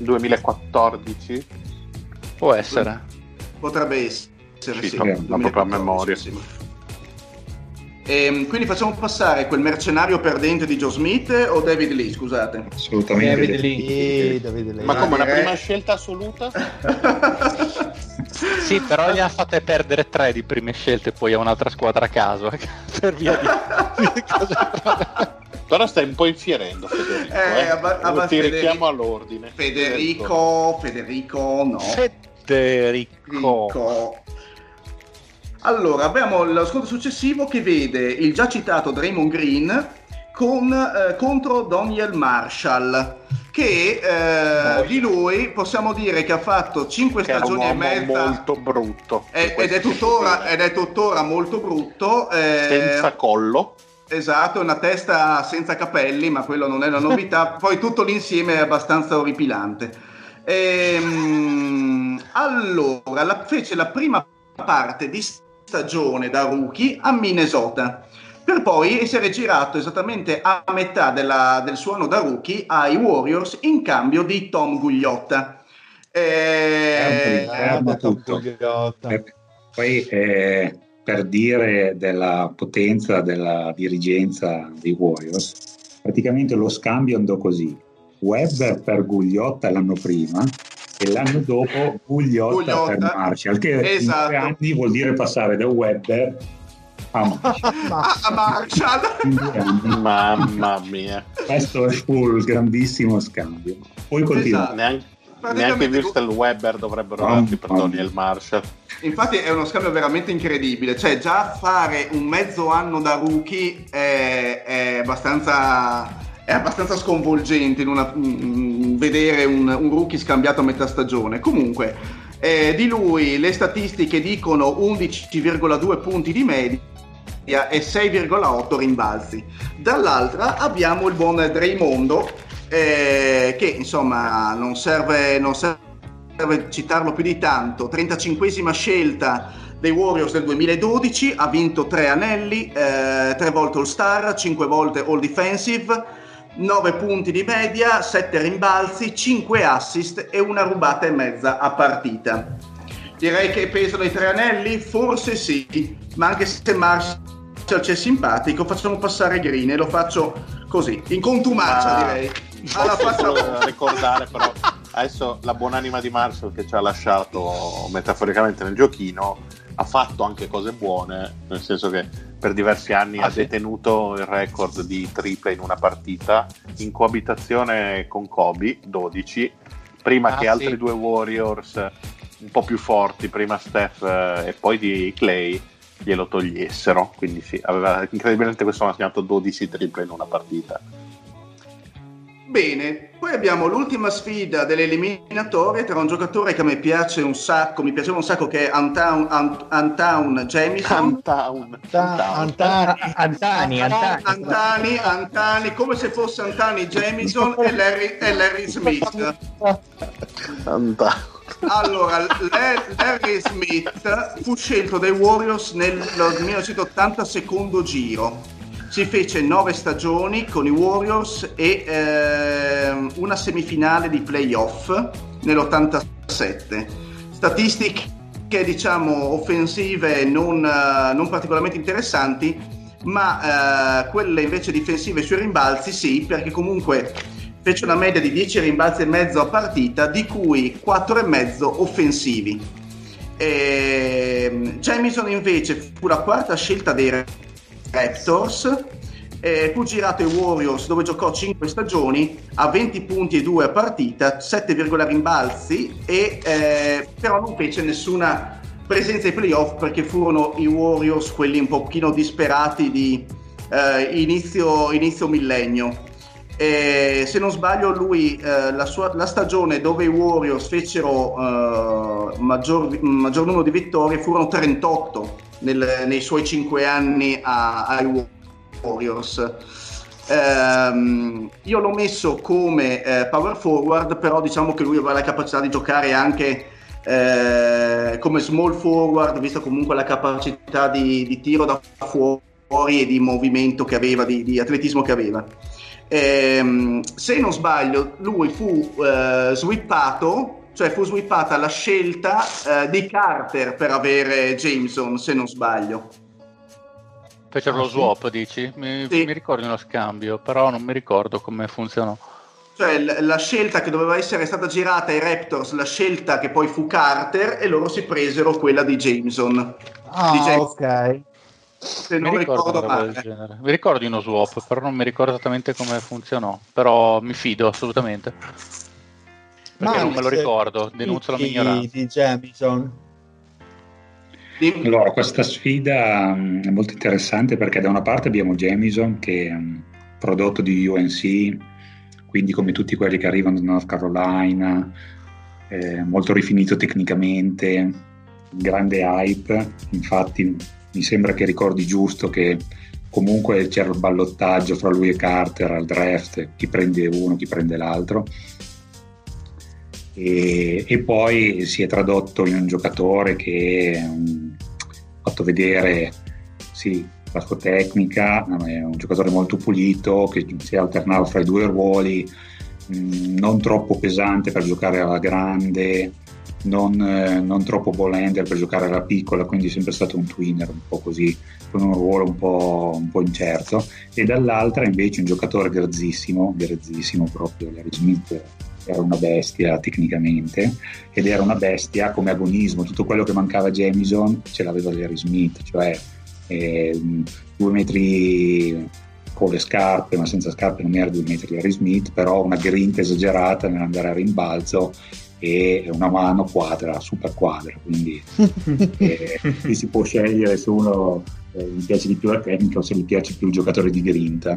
2014 può essere, potrebbe essere, sì, la propria memoria. Quindi facciamo passare quel mercenario perdente di Joe Smith o David Lee, scusate? Assolutamente David Lee. Ma come una prima scelta assoluta? Sì, però gli ha fatte perdere 3 di prime scelte poi a un'altra squadra a caso per via di cose. Però stai un po' infierendo, Federico. Ti richiamo all'ordine. Federico. Allora, abbiamo lo scontro successivo che vede il già citato Draymond Green contro Doniel Marshall, che di lui possiamo dire che ha fatto 5 stagioni e mezza, molto brutto, ed è tuttora molto brutto, senza collo. Esatto, una testa senza capelli, ma quello non è la novità. Poi tutto l'insieme è abbastanza orripilante. Allora, fece la prima parte di stagione da rookie a Minnesota, per poi essere girato esattamente a metà del suo anno da rookie ai Warriors in cambio di Tom Gugliotta. Poi per dire della potenza della dirigenza dei Warriors, praticamente lo scambio andò così: Webber per Gugliotta l'anno prima e l'anno dopo Gugliotta per Marshall, che in 3 anni vuol dire passare da Webber a Marshall. Mamma mia, questo fu il grandissimo scambio. Poi continua. Neanche visto il Webber dovrebbero darti per Doniel Marshall. Infatti è uno scambio veramente incredibile, cioè già fare un mezzo anno da rookie è abbastanza è abbastanza sconvolgente vedere un rookie scambiato a metà stagione. Comunque, di lui le statistiche dicono 11,2 punti di media e 6,8 rimbalzi. Dall'altra abbiamo il buon Draymondo, che insomma non serve citarlo più di tanto. 35esima scelta dei Warriors del 2012, ha vinto 3 anelli, 3 volte All-Star, 5 volte All-Defensive, 9 punti di media, 7 rimbalzi, 5 assist e una rubata e mezza a partita. Direi che pesano i 3 anelli? Forse sì, ma anche se Marshall c'è simpatico, facciamo passare Green e lo faccio così, in contumacia direi. Alla faccia ricordare però adesso la buonanima di Marshall che ci ha lasciato metaforicamente nel giochino ha fatto anche cose buone, nel senso che per diversi anni ha detenuto il record di triple in una partita in coabitazione con Kobe, 12, prima che altri due Warriors un po' più forti, prima Steph e poi di Clay, glielo togliessero. Quindi sì, aveva incredibilmente questo ha segnato 12 triple in una partita. Bene, poi abbiamo l'ultima sfida delle eliminatorie tra un giocatore che a me piace un sacco, mi piaceva un sacco, che è Antawn Jamison. Antani, come se fosse Antani Jamison e Larry Smith. Allora, Larry Smith fu scelto dai Warriors nel 1980 secondo giro. Si fece 9 stagioni con i Warriors e una semifinale di playoff nell'87. Statistiche diciamo offensive non particolarmente interessanti, ma quelle invece difensive sui rimbalzi sì, perché comunque fece una media di 10 rimbalzi e mezzo a partita, di cui 4,5 offensivi. Jamison invece fu la quarta scelta dei Raptors, fu girato ai Warriors dove giocò 5 stagioni a 20 punti e 2 a partita, 7, rimbalzi e però non fece nessuna presenza ai playoff perché furono i Warriors quelli un pochino disperati di inizio millennio. Se non sbaglio lui la stagione dove i Warriors fecero maggior numero di vittorie furono 38 nei suoi 5 anni ai Warriors. Io l'ho messo come power forward, però diciamo che lui aveva la capacità di giocare anche come small forward, visto comunque la capacità di tiro da fuori e di movimento che aveva, di atletismo che aveva. Se non sbaglio lui fu swippata la scelta di Carter per avere Jameson, se non sbaglio. Fecero lo swap, dici? Mi ricordo uno scambio, però non mi ricordo come funzionò. Cioè la scelta che doveva essere stata girata ai Raptors, la scelta che poi fu Carter, e loro si presero quella di Jameson. Ok. Se non ricordo male. Mi ricordo di uno swap, però non mi ricordo esattamente come funzionò, però mi fido assolutamente. Perché non me lo ricordo, denuncio la mia ignoranza. Di Jamison. Allora, questa sfida è molto interessante perché da una parte abbiamo Jamison che è un prodotto di UNC, quindi come tutti quelli che arrivano da North Carolina, molto rifinito tecnicamente, grande hype. Infatti mi sembra che ricordi giusto che comunque c'era il ballottaggio fra lui e Carter al draft, chi prende uno, chi prende l'altro. E poi si è tradotto in un giocatore che ha fatto vedere la sua tecnica, è un giocatore molto pulito che si alternava fra i due ruoli, non troppo pesante per giocare alla grande, non troppo ball handler per giocare alla piccola, quindi è sempre stato un twinner un po' così, con un ruolo un po' incerto. E dall'altra invece un giocatore grezzissimo proprio, Larry Smith era una bestia tecnicamente ed era una bestia come agonismo, tutto quello che mancava a Jamison ce l'aveva Larry Smith, cioè 2 metri con le scarpe, ma senza scarpe non era 2 metri Larry Smith, però una grinta esagerata nell'andare a rimbalzo e una mano quadra, super quadra, quindi qui si può scegliere se uno gli piace di più la tecnica o se gli piace più il giocatore di grinta.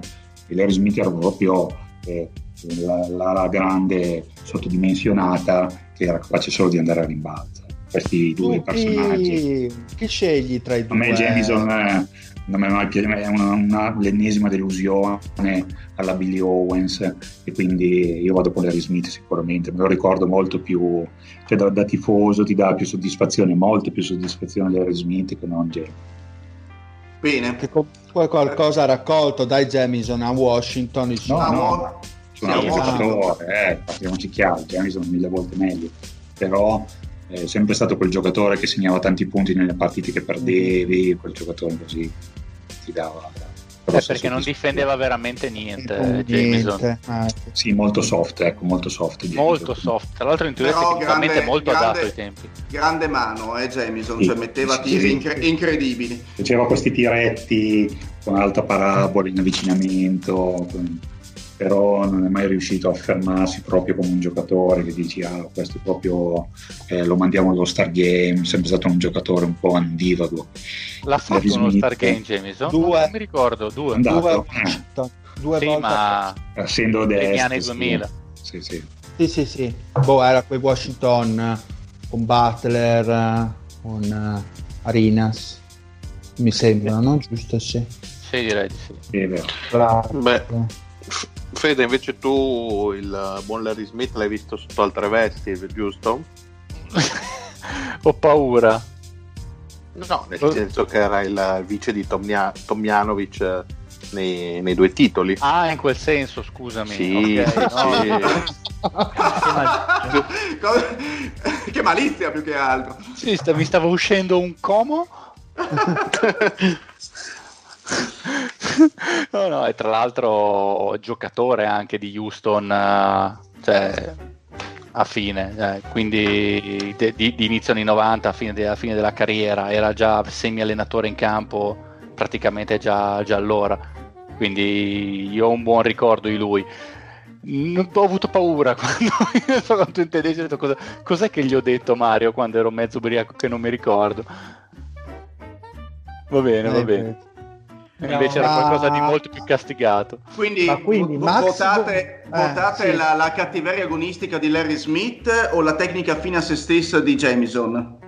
e Larry Smith era proprio la grande sottodimensionata che era capace solo di andare a rimbalzo. Questi due personaggi. Chi scegli tra i due? A me Jamison non mi è mai piaciuto, è l'ennesima delusione alla Billy Owens, e quindi io vado con Larry Smith sicuramente. Me lo ricordo molto più, cioè da tifoso ti dà più soddisfazione, molto più soddisfazione Larry Smith che non Jamison. Bene. Che qualcosa ha raccolto dai Jamison a Washington. No. Sono un giocatore, parliamoci chiaro, Jamison 1000 volte meglio, però è sempre stato quel giocatore che segnava tanti punti nelle partite che perdevi, quel giocatore così ti dava. Perché non difendeva veramente niente, Jamison. Sì, molto soft, molto soft. Molto soft, tra l'altro tecnicamente molto adatto ai tempi. Grande mano, Jamison, cioè metteva tiri incredibili. Faceva questi tiretti con alta parabola in avvicinamento, però non è mai riuscito a affermarsi proprio come un giocatore che dici questo è proprio lo mandiamo allo Star Game, sempre stato un giocatore un po' andivago. L'ha fatto uno Star Game Jamison? Non mi ricordo, due volte, ma essendo negli anni 2000. Sì. Era quei Washington con Butler, con Arenas, mi sembra, no? Giusto? Sì, direi di sì. È vero. Beh, Fede, invece tu il buon Larry Smith l'hai visto sotto altre vesti, giusto? Ho paura. No, nel senso che era il vice di Tomjanovic nei due titoli. Ah, in quel senso, scusami. Sì, okay, Che malizia più che altro. Sì, mi stava uscendo un como. No, e tra l'altro giocatore anche di Houston, cioè a fine, quindi di inizio anni 90, a fine della carriera, era già semi allenatore in campo praticamente già allora, quindi io ho un buon ricordo di lui. Ho avuto paura quando tu intendevi, ho detto cos'è che gli ho detto, Mario, quando ero mezzo ubriaco che non mi ricordo. Va bene. Invece era qualcosa di molto più castigato. Quindi votate sì. la cattiveria agonistica di Larry Smith o la tecnica fine a se stessa di Jamison?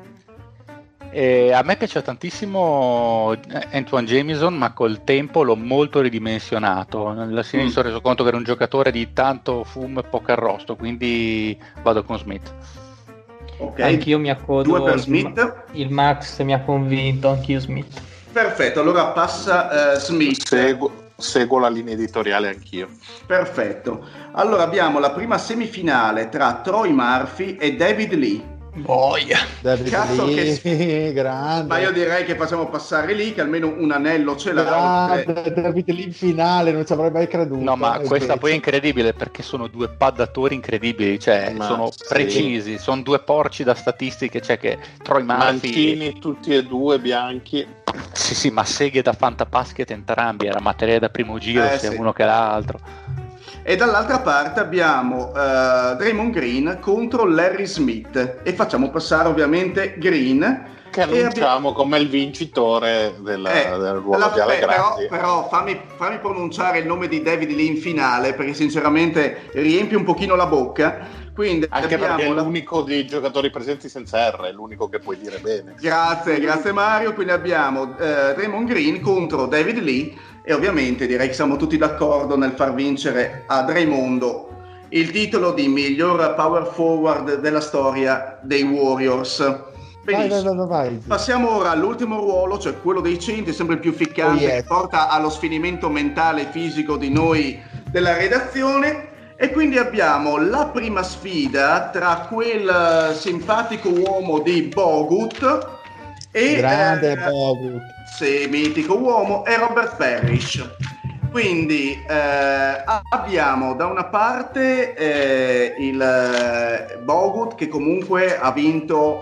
A me piace tantissimo Antoine Jamison, ma col tempo l'ho molto ridimensionato. Alla fine mi sono reso conto che era un giocatore di tanto fumo e poco arrosto, quindi vado con Smith. Okay. Anch'io mi accodo. 2 per Smith. Il Max mi ha convinto, anch'io Smith. Perfetto, allora passa Smith. Seguo la linea editoriale anch'io. Perfetto. Allora abbiamo la prima semifinale tra Troy Murphy e David Lee. David Lee, grande. Ma io direi che facciamo passare lì, che almeno un anello ce l'ha. David Lee in finale, non ci avrei mai creduto. No, ma questa poi è incredibile, perché sono due paddatori incredibili, cioè sono precisi, sono due porci da statistiche, cioè che Troy Murphy, Manchini tutti e due bianchi. Sì, ma seghe da fantabasket entrambi, era materiale da primo giro, sia uno che l'altro. E dall'altra parte abbiamo Draymond Green contro Larry Smith, e facciamo passare ovviamente Green, che annunciamo come il vincitore del ruolo di Allegrandi. Però fammi pronunciare il nome di David Lee in finale, perché sinceramente riempie un pochino la bocca. Quindi anche perché è l'unico dei giocatori presenti senza R, è l'unico che puoi dire bene. Grazie Mario. Quindi abbiamo Draymond Green contro David Lee, e ovviamente direi che siamo tutti d'accordo nel far vincere a Draymondo il titolo di miglior power forward della storia dei Warriors. Benissimo. Vai. Passiamo ora all'ultimo ruolo, cioè quello dei centri, sempre il più ficcante, che porta allo sfinimento mentale e fisico di noi della redazione. E quindi abbiamo la prima sfida tra quel simpatico uomo di Bogut e grande Bogut, sì, mitico uomo, e Robert Parrish. Quindi abbiamo da una parte il Bogut, che comunque ha vinto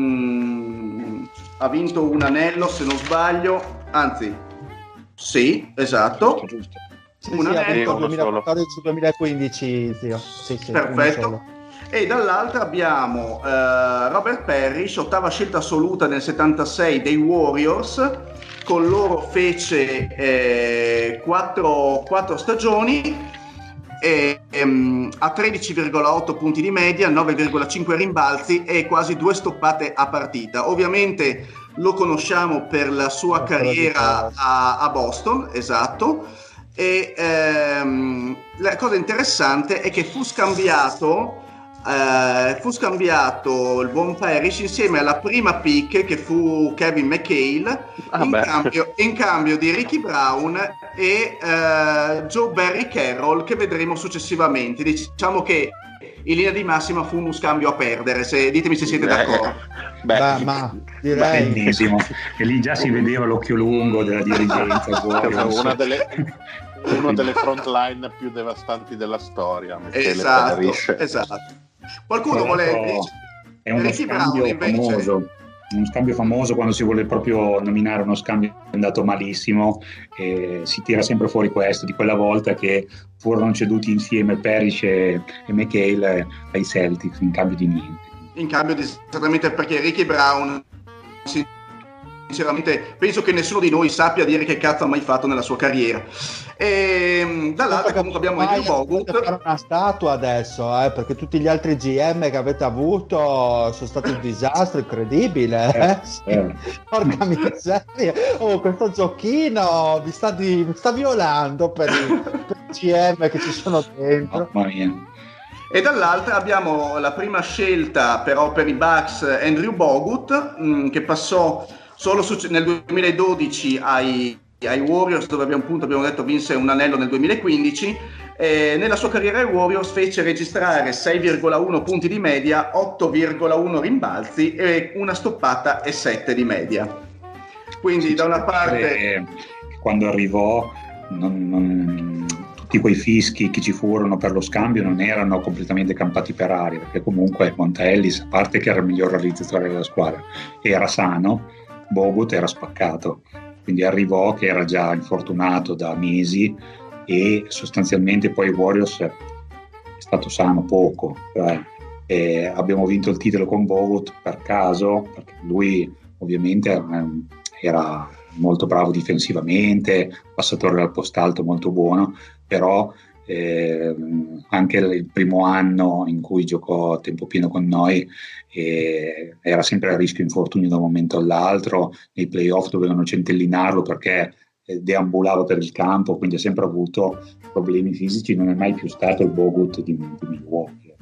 un anello, se non sbaglio, anzi sì, esatto, giusto. Un anello 2014-2015, zio. Sì, perfetto. E dall'altra abbiamo Robert Parrish, ottava scelta assoluta nel 76 dei Warriors, con loro fece 4 stagioni a 13,8 punti di media, 9,5 rimbalzi e quasi 2 stoppate a partita. Ovviamente lo conosciamo per la sua carriera a Boston, esatto, e la cosa interessante è che fu scambiato il buon Parrish insieme alla prima pick, che fu Kevin McHale, in cambio di Ricky Brown e Joe Barry Carroll, che vedremo successivamente. Diciamo che in linea di massima fu uno scambio a perdere, ditemi se siete d'accordo. Ma direi benissimo. E lì già si vedeva l'occhio lungo della dirigenza. Una delle front line più devastanti della storia. Esatto. Qualcuno vuole... È uno scambio famoso. Un scambio famoso, quando si vuole proprio nominare uno scambio andato malissimo, si tira sempre fuori questo, di quella volta che furono ceduti insieme Parrish e McHale ai Celtics in cambio di niente. In cambio di esattamente, perché Ricky Brown, sinceramente penso che nessuno di noi sappia dire che cazzo ha mai fatto nella sua carriera. E dall'altra comunque abbiamo Andrew Bogut. Fare una statua adesso, perché tutti gli altri GM che avete avuto sono stati un disastro incredibile. Porca miseria, questo giochino mi sta violando per i GM che ci sono dentro. Mamma mia. E dall'altra abbiamo la prima scelta però per i Bucks, Andrew Bogut, che passò solo nel 2012 ai Warriors, dove abbiamo detto vinse un anello nel 2015. Nella sua carriera ai Warriors fece registrare 6,1 punti di media, 8,1 rimbalzi e una stoppata e 7 di media. Quindi da una parte, quando arrivò tutti quei fischi che ci furono per lo scambio non erano completamente campati per aria, perché comunque Monta Ellis, a parte che era il miglior realizzatore della squadra, era sano, Bogut era spaccato, quindi arrivò che era già infortunato da mesi e sostanzialmente poi Warriors è stato sano poco, abbiamo vinto il titolo con Bogut per caso, perché lui ovviamente era molto bravo difensivamente, passatore dal post alto molto buono, però anche il primo anno in cui giocò a tempo pieno con noi era sempre a rischio infortunio da un momento all'altro. Nei playoff dovevano centellinarlo perché deambulava per il campo, quindi ha sempre avuto problemi fisici, non è mai più stato il Bogut di Milwaukee.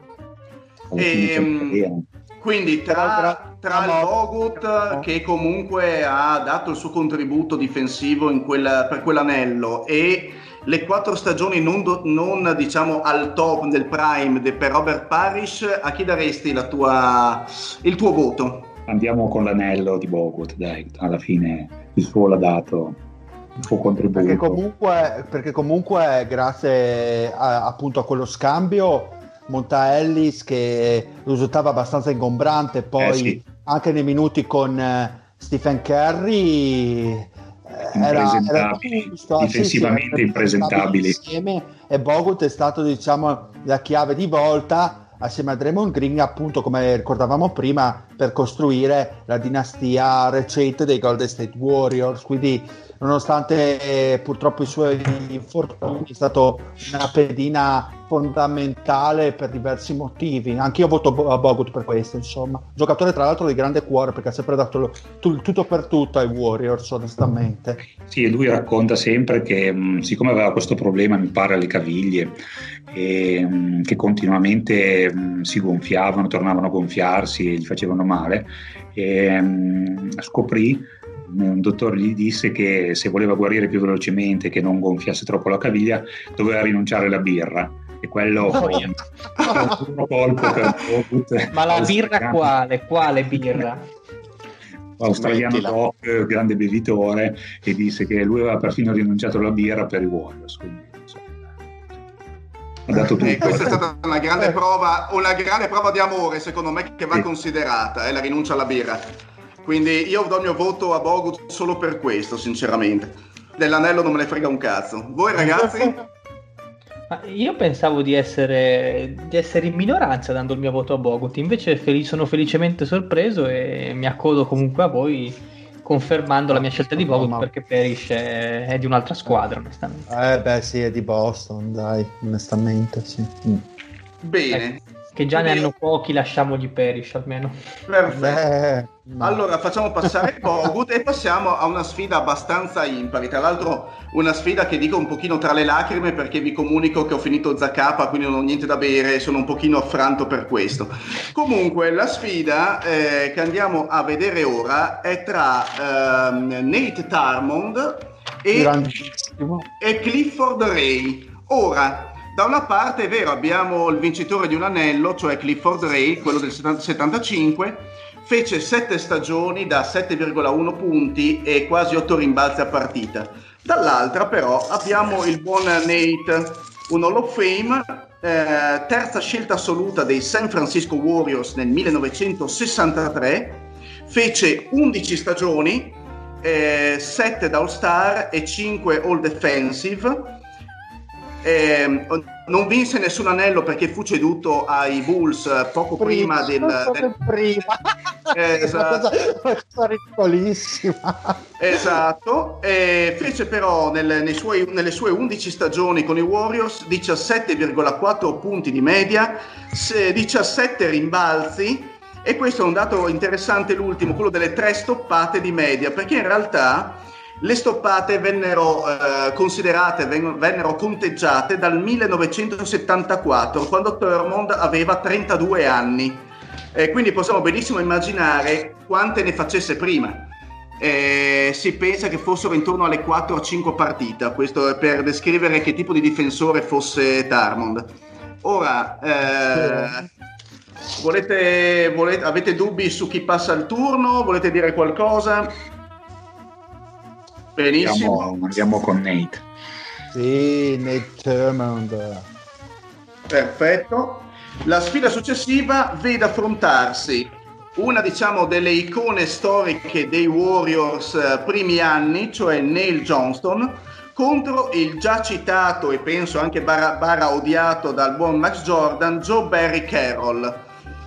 Quindi tra il Bogut, che comunque ha dato il suo contributo difensivo per quell'anello, e le 4 stagioni non diciamo al top del prime per Robert Parrish, a chi daresti il tuo voto? Andiamo con l'anello di Bogut, dai, alla fine il suo l'ha dato, il suo contributo. Perché comunque grazie appunto a quello scambio, Monta Ellis, che risultava abbastanza ingombrante, poi anche nei minuti con Stephen Curry era giusto, difensivamente impresentabili insieme, e Bogut è stato diciamo la chiave di volta assieme a Draymond Green, appunto come ricordavamo prima, per costruire la dinastia recente dei Golden State Warriors. Quindi nonostante purtroppo i suoi infortuni è stato una pedina fondamentale per diversi motivi. Anch'io voto a Bogut per questo, insomma, giocatore tra l'altro di grande cuore, perché ha sempre dato tutto per tutto ai Warriors, onestamente. Sì, e lui racconta sempre che siccome aveva questo problema, mi pare, alle caviglie, e che continuamente si gonfiavano, tornavano a gonfiarsi e gli facevano male, e scoprì, un dottore gli disse che se voleva guarire più velocemente, che non gonfiasse troppo la caviglia, doveva rinunciare alla birra, e quello fu un colpo per Bogut. Ma la birra quale birra? Australiano doc, grande bevitore, e disse che lui aveva perfino rinunciato alla birra per i Warriors, quindi ha dato tutto. Questa è stata una grande prova di amore, secondo me, che va considerata, la rinuncia alla birra. Quindi io do il mio voto a Bogut solo per questo, sinceramente. Dell'anello non me ne frega un cazzo. Voi ragazzi? Ma io pensavo di essere in minoranza dando il mio voto a Bogut, invece sono felicemente sorpreso e mi accodo comunque a voi confermando la mia scelta di Bogut, perché Parrish è di un'altra squadra, onestamente. Beh sì, è di Boston, dai, onestamente sì. Bene. Che già ne hanno pochi, lasciamogli Parrish almeno. Perfetto. No. Allora facciamo passare Bogut e passiamo a una sfida abbastanza impari. Tra l'altro una sfida che dico un pochino tra le lacrime, perché vi comunico che ho finito Zacapa, quindi non ho niente da bere, sono un pochino affranto per questo. Comunque la sfida che andiamo a vedere ora è tra Nate Thurmond e Clifford Ray. Ora, da una parte è vero, abbiamo il vincitore di un anello, cioè Clifford Ray, quello del 75, fece 7 stagioni da 7,1 punti e quasi 8 rimbalzi a partita. Dall'altra però abbiamo il buon Nate, un Hall of Fame, terza scelta assoluta dei San Francisco Warriors nel 1963, fece 11 stagioni, 7 da All-Star e 5 All-Defensive. Non vinse nessun anello perché fu ceduto ai Bulls poco prima del esatto. Una cosa ridicolissima. Esatto. Fece però nelle sue 11 stagioni con i Warriors 17,4 punti di media, 17 rimbalzi, e questo è un dato interessante, l'ultimo, quello delle 3 stoppate di media, perché in realtà le stoppate vennero considerate, vennero conteggiate dal 1974, quando Thurmond aveva 32 anni. Quindi possiamo benissimo immaginare quante ne facesse prima. Si pensa che fossero intorno alle 4 o 5 partite, questo è per descrivere che tipo di difensore fosse Thurmond. Ora, avete dubbi su chi passa il turno? Volete dire qualcosa? Benissimo. Andiamo con Nate. Sì, Nate Thurmond. Perfetto. La sfida successiva vede affrontarsi una, diciamo, delle icone storiche dei Warriors primi anni, cioè Neil Johnston, contro il già citato e penso anche barra odiato dal buon Max Jordan, Joe Barry Carroll.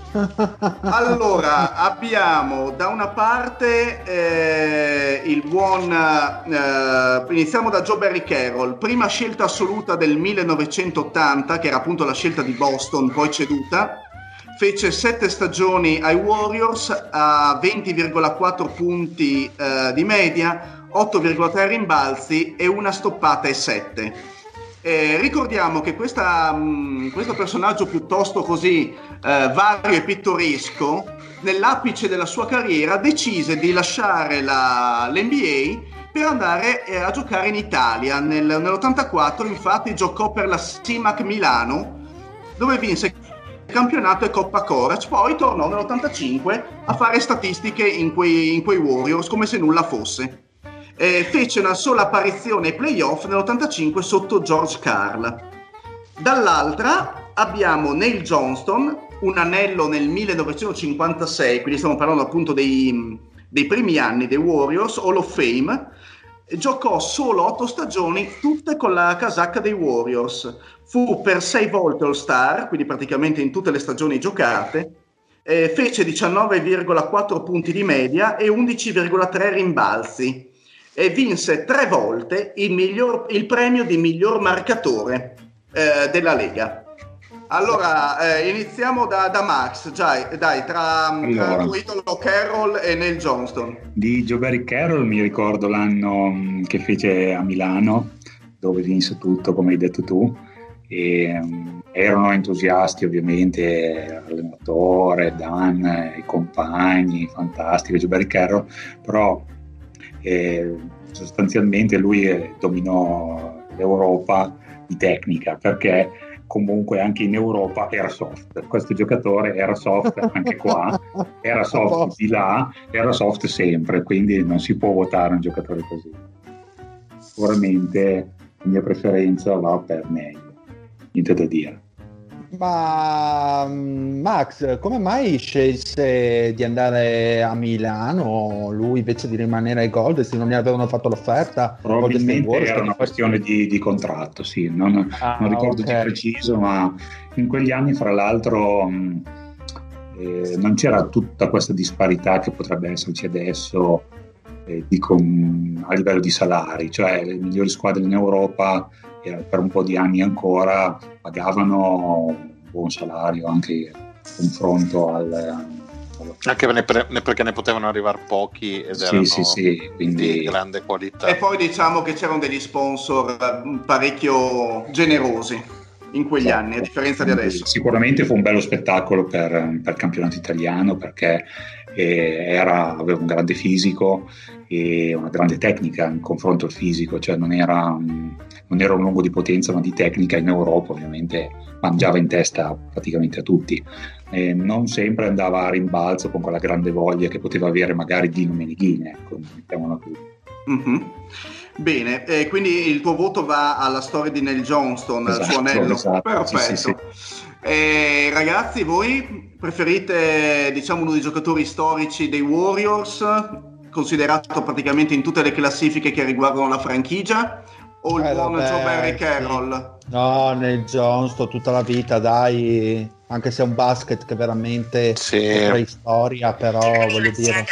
Allora, abbiamo da una parte il buon iniziamo da Joe Barry Carroll, prima scelta assoluta del 1980, che era appunto la scelta di Boston, poi ceduta. Fece 7 stagioni ai Warriors a 20,4 punti di media, 8,3 rimbalzi e una stoppata e 7. Ricordiamo che questo personaggio piuttosto così vario e pittoresco, nell'apice della sua carriera decise di lasciare l'NBA per andare a giocare in Italia. Nell'84 infatti giocò per la Simac Milano, dove vinse campionato e Coppa Corac. Poi tornò nell'85 a fare statistiche in quei Warriors come se nulla fosse. Fece una sola apparizione ai playoff nell'85 sotto George Karl. Dall'altra abbiamo Neil Johnston, un anello nel 1956, quindi stiamo parlando appunto dei primi anni dei Warriors, Hall of Fame. Giocò solo 8 stagioni, tutte con la casacca dei Warriors. Fu per 6 volte All-Star, quindi praticamente in tutte le stagioni giocate. Fece 19,4 punti di media e 11,3 rimbalzi. E vinse 3 volte il premio di miglior marcatore della Lega. Allora, iniziamo da Max, dai, tra tuo idolo Carroll e Neil Johnston. Di Joe Barry Carroll mi ricordo l'anno che fece a Milano, dove vinse tutto, come hai detto tu, e erano entusiasti ovviamente, allenatore, Dan, i compagni, fantastico Joe Barry Carroll, però sostanzialmente lui dominò l'Europa di tecnica, perché comunque anche in Europa era soft. Questo giocatore era soft anche qua, era soft di là, era soft sempre, quindi non si può votare un giocatore così. Sicuramente la mia preferenza va per Neil, niente da dire. Ma Max, come mai scelse di andare a Milano lui invece di rimanere ai Golden State? Non ne avevano fatto l'offerta? Probabilmente era una questione di contratto, sì, non ricordo di preciso, ma in quegli anni fra l'altro non c'era tutta questa disparità che potrebbe esserci adesso dico a livello di salari, cioè le migliori squadre in Europa per un po' di anni ancora pagavano un buon salario anche in confronto anche perché ne potevano arrivare pochi ed erano quindi di grande qualità. E poi diciamo che c'erano degli sponsor parecchio generosi in quegli anni, a differenza di adesso. Sicuramente fu un bello spettacolo per il campionato italiano, perché aveva un grande fisico e una grande tecnica in confronto al fisico, cioè non era un lungo di potenza ma di tecnica. In Europa ovviamente mangiava in testa praticamente a tutti, non sempre andava a rimbalzo con quella grande voglia che poteva avere magari Dino Meneghini, ecco, mettiamola qui. Mm-hmm. Bene, quindi il tuo voto va alla storia di Neil Johnston, al suo anello. Esatto, perfetto. sì. Ragazzi, voi preferite, diciamo, uno dei giocatori storici dei Warriors, considerato praticamente in tutte le classifiche che riguardano la franchigia, o il buon Joe Barry Carroll? Sì. No, Neil Johnston tutta la vita, dai, anche se è un basket che veramente è preistoria, però voglio dire.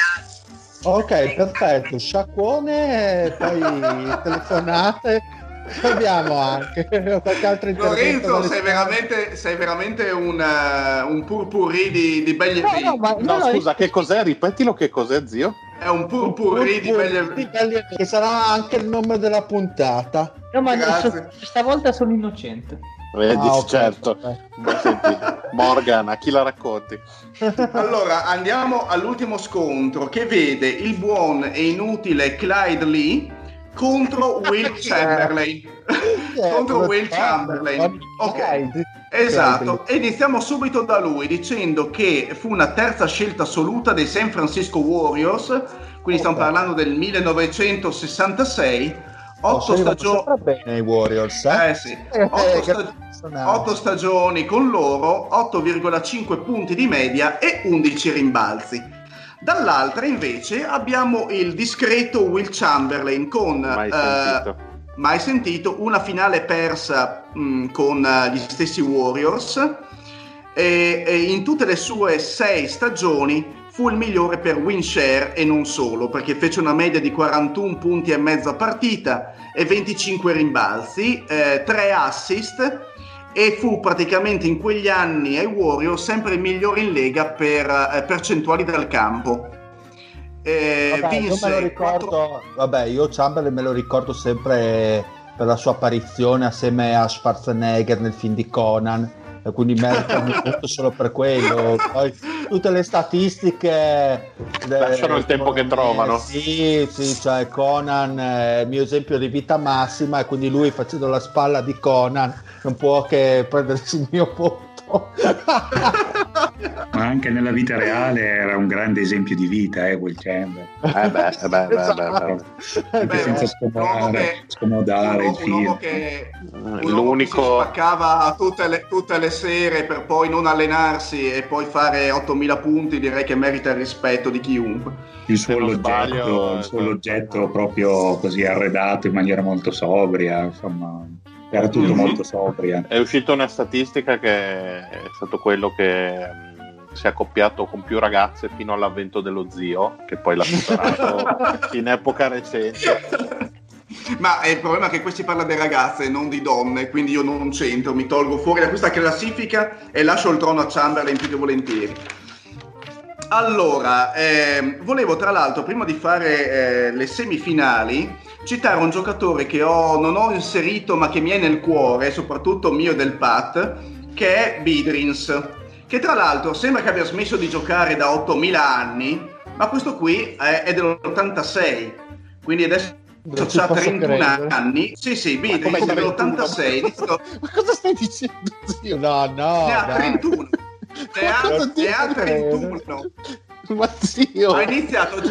Ok, perfetto, sciacquone, poi telefonate, abbiamo anche qualche altro intervento. Lorenzo, sei veramente un purpurri di begli eventi. Scusa, che cos'è? Ripetilo, che cos'è, zio? È un purpurri di begli eventi. Che sarà anche il nome della puntata. No, ma stavolta sono innocente. Okay, certo. Senti, Morgan, a chi la racconti? Allora andiamo all'ultimo scontro, che vede il buon e inutile Clyde Lee contro Will Chamberlain. Contro Will Chamberlain. Ok, esatto. E iniziamo subito da lui, dicendo che fu una terza scelta assoluta dei San Francisco Warriors, quindi stiamo parlando del 1966. 8 stagioni bene i Warriors, sì. 8 stagioni con loro, 8,5 punti di media e 11 rimbalzi. Dall'altra invece abbiamo il discreto Will Chamberlain con mai sentito, una finale persa con gli stessi Warriors, e in tutte le sue 6 stagioni fu il migliore per win share e non solo, perché fece una media di 41 punti e mezzo a partita e 25 rimbalzi, 3 assist, e fu praticamente in quegli anni ai Warriors sempre il migliore in lega per percentuali dal campo. Io Chamberlain me lo ricordo sempre per la sua apparizione assieme a Schwarzenegger nel film di Conan, quindi merita un punto solo per quello. Poi tutte le statistiche lasciano il tempo che trovano. Sì, cioè Conan è il mio esempio di vita massima, e quindi lui, facendo la spalla di Conan, non può che prendersi il mio punto. Ma anche nella vita reale era un grande esempio di vita, Will Chamberlain. Anche senza scomodare il film. Un uomo che si spaccava tutte le sere per poi non allenarsi e poi fare 8000 punti, direi che merita il rispetto di chiunque. Il suo loggetto proprio così arredato in maniera molto sobria, insomma. Era tutto molto sobria. È uscita una statistica che è stato quello che si è accoppiato con più ragazze fino all'avvento dello zio, che poi l'ha superato in epoca recente. Ma il problema è che qui si parla di ragazze e non di donne, quindi io non c'entro, mi tolgo fuori da questa classifica e lascio il trono a Chamberlain più che volentieri. Allora, volevo tra l'altro, prima di fare le semifinali, citare un giocatore che non ho inserito ma che mi è nel cuore, soprattutto mio e del Pat, che è Bidrins, che tra l'altro sembra che abbia smesso di giocare da 8000 anni, ma questo qui è dell'86, quindi adesso ha 31 anni. Sì, Bidrins è dell'86. Ma cosa stai dicendo, zio? No, ne ha 31. Ne ha 31. Ma zio, ha iniziato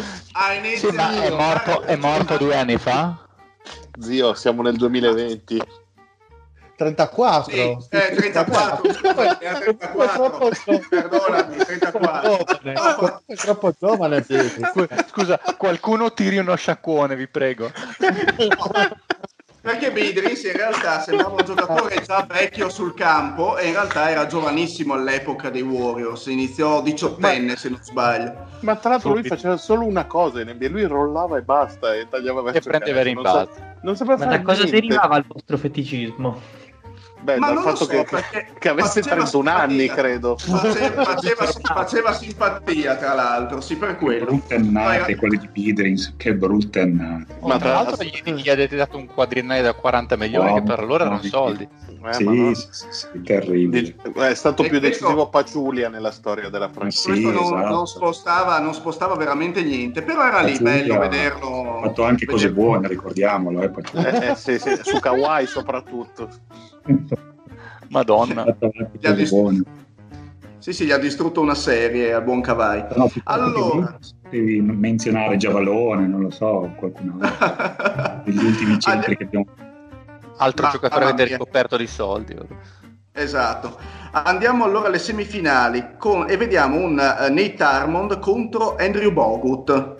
è morto 2 anni fa? Zio, siamo nel 2020. 34? Sì, 34. Perdonami, 34. È troppo giovane. Scusa, qualcuno tiri uno sciacquone, vi prego. Perché Bidris in realtà sembrava un giocatore già vecchio sul campo e in realtà era giovanissimo all'epoca dei Warriors, iniziò 18enne se non sbaglio. Ma tra l'altro lui faceva solo una cosa in NBA, lui rollava e basta e tagliava verso e prendeva rimbalzi. Non sapeva Ma fare da cosa niente. derivava il vostro feticismo? Beh, Ma dal non lo fatto so, che avesse faceva 31 anni, simpatia. credo. Faceva simpatia, tra l'altro, sì, per quello. Brutte annate, quelle di Bidrins, che brutte annate. Ma tra l'altro gli avete dato un quadriennale da 40 milioni che per loro erano soldi. Sì, ma no. sì, terribile. È stato E più questo- decisivo Paciulia nella storia della franchigia. Sì, Questo non esatto. spostava veramente niente, però era lì Paciulia bello vederlo. Ha fatto anche cose vederlo. buone, ricordiamolo. Sì, su Kawhi soprattutto. Madonna. Ha fatto anche cose buone. Sì, gli ha distrutto una serie a buon Kawhi. Però Allora, devi menzionare Giavallone, non lo so, qualcun altro. Degli ultimi centri che abbiamo. Altro giocatore che mamma avete mia. ricoperto di soldi. esatto. Andiamo allora alle semifinali e vediamo un Nate Armond contro Andrew Bogut.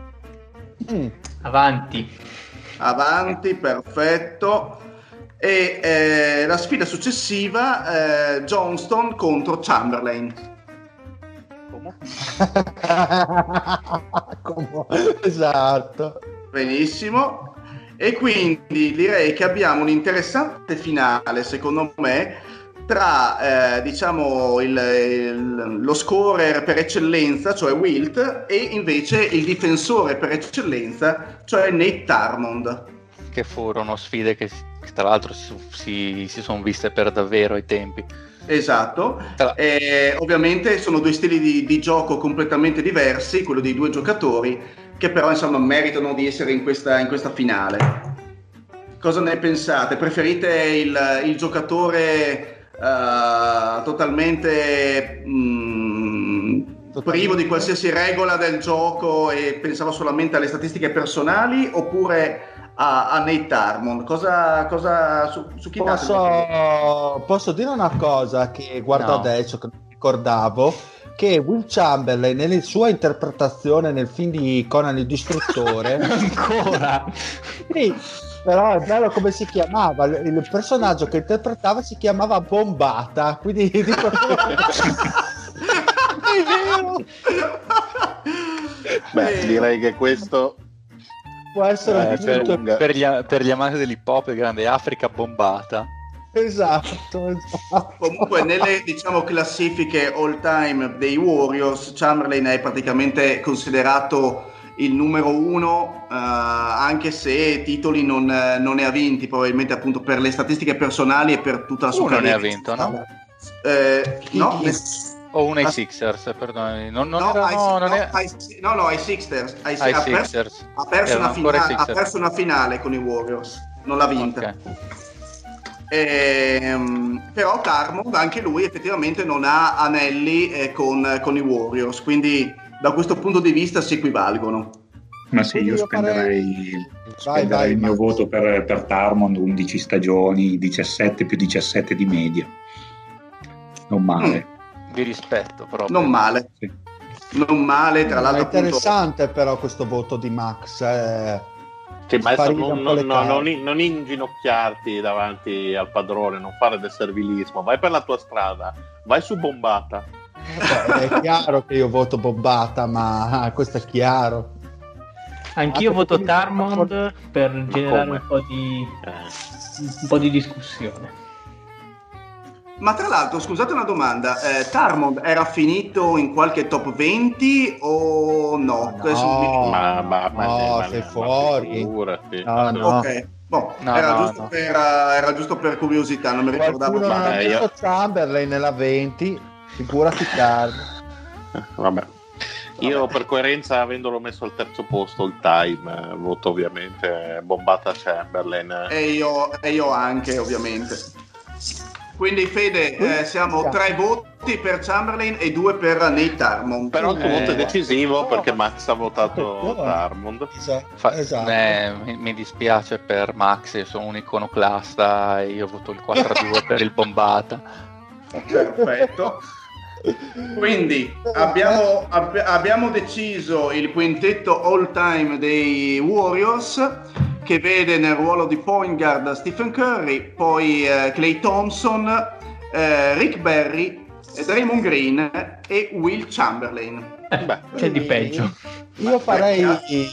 Avanti. Perfetto. E la sfida successiva, Johnston contro Chamberlain. Esatto. Benissimo. E quindi direi che abbiamo un interessante finale, secondo me, tra diciamo lo scorer per eccellenza, cioè Wilt, e invece il difensore per eccellenza, cioè Nate Armond. Che furono sfide che tra l'altro si sono viste per davvero ai tempi. Esatto, ovviamente sono due stili di gioco completamente diversi, quello dei due giocatori, che però insomma meritano di essere in questa finale. Cosa ne pensate? Preferite il giocatore totalmente privo di qualsiasi regola del gioco e pensava solamente alle statistiche personali, oppure a Nate Armond? Su chi date? Posso dire una cosa che guardo No. adesso, che non ricordavo, che Will Chamberlain nella sua interpretazione nel film di Conan il Distruttore Ancora? sì, però è bello come si chiamava il personaggio che interpretava, si chiamava Bombata, quindi dico è vero, Beh, direi che questo può essere tutto. per gli amanti dell'hip hop, il grande Africa bombata. Esatto. Comunque nelle diciamo classifiche all time dei Warriors, Chamberlain è praticamente considerato il numero uno, anche se titoli non ne ha vinti, probabilmente appunto per le statistiche personali e per tutta la sua Uno ne carriera. ha vinto, no? No, O uno ai Sixers, perdonami. ai Sixers. Ai Ha Sixers. perso Erano ancora i Sixers. ha perso una finale con i Warriors, non l'ha vinta. Ok. Però Tarmond anche lui effettivamente non ha anelli con i Warriors, quindi da questo punto di vista si equivalgono. Ma sì, io Io spenderei Vai, il mio Max. voto per Tarmond, 11 stagioni, 17 più 17 di media. Non male. Vi rispetto proprio. Non male, Sì. non male, tra È l'altro appunto, interessante però questo voto di Max. Sì, ma adesso Sparire un po' le carte. non inginocchiarti davanti al padrone, non fare del servilismo, vai per la tua strada, vai su Bombata. Beh, è chiaro che io voto Bombata, ma questo è chiaro. Anch'io Anche voto perché- Tarmond per generare come? un po' di discussione. Ma tra l'altro, scusate una domanda, Tarmond era finito in qualche top 20 o no? No. Ma sei fuori. figurati. No, no. Ok, boh, No, era, no, giusto no. era giusto per curiosità, non mi ricordavo. Qualcuno non ha Vabbè, io- visto Chamberlain nella 20, figurati Carlo. Vabbè. Io per coerenza, avendolo messo al terzo posto il time, voto ovviamente Bombata Chamberlain. E io anche, ovviamente. Quindi Fede, siamo 3 voti per Chamberlain e 2 per Nate Armond. Però il tuo voto è decisivo perché Max ha votato Darmond. Esatto. Mi dispiace per Max, io sono un iconoclasta e io voto il 4-2 per il Bombata. Perfetto. Quindi abbiamo deciso il quintetto all time dei Warriors che vede nel ruolo di point guard Stephen Curry, poi Klay Thompson, Rick Barry, Draymond Green e Will Chamberlain. C'è di peggio. Io farei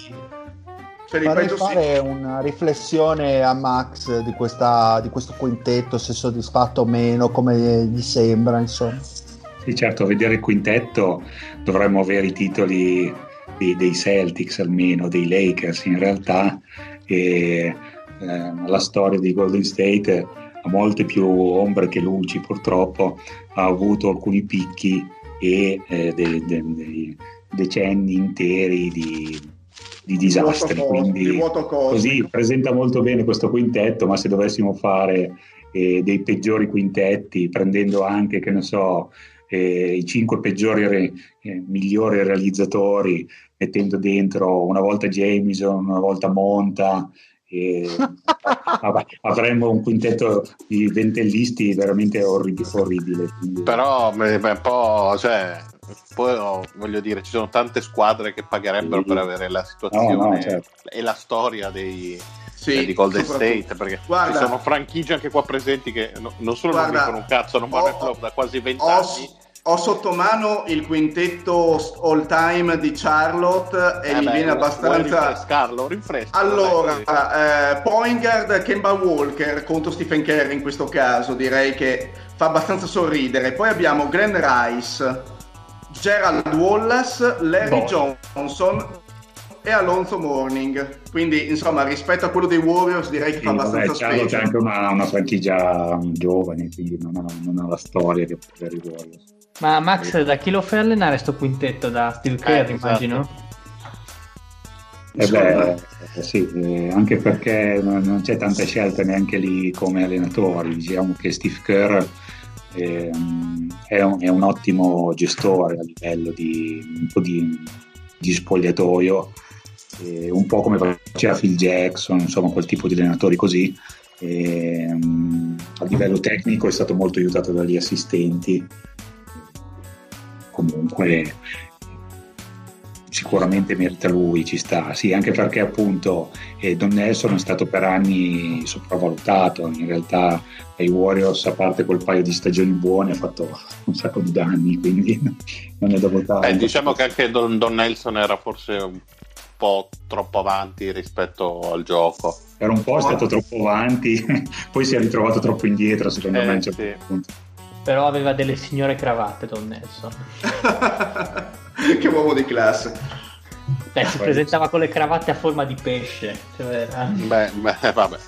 fare una riflessione a Max di questo quintetto, se è soddisfatto o meno, come gli sembra, insomma. Sì, certo, a vedere il quintetto dovremmo avere i titoli dei Celtics, almeno dei Lakers in realtà, e la storia di Golden State ha molte più ombre che luci, purtroppo ha avuto alcuni picchi e dei decenni interi di disastri, quindi così presenta molto bene questo quintetto. Ma se dovessimo fare dei peggiori quintetti, prendendo anche, che ne so, i 5 peggiori migliori realizzatori, mettendo dentro una volta Jamison, una volta Monta, avremmo un quintetto di ventellisti veramente orribile. Quindi... Però un po', cioè, poi voglio dire, ci sono tante squadre che pagherebbero per avere la situazione certo. E la storia di Golden State, perché ci sono franchigie anche qua presenti che non solo non vincono un cazzo, non vanno in flop da quasi 20 anni. Ho sotto mano il quintetto all time di Charlotte e mi viene abbastanza. Rinfresco. Allora, point guard Kemba Walker contro Stephen Curry in questo caso, direi che fa abbastanza sorridere. Poi abbiamo Glenn Rice, Gerald Wallace, Larry Johnson e Alonzo Mourning. Quindi, insomma, rispetto a quello dei Warriors direi che fa abbastanza specie. C'è anche una franchigia giovane, quindi non ha la storia che può avere i Warriors. Ma Max, da chi lo fai allenare sto quintetto? Da Steve Kerr, immagino? Sì, anche perché non c'è tanta scelta neanche lì come allenatori. Diciamo che Steve Kerr è un ottimo gestore a livello un po' di spogliatoio, un po' come faceva Phil Jackson, insomma quel tipo di allenatori così. A livello tecnico è stato molto aiutato dagli assistenti. Comunque sicuramente merita lui, ci sta, sì, anche perché appunto Don Nelson è stato per anni sopravvalutato. In realtà ai Warriors, a parte quel paio di stagioni buone, ha fatto un sacco di danni, quindi non è da votare. Diciamo che anche Don Nelson era forse un po' troppo avanti rispetto al gioco. Era un po' stato troppo avanti, poi si è ritrovato troppo indietro, secondo me, a un certo punto. Però aveva delle signore cravatte Don Nelson. Che uomo di classe. Si presentava con le cravatte a forma di pesce, cioè vabbè.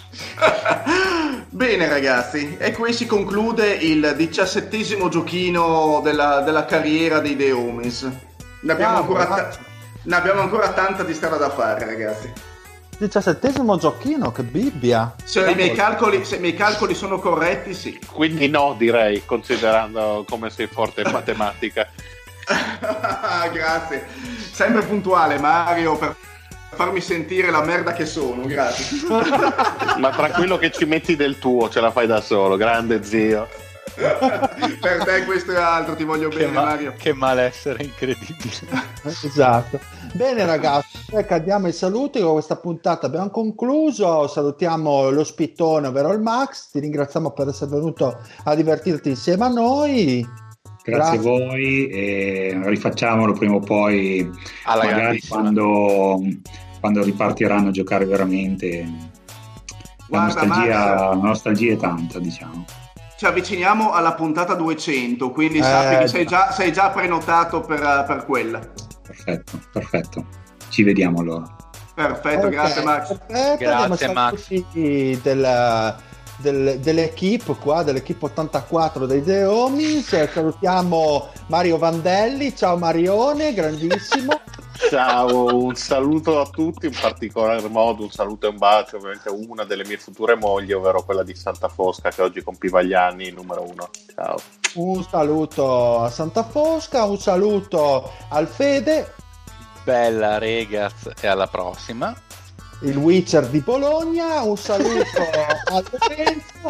Bene ragazzi, e qui si conclude il 17° giochino della carriera dei The Homies. Ne abbiamo ancora tanta di strada da fare, ragazzi. 17° giochino, che bibbia. Se i miei calcoli sono corretti, sì. Quindi no, direi, considerando come sei forte in matematica. Grazie, sempre puntuale Mario, per farmi sentire la merda che sono, grazie. Ma tranquillo che ci metti del tuo, ce la fai da solo, grande zio. Per te questo è altro, ti voglio bene Mario. Che malessere incredibile. Esatto. Bene ragazzi, andiamo ai saluti. Con questa puntata abbiamo concluso. Salutiamo lo spittone, ovvero il Max. Ti ringraziamo per essere venuto a divertirti insieme a noi. Grazie a voi, e rifacciamolo prima o poi, magari quando ripartiranno a giocare veramente. La nostalgia è tanta, diciamo. Ci avviciniamo alla puntata 200, quindi sappi che sei già prenotato per quella. Perfetto. Ci vediamo allora. Perfetto, okay. Grazie Max. Grazie Max. Dell'equipe qua, dell'equipe 84 dei The Homies. Salutiamo Mario Vandelli. Ciao Marione, grandissimo. Ciao, un saluto a tutti, in particolar modo un saluto e un bacio ovviamente a una delle mie future mogli, ovvero quella di Santa Fosca, che oggi compiva gli anni, numero 1. Ciao. Un saluto a Santa Fosca, un saluto al Fede. Bella ragazzi, e alla prossima. Il Witcher di Bologna, un saluto a Lorenzo.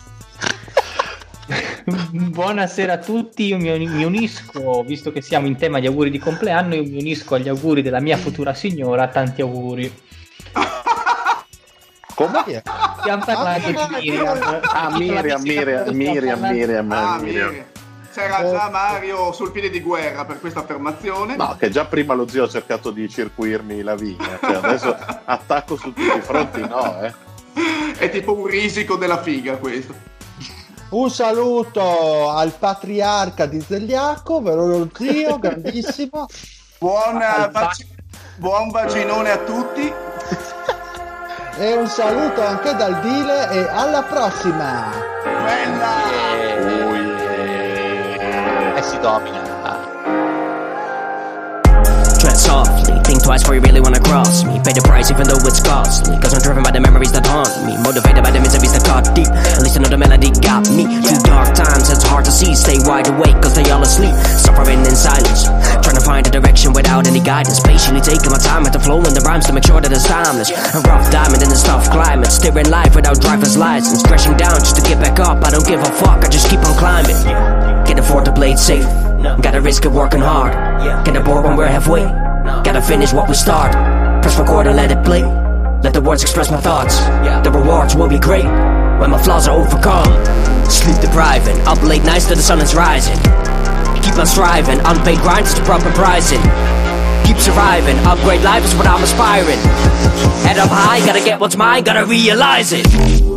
Buonasera a tutti, io mi unisco, visto che siamo in tema di auguri di compleanno, io mi unisco agli auguri della mia futura signora, tanti auguri. Come? Stiamo parlando di Miriam. Miriam. C'era già Mario sul piede di guerra per questa affermazione. No, che già prima lo zio ha cercato di circuirmi la vigna, cioè adesso attacco su tutti i fronti, no, È tipo un risico della figa questo. Un saluto al patriarca di Zegliaco, vero lo zio, grandissimo. Buon vaginone a tutti. E un saluto anche dal Dile e alla prossima. Bella! E si domina. Tread softly, think twice before you really wanna cross me. Pay the price even though it's costly, cause I'm driven by the memories that haunt me. Motivated by the miseries that cut deep, at least I know the melody got me. Through dark times it's hard to see, stay wide awake cause they all asleep. Suffering in silence, trying to find a direction without any guidance. Patiently taking my time at the flow and the rhymes to make sure that it's timeless. A rough diamond in this tough climate, steering life without driver's license. Crashing down just to get back up, I don't give a fuck, I just keep on climbing. Can't afford to play it safe, gotta risk it working hard. Get aboard when we're halfway, gotta finish what we start. Press record and let it play, let the words express my thoughts. The rewards will be great when my flaws are overcome. Sleep depriving, up late nights till the sun is rising. Keep on striving, unpaid grind is the proper pricing. Keep surviving, upgrade life is what I'm aspiring. Head up high, gotta get what's mine, gotta realize it.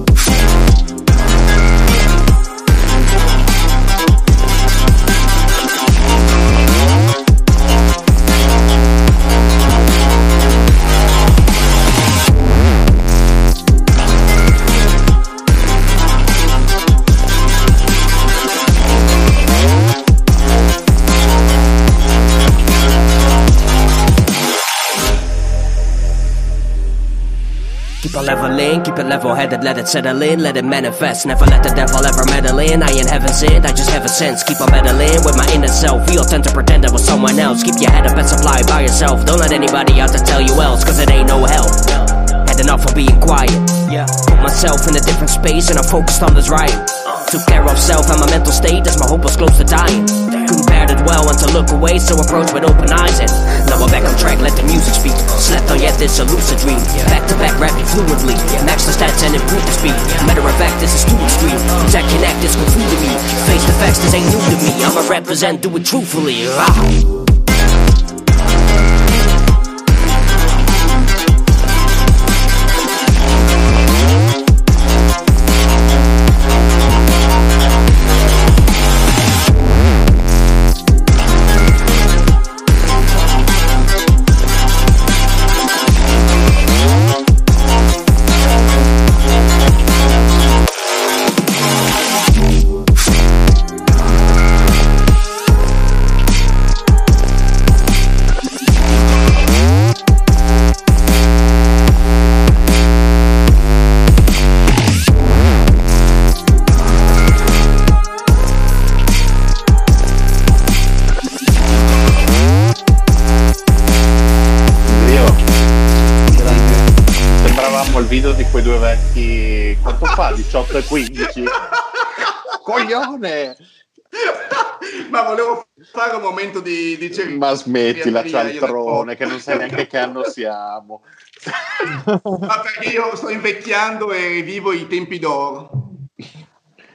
Keep on leveling, keep it level-headed, let it settle in, let it manifest. Never let the devil ever meddle in. I ain't heaven sent, I just have a sense. Keep on meddling with my inner self. We all tend to pretend I was someone else. Keep your head up and supply by yourself. Don't let anybody out to tell you else, cause it ain't no help. Had enough of being quiet. Put myself in a different space and I'm focused on this right. Took care of self and my mental state as my hope was close to dying. Couldn't bear it well and to look away, so approach with open eyes. And now I'm back on track, let the music speak. Slept on yet this a lucid dream. Back to back rapping fluently, max the stats and improve the speed. Matter of fact, this is too extreme. Tech connect, this go through to me. Face the facts, this ain't new to me. I'ma represent, do it truthfully. Video di quei due vecchi, quanto fa? 18 e 15? Coglione! Ma volevo fare un momento di ma smettila, cialtrone, che non sai neanche che anno siamo. Ma perché io sto invecchiando e vivo i tempi d'oro.